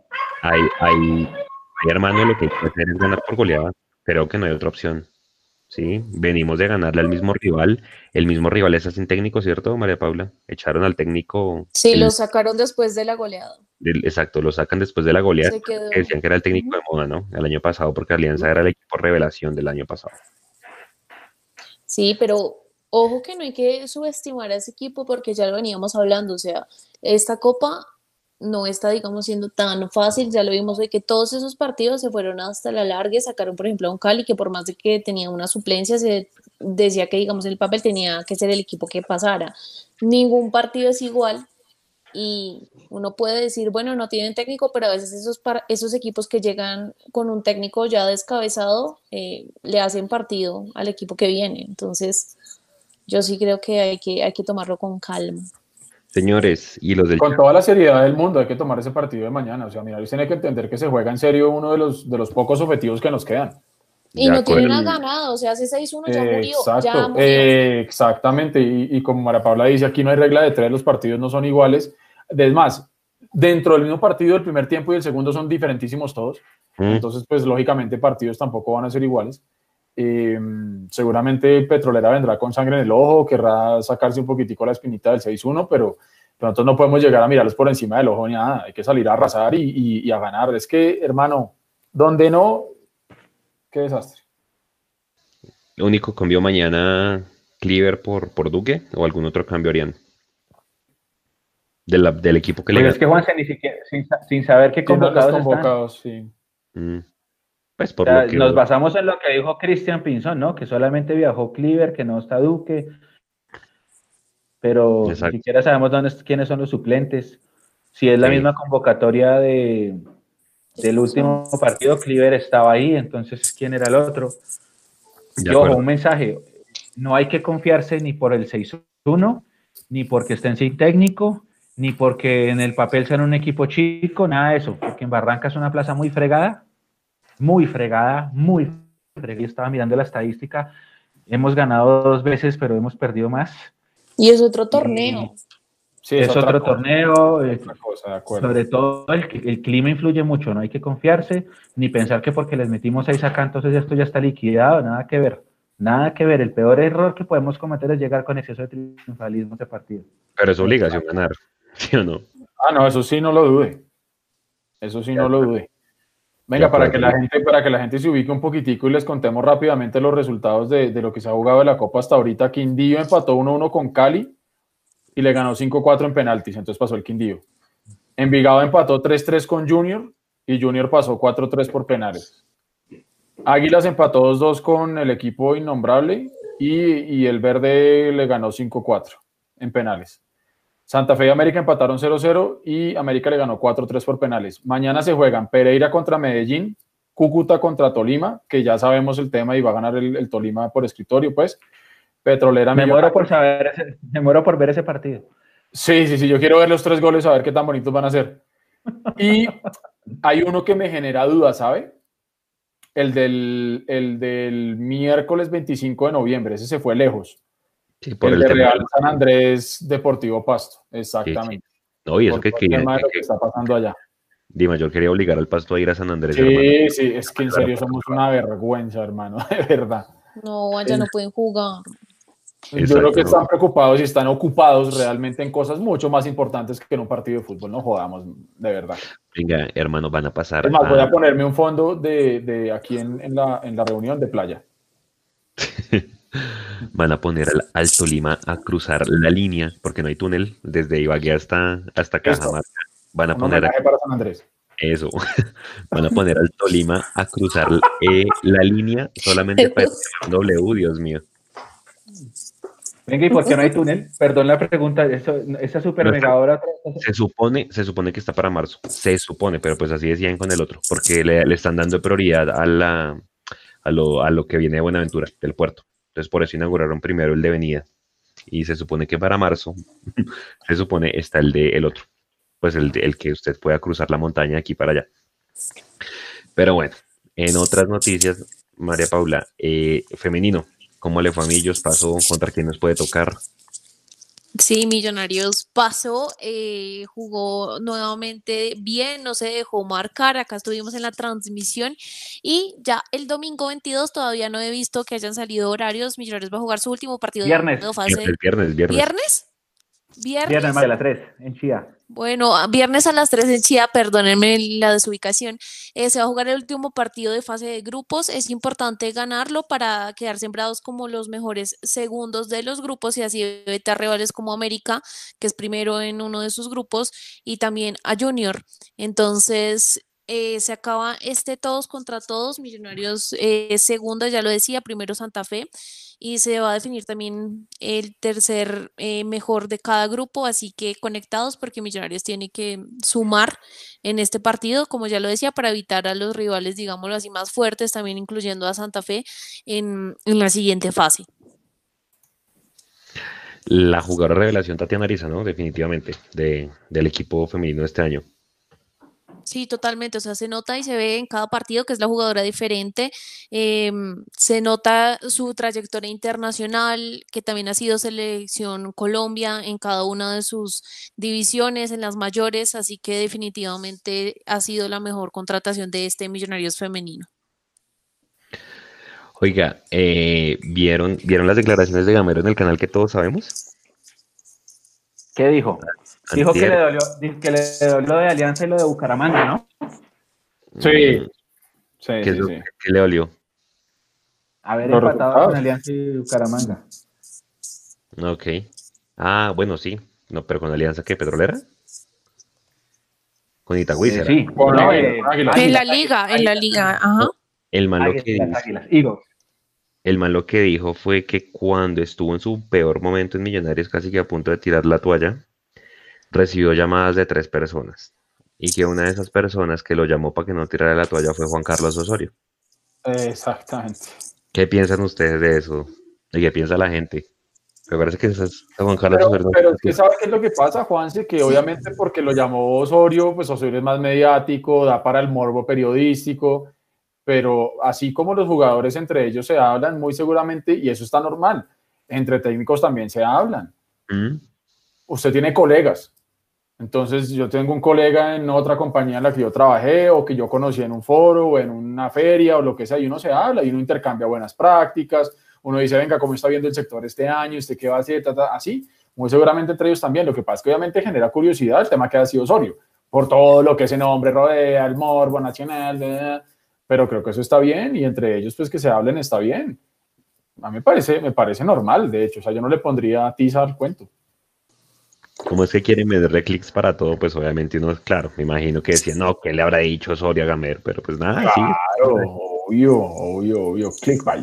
ahí, hermano, lo que hay que hacer es ganar por goleada. Creo que no hay otra opción. Sí, venimos de ganarle al mismo rival. El mismo rival es sin técnico, ¿cierto, María Paula? Echaron al técnico.
Sí, lo sacaron después de la goleada.
Exacto, lo sacan después de la goleada.
Se quedó.
Que decían que era el técnico de moda, ¿no? El año pasado, porque Alianza era el equipo revelación del año pasado.
Sí, pero ojo que no hay que subestimar a ese equipo porque ya lo veníamos hablando, o sea, esta copa no está, digamos, siendo tan fácil, ya lo vimos hoy que todos esos partidos se fueron hasta la larga, sacaron, por ejemplo, a un Cali que por más de que tenía una suplencia, se decía que, digamos, el papel tenía que ser el equipo que pasara. Ningún partido es igual y uno puede decir, bueno, no tienen técnico, pero a veces esos equipos que llegan con un técnico ya descabezado le hacen partido al equipo que viene. Entonces, yo sí creo que hay que tomarlo con calma.
Señores, y los del
Con toda la seriedad del mundo hay que tomar ese partido de mañana. O sea, mira, tiene que entender que se juega en serio uno de los pocos objetivos que nos quedan.
Y no tiene nada ganado, o sea, hace 6-1 ya murió.
Exacto,
Ya murió.
Exactamente. Y como María Paula dice, aquí no hay regla de 3, los partidos no son iguales. Es más, dentro del mismo partido, el primer tiempo y el segundo son diferentísimos todos. Entonces, pues lógicamente partidos tampoco van a ser iguales. Seguramente Petrolera vendrá con sangre en el ojo, querrá sacarse un poquitico la espinita del 6-1, pero nosotros no podemos llegar a mirarlos por encima del ojo ni nada. Hay que salir a arrasar y a ganar. Es que, hermano, donde no... Qué desastre.
¿El único cambio mañana Cleaver por Duque o algún otro cambio harían? Del equipo que le
Pero es que Juanse ni siquiera, sin saber qué convocados
están.
Sí.
Pues por
O sea,
lo que...
nos basamos en lo que dijo Cristian Pinzón, ¿no? Que solamente viajó Cleaver, que no está Duque, pero
Exacto.
ni siquiera sabemos quiénes son los suplentes. Si es la misma convocatoria del último partido, Cleaver estaba ahí, entonces ¿quién era el otro? Y ojo, un mensaje, no hay que confiarse ni por el 6-1, ni porque estén sin técnico, ni porque en el papel sean un equipo chico, nada de eso, porque en Barranca es una plaza muy fregada. Yo estaba mirando la estadística, hemos ganado 2 veces, pero hemos perdido más.
Y es otro torneo.
Sí, es otro torneo.
Cosa,
sobre todo el clima influye mucho, no hay que confiarse, ni pensar que porque les metimos 6 acá, entonces esto ya está liquidado, nada que ver. El peor error que podemos cometer es llegar con exceso de triunfalismo a este partido.
Pero es obligación ganar, ¿sí o no?
No, eso sí no lo dude. Venga, para que la gente se ubique un poquitico y les contemos rápidamente los resultados de lo que se ha jugado de la Copa hasta ahorita. Quindío empató 1-1 con Cali y le ganó 5-4 en penaltis, entonces pasó el Quindío. Envigado empató 3-3 con Junior y Junior pasó 4-3 por penales. Águilas empató 2-2 con el equipo Innombrable y el Verde le ganó 5-4 en penales. Santa Fe y América empataron 0-0 y América le ganó 4-3 por penales. Mañana se juegan Pereira contra Medellín, Cúcuta contra Tolima, que ya sabemos el tema y va a ganar el Tolima por escritorio, pues. Petrolera.
Me muero por ver ese partido.
Sí, yo quiero ver los 3 goles, a ver qué tan bonitos van a ser. Y hay uno que me genera dudas, ¿sabe? El del miércoles 25 de noviembre, ese se fue lejos.
Sí, por
el de Real San Andrés Deportivo Pasto, exactamente.
Sí. No, y eso
que está pasando allá.
Di Mayor quería obligar al Pasto a ir a San Andrés.
Sí, hermano. Sí, es que en serio somos una vergüenza, hermano, de verdad.
No, allá no pueden jugar.
Yo creo que están preocupados y están ocupados realmente en cosas mucho más importantes que en un partido de fútbol. No jodamos, de verdad.
Venga, hermano, van a pasar.
Es más, voy a ponerme un fondo de aquí en la reunión de playa.
Van a poner al Tolima a cruzar la línea, porque no hay túnel desde Ibagué hasta Cajamarca. Van a poner
para San Andrés.
Eso. Van a poner al Tolima a cruzar la línea solamente para el W, Dios mío.
Venga, ¿y por qué no hay túnel? Perdón la pregunta, esa super mega hora.
Se supone que está para marzo. Se supone, pero pues así decían con el otro, porque le están dando prioridad a lo que viene de Buenaventura, del puerto. Entonces por eso inauguraron primero el de venida. Y se supone que para marzo, se supone está el otro. Pues el que usted pueda cruzar la montaña de aquí para allá. Pero bueno, en otras noticias, María Paula, femenino, ¿cómo le fue a Millos? ¿Pasó? ¿Contra quién nos puede tocar?
Sí, Millonarios pasó, jugó nuevamente bien, no se dejó marcar, acá estuvimos en la transmisión y ya el domingo 22 todavía no he visto que hayan salido horarios. Millonarios va a jugar su último partido
Viernes.
de fase.
Viernes.
¿Viernes?
Viernes a las 3 en Chía.
Bueno, viernes a las 3 en Chía, perdónenme la desubicación. Se va a jugar el último partido de fase de grupos. Es importante ganarlo para quedar sembrados como los mejores segundos de los grupos y así evitar rivales como América, que es primero en uno de sus grupos, y también a Junior. Entonces, se acaba todos contra todos. Millonarios segundo, ya lo decía, primero Santa Fe. Y se va a definir también el tercer mejor de cada grupo, así que conectados porque Millonarios tiene que sumar en este partido, como ya lo decía, para evitar a los rivales, digámoslo así, más fuertes, también incluyendo a Santa Fe en la siguiente fase.
La jugadora revelación Tatiana Ariza, ¿no? Definitivamente, del equipo femenino de este año.
Sí, totalmente, o sea, se nota y se ve en cada partido que es la jugadora diferente, se nota su trayectoria internacional, que también ha sido selección Colombia en cada una de sus divisiones, en las mayores, así que definitivamente ha sido la mejor contratación de este Millonarios femenino.
Oiga, ¿vieron las declaraciones de Gamero en el canal que todos sabemos?
¿Qué dijo? Dijo que le dolió lo de Alianza y lo de Bucaramanga, ¿no?
Sí.
¿Qué le dolió?
Haber empatado con Alianza y Bucaramanga.
Ok. Ah, bueno, sí. No, pero con Alianza, ¿qué? ¿Petrolera? Con Itagüí, ¿será?
Sí.
No,
En la liga, ajá.
El man lo que dijo fue que cuando estuvo en su peor momento en Millonarios, casi que a punto de tirar la toalla, recibió llamadas de 3 personas. Y que una de esas personas que lo llamó para que no tirara la toalla fue Juan Carlos Osorio.
Exactamente.
¿Qué piensan ustedes de eso? ¿Y qué piensa la gente? Me parece que es Juan Carlos Osorio.
Pero es que ¿sabes qué es lo que pasa, Juanse? Que obviamente porque lo llamó Osorio, pues Osorio es más mediático, da para el morbo periodístico, pero así como los jugadores entre ellos se hablan, muy seguramente, y eso está normal, entre técnicos también se hablan. Usted tiene colegas. Entonces yo tengo un colega en otra compañía en la que yo trabajé o que yo conocí en un foro o en una feria o lo que sea, y uno se habla y uno intercambia buenas prácticas, uno dice, venga, ¿cómo está viendo el sector este año? ¿Usted qué va a hacer? Así, muy seguramente entre ellos también. Lo que pasa es que obviamente genera curiosidad el tema que ha sido Osorio, por todo lo que ese nombre rodea, el morbo nacional, pero creo que eso está bien y entre ellos pues que se hablen está bien. A mí me parece normal, de hecho, o sea, yo no le pondría tiza al cuento.
¿Cómo es que quieren meterle clics para todo? Pues obviamente uno, claro, me imagino que decía, no, ¿qué le habrá dicho Osorio a Gamero? Pero pues nada,
claro, sí. Obvio, clickbait.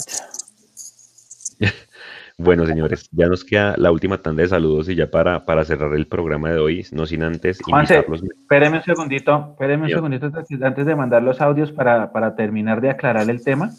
Bueno, señores, ya nos queda la última tanda de saludos y ya para cerrar el programa de hoy, no sin antes
invitarlos. Espéreme un segundito antes de mandar los audios para terminar de aclarar el tema.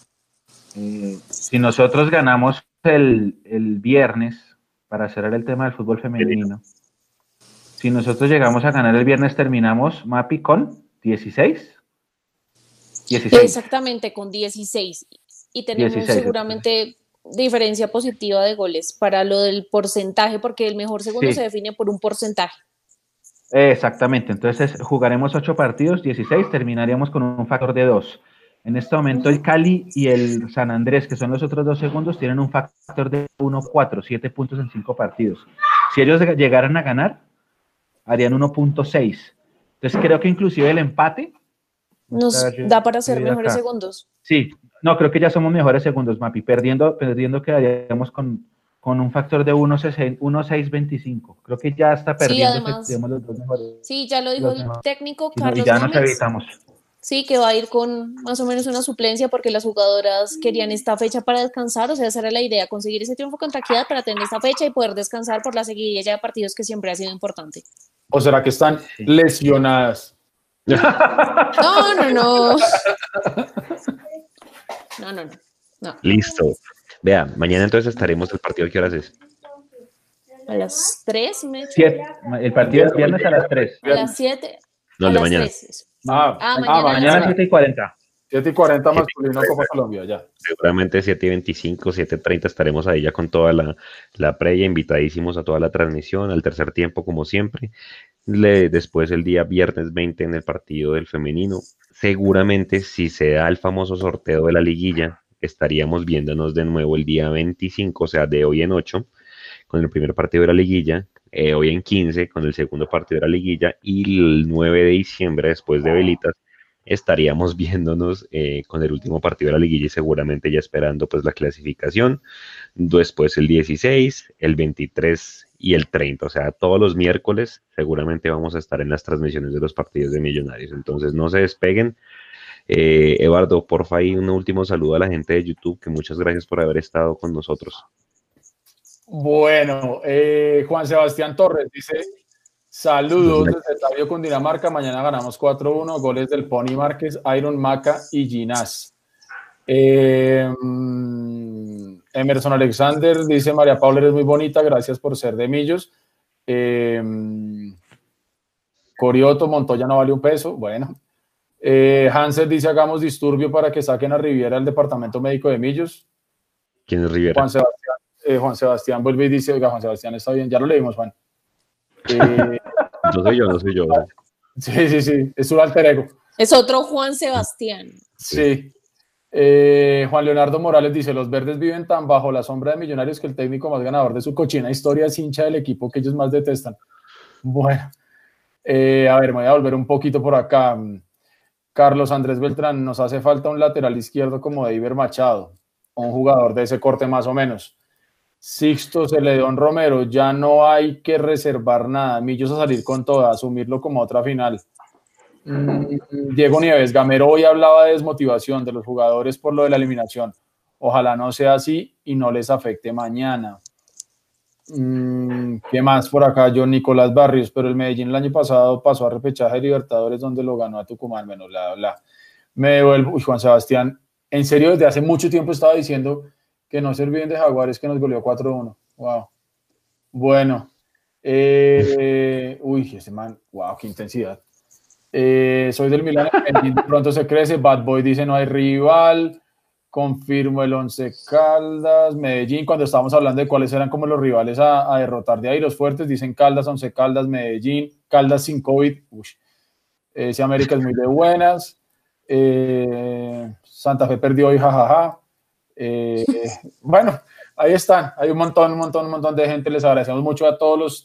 Si nosotros ganamos el viernes, para cerrar el tema del fútbol femenino, si nosotros llegamos a ganar el viernes, terminamos, Mapi, con 16.
Exactamente, con 16. Y tenemos
16,
seguramente diferencia positiva de goles para lo del porcentaje, porque el mejor segundo se define por un porcentaje.
Exactamente, entonces jugaremos 8 partidos, 16, terminaríamos con un factor de 2. En este momento el Cali y el San Andrés, que son los otros 2 segundos, tienen un factor de 1.4, 7 puntos en 5 partidos. Si ellos llegaran a ganar, harían 1.6. Entonces creo que inclusive el empate
nos da para ser mejores segundos.
Sí, no, creo que ya somos mejores segundos, Mapi. Perdiendo quedaríamos con un factor de 1.625. Creo que ya está perdiendo.
Sí, además,
los 2 mejores.
Sí, ya lo dijo el técnico Carlos
y ya
Gómez.
Nos evitamos.
Sí, que va a ir con más o menos una suplencia porque las jugadoras querían esta fecha para descansar, o sea, esa era la idea, conseguir ese triunfo contra Equidad para tener esta fecha y poder descansar por la seguidilla de partidos que siempre ha sido importante.
¿O será que están lesionadas?
No.
Listo. Vea, mañana entonces estaremos, ¿el partido qué horas es?
A las 3,
el partido es viernes a las 3.
A las 7.
No,
a
el de
las
mañana.
3. Mañana
Mañana 7:40.
7:40 masculino Copa Colombia, ya.
Seguramente 7:25, 7:30 estaremos ahí ya con toda la previa, invitadísimos a toda la transmisión, al tercer tiempo como siempre. Después el día viernes 20 en el partido del femenino. Seguramente si se da el famoso sorteo de la liguilla, estaríamos viéndonos de nuevo el día 25, o sea, de hoy en 8, con el primer partido de la liguilla, hoy en 15, con el segundo partido de la liguilla, y el 9 de diciembre, después de Velitas, estaríamos viéndonos con el último partido de la liguilla y seguramente ya esperando pues la clasificación. Después el 16, el 23 y el 30, o sea, todos los miércoles seguramente vamos a estar en las transmisiones de los partidos de Millonarios, entonces no se despeguen. Eduardo, porfa, ahí un último saludo a la gente de YouTube, que muchas gracias por haber estado con nosotros.
Bueno, Juan Sebastián Torres dice: saludos desde Tabio, Cundinamarca. Mañana ganamos 4-1. Goles del Pony Márquez, Iron Maca y Ginás. Emerson Alexander dice: María Paula, eres muy bonita, gracias por ser de Millos. Corioto, Montoya no vale un peso. Bueno. Hansel dice: hagamos disturbio para que saquen a Riviera del departamento médico de Millos.
¿Quién es Riviera?
Juan Sebastián vuelve y dice: oiga, Juan Sebastián está bien, ya lo leímos, Juan.
No soy yo.
Sí, es un alter ego.
Es otro Juan Sebastián.
Sí. Juan Leonardo Morales dice: los verdes viven tan bajo la sombra de Millonarios que el técnico más ganador de su cochina historia es hincha del equipo que ellos más detestan. Bueno, a ver, me voy a volver un poquito por acá. Carlos Andrés Beltrán: nos hace falta un lateral izquierdo como Deiber Machado, un jugador de ese corte más o menos. Sixto Celedón Romero: ya no hay que reservar nada, Millos a salir con toda, asumirlo como otra final. Diego Nieves: Gamero hoy hablaba de desmotivación de los jugadores por lo de la eliminación, ojalá no sea así y no les afecte mañana. ¿Qué más por acá? John Nicolás Barrios: pero el Medellín el año pasado pasó a repechaje de Libertadores donde lo ganó a Tucumán, menos bla. Me devuelvo. Juan Sebastián, en serio, desde hace mucho tiempo estaba diciendo que no se olviden de Jaguares, que nos goleó 4-1. Wow. Bueno. Ese man, wow, qué intensidad. Soy del Milán, pronto se crece. Bad Boy dice: no hay rival. Confirmo el Once Caldas. Medellín, cuando estábamos hablando de cuáles eran como los rivales a derrotar de ahí, los fuertes, dicen Caldas, Once Caldas, Medellín, Caldas sin COVID. Ese América es muy de buenas. Santa Fe perdió hoy, jajaja. Bueno, ahí están, hay un montón de gente. Les agradecemos mucho a todos los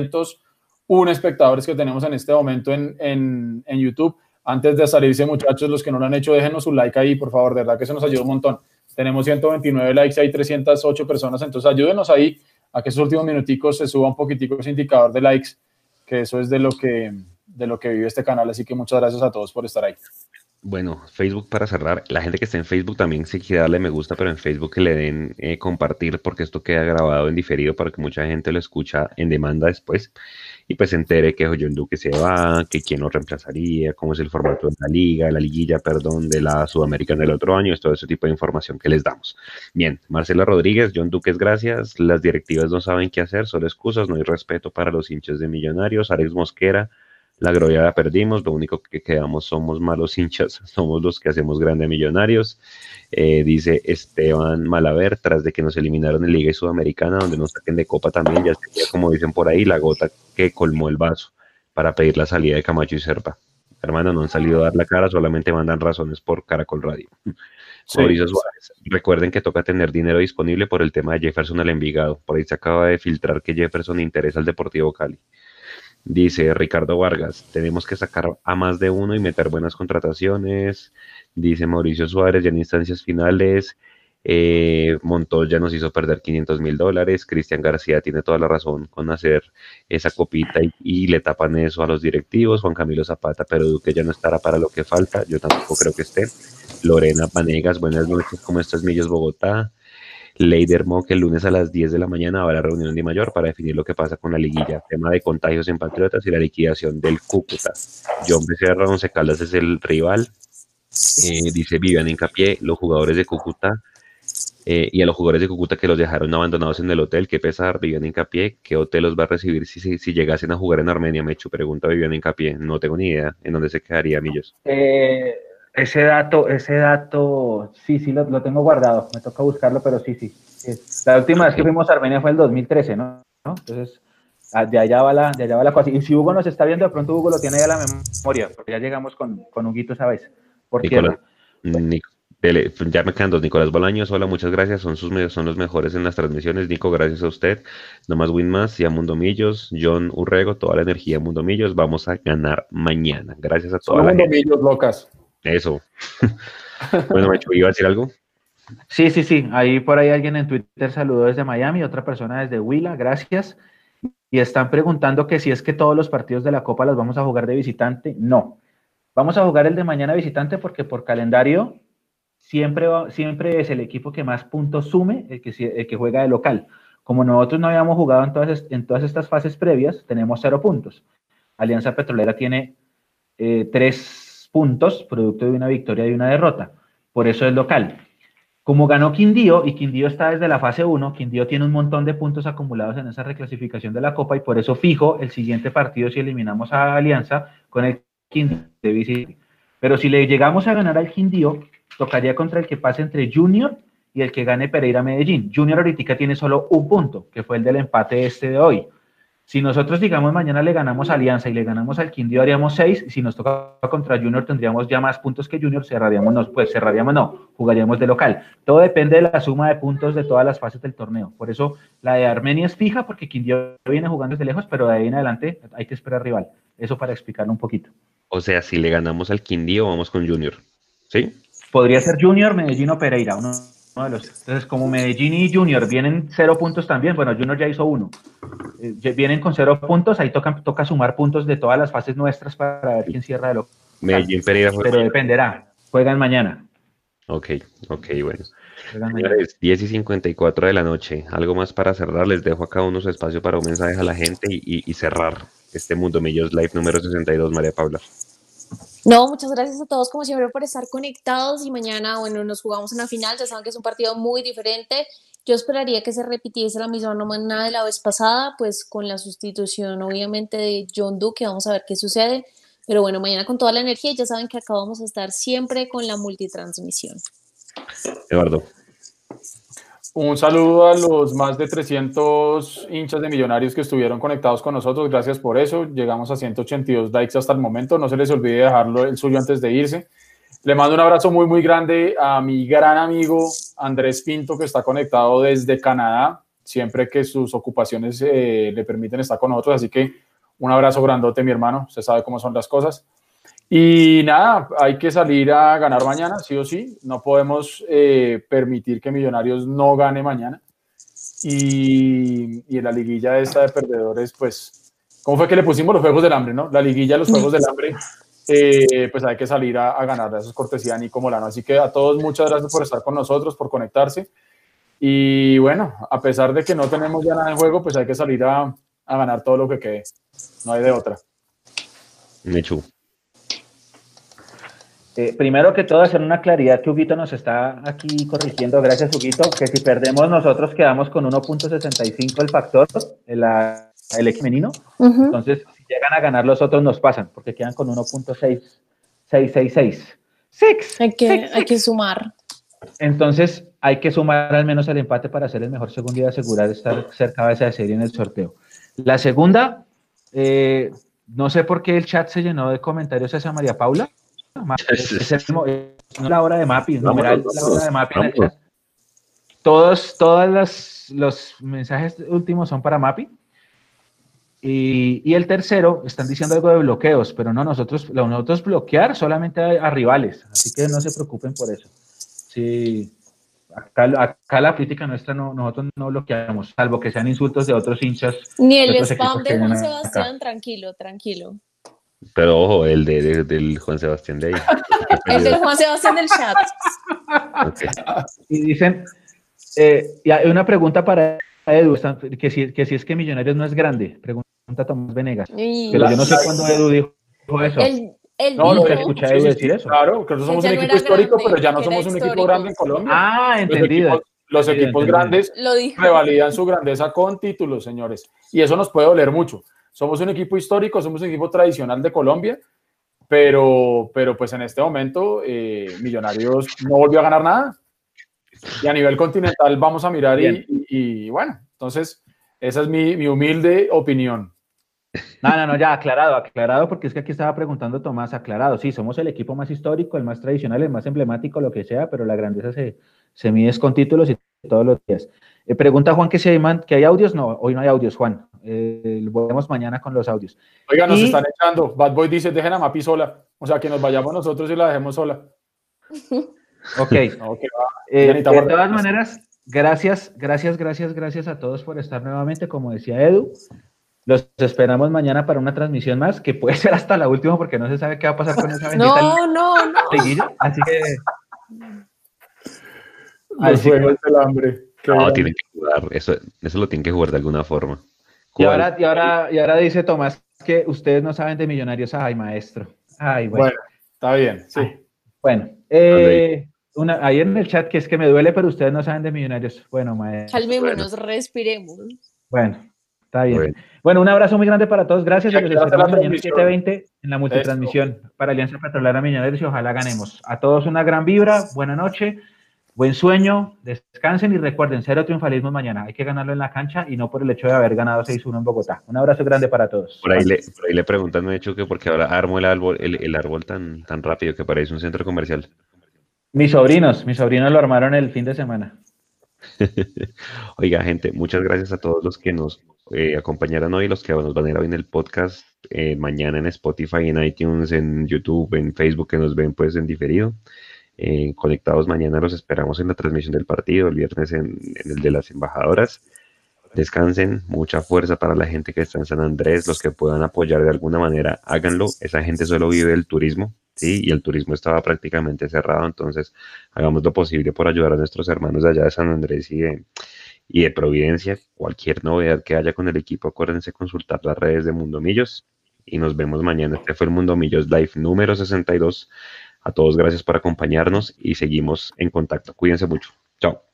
301 espectadores que tenemos en este momento en YouTube. Antes de salirse, muchachos, los que no lo han hecho, déjenos su like ahí, por favor, de verdad que eso nos ayuda un montón. Tenemos 129 likes, hay 308 personas, entonces ayúdenos ahí a que esos últimos minuticos se suba un poquitico ese indicador de likes, que eso es de lo que vive este canal, así que muchas gracias a todos por estar ahí.
Bueno, Facebook para cerrar, la gente que está en Facebook también se quiere darle me gusta, pero en Facebook que le den compartir, porque esto queda grabado en diferido para que mucha gente lo escucha en demanda después y pues se entere que John Duque se va, que quién lo reemplazaría, cómo es el formato de la liguilla, de la Sudamericana del otro año, es todo ese tipo de información que les damos. Bien, Marcela Rodríguez: John Duque, gracias, las directivas no saben qué hacer, solo excusas, no hay respeto para los hinchas de Millonarios. Alex Mosquera: la gloria la perdimos, lo único que quedamos somos malos hinchas, somos los que hacemos grande a Millonarios. Dice Esteban Malaver: tras de que nos eliminaron en Liga y Sudamericana, donde nos saquen de Copa también, ya sería, como dicen por ahí, la gota que colmó el vaso para pedir la salida de Camacho y Serpa. Hermano, no han salido a dar la cara, solamente mandan razones por Caracol Radio. Sí. Mauricio Suárez: recuerden que toca tener dinero disponible por el tema de Jefferson al Envigado, por ahí se acaba de filtrar que Jefferson interesa al Deportivo Cali. Dice Ricardo Vargas: tenemos que sacar a más de uno y meter buenas contrataciones. Dice Mauricio Suárez: ya en instancias finales, Montoya nos hizo perder $500,000. Cristian García tiene toda la razón con hacer esa copita y le tapan eso a los directivos. Juan Camilo Zapata: pero Duque ya no estará para lo que falta. Yo tampoco creo que esté. Lorena Vanegas: buenas noches, ¿cómo estás, Millos Bogotá? Leider Mo: que el lunes a las 10 de la mañana habrá reunión en Di Mayor para definir lo que pasa con la liguilla, tema de contagios en Patriotas y la liquidación del Cúcuta. John Becerra: Once Caldas es el rival. Dice Vivian Hincapié: los jugadores de Cúcuta Y a los jugadores de Cúcuta que los dejaron abandonados en el hotel, qué pesar, Viviana Hincapié, ¿qué hotel los va a recibir si llegasen a jugar en Armenia? Mechu, pregunta Viviana Hincapié, no tengo ni idea en dónde se quedaría Millos.
Ese dato, sí, lo tengo guardado, me toca buscarlo, pero sí. La última vez que fuimos a Armenia fue el 2013, ¿no? Entonces, de allá va la cosa. Y si Hugo nos está viendo, de pronto Hugo lo tiene ahí a la memoria, porque ya llegamos con Huguito esa vez. Por
Nicolás,
tierra.
ya me quedan dos. Nicolás Bolaños, hola, muchas gracias. Son los mejores en las transmisiones. Nico, gracias a usted. Nomás win más y a Mundo Millos. John Urrego, toda la energía Mundo Millos. Vamos a ganar mañana. Gracias a toda
Solo
la
Mundo
gente.
Millos locas.
Eso. Bueno, Mechu, ¿iba a decir algo?
Sí. Ahí por ahí alguien en Twitter saludó desde Miami, otra persona desde Huila, gracias. Y están preguntando que si es que todos los partidos de la Copa los vamos a jugar de visitante. No. Vamos a jugar el de mañana visitante porque por calendario siempre es el equipo que más puntos sume, el que juega de local. Como nosotros no habíamos jugado en todas estas fases previas, tenemos 0 puntos. Alianza Petrolera tiene 3 puntos, producto de una victoria y una derrota. Por eso es local. Como ganó Quindío, y Quindío está desde la fase 1, Quindío tiene un montón de puntos acumulados en esa reclasificación de la Copa, y por eso fijo el siguiente partido si eliminamos a Alianza con el Quindío de visita. Pero si le llegamos a ganar al Quindío, tocaría contra el que pase entre Junior y el que gane Pereira Medellín. Junior ahorita tiene solo un punto, que fue el del empate de hoy. Si nosotros, digamos, mañana le ganamos a Alianza y le ganamos al Quindío, haríamos 6. Si nos toca contra Junior, tendríamos ya más puntos que Junior, jugaríamos de local. Todo depende de la suma de puntos de todas las fases del torneo. Por eso la de Armenia es fija, porque Quindío viene jugando desde lejos, pero de ahí en adelante hay que esperar rival. Eso para explicarlo un poquito.
O sea, si le ganamos al Quindío, vamos con Junior. ¿Sí?
Podría ser Junior, Medellín o Pereira, uno de los. Entonces, como Medellín y Junior vienen 0 puntos también, bueno, Junior ya hizo 1. Vienen con 0 puntos, ahí toca sumar puntos de todas las fases nuestras para ver quién cierra de local.
Medellín, Pereira.
Pero dependerá, juegan mañana.
Ok, bueno. Señores, 10:54 de la noche. Algo más para cerrar. Les dejo acá unos espacios para un mensaje a la gente y cerrar este Mundo Millos Live número 62, María Paula.
No, muchas gracias a todos como siempre por estar conectados y mañana, bueno, nos jugamos una final, ya saben que es un partido muy diferente. Yo esperaría que se repitiese la misma nómina de la vez pasada, pues con la sustitución obviamente de John Duque, vamos a ver qué sucede. Pero bueno, mañana con toda la energía, ya saben que acá vamos a estar siempre con la multitransmisión.
Eduardo.
Un saludo a los más de 300 hinchas de Millonarios que estuvieron conectados con nosotros. Gracias por eso. Llegamos a 182 likes hasta el momento. No se les olvide dejarlo el suyo antes de irse. Le mando un abrazo muy, muy grande a mi gran amigo Andrés Pinto, que está conectado desde Canadá, siempre que sus ocupaciones le permiten estar con nosotros. Así que un abrazo grandote, mi hermano. Usted sabe cómo son las cosas. Y nada, hay que salir a ganar mañana, sí o sí. No podemos permitir que Millonarios no gane mañana. Y en la liguilla esta de perdedores, pues, ¿cómo fue que le pusimos los Juegos del Hambre, no? La liguilla, los Juegos del Hambre, pues hay que salir a ganar. Eso es cortesía de Nico Molano. Así que a todos, muchas gracias por estar con nosotros, por conectarse. Y bueno, a pesar de que no tenemos ya nada en juego, pues hay que salir a ganar todo lo que quede. No hay de otra.
Mechu.
Primero que todo, hacer una claridad que Huguito nos está aquí corrigiendo. Gracias, Huguito, que si perdemos nosotros quedamos con 1.65 el factor, el equipo femenino. Entonces, si llegan a ganar los otros, nos pasan, porque quedan con 1.666.
Hay que sumar.
Entonces, hay que sumar al menos el empate para hacer el mejor segundo y asegurar estar cerca de esa serie en el sorteo. La segunda, no sé por qué el chat se llenó de comentarios hacia María Paula. Es la hora de Mapi, la hora de Mapi en el chat. Todos los mensajes últimos son para Mapi. Y el tercero, están diciendo algo de bloqueos, pero no, nosotros bloquear solamente a rivales, así que no se preocupen por eso. Sí, acá la crítica nuestra, nosotros no bloqueamos, salvo que sean insultos de otros hinchas.
Ni el spam de Juan Sebastián, tranquilo.
Pero ojo, el del Juan Sebastián de ahí.
El del Juan Sebastián del chat.
Okay.
Y dicen, y hay una pregunta para Edu, que si es que Millonarios no es grande, pregunta Tomás Venegas. Pero yo no sé cuándo Edu dijo eso.
No,
escuché a Edu decir eso.
Claro, que nosotros somos un equipo histórico, pero ya no somos un equipo grande en Colombia.
Ah, entendido.
los equipos grandes revalidan su grandeza con títulos, señores. Y eso nos puede doler mucho. Somos un equipo histórico, somos un equipo tradicional de Colombia, pero pues en este momento Millonarios no volvió a ganar nada. Y a nivel continental vamos a mirar y bueno, entonces esa es mi humilde opinión.
No, ya, aclarado, porque es que aquí estaba preguntando Tomás, aclarado, sí, somos el equipo más histórico, el más tradicional, el más emblemático, lo que sea, pero la grandeza se mide con títulos y todos los días. Pregunta Juan que hay audios, no, hoy no hay audios, Juan, volvemos mañana con los audios.
Oiga, nos están echando, Bad Boy dice, dejen a Mapi sola, o sea, que nos vayamos nosotros y la dejemos sola.
Ok, de todas maneras, gracias a todos por estar nuevamente, como decía Edu. Los esperamos mañana para una transmisión más, que puede ser hasta la última, porque no se sabe qué va a pasar con esa bendita liguilla. Así que...
Los juegos del hambre.
No, tienen que jugar. Eso lo tienen que jugar de alguna forma.
Y ahora dice Tomás que ustedes no saben de Millonarios. Ay, maestro. Ay, bueno.
Está bien, sí.
Bueno, ahí en el chat que es que me duele, pero ustedes no saben de Millonarios. Bueno, maestro.
Calmémonos, respiremos.
Bueno. Está bien. Bueno, un abrazo muy grande para todos. Gracias. Y los esperamos mañana 7:20 en la multitransmisión para Alianza Petrolera Millonarios y ojalá ganemos. A todos una gran vibra, buena noche, buen sueño, descansen y recuerden, cero triunfalismo mañana. Hay que ganarlo en la cancha y no por el hecho de haber ganado 6-1 en Bogotá. Un abrazo grande para todos.
Por ahí le preguntan, de hecho, que por qué ahora armo el árbol tan rápido que parece un centro comercial.
Mis sobrinos lo armaron el fin de semana.
Oiga, gente, muchas gracias a todos los que nos acompañaron hoy, los que nos van a ir hoy en el podcast, mañana en Spotify, en iTunes, en YouTube, en Facebook, que nos ven pues en diferido. Conectados mañana, los esperamos en la transmisión del partido, el viernes en el de las embajadoras. Descansen, mucha fuerza para la gente que está en San Andrés, los que puedan apoyar de alguna manera, háganlo. Esa gente solo vive del turismo, ¿sí? Y el turismo estaba prácticamente cerrado, entonces hagamos lo posible por ayudar a nuestros hermanos de allá de San Andrés y de Providencia. Cualquier novedad que haya con el equipo, acuérdense consultar las redes de Mundo Millos y nos vemos mañana. Este fue el Mundo Millos Live número 62. A todos gracias por acompañarnos y seguimos en contacto. Cuídense mucho. Chao.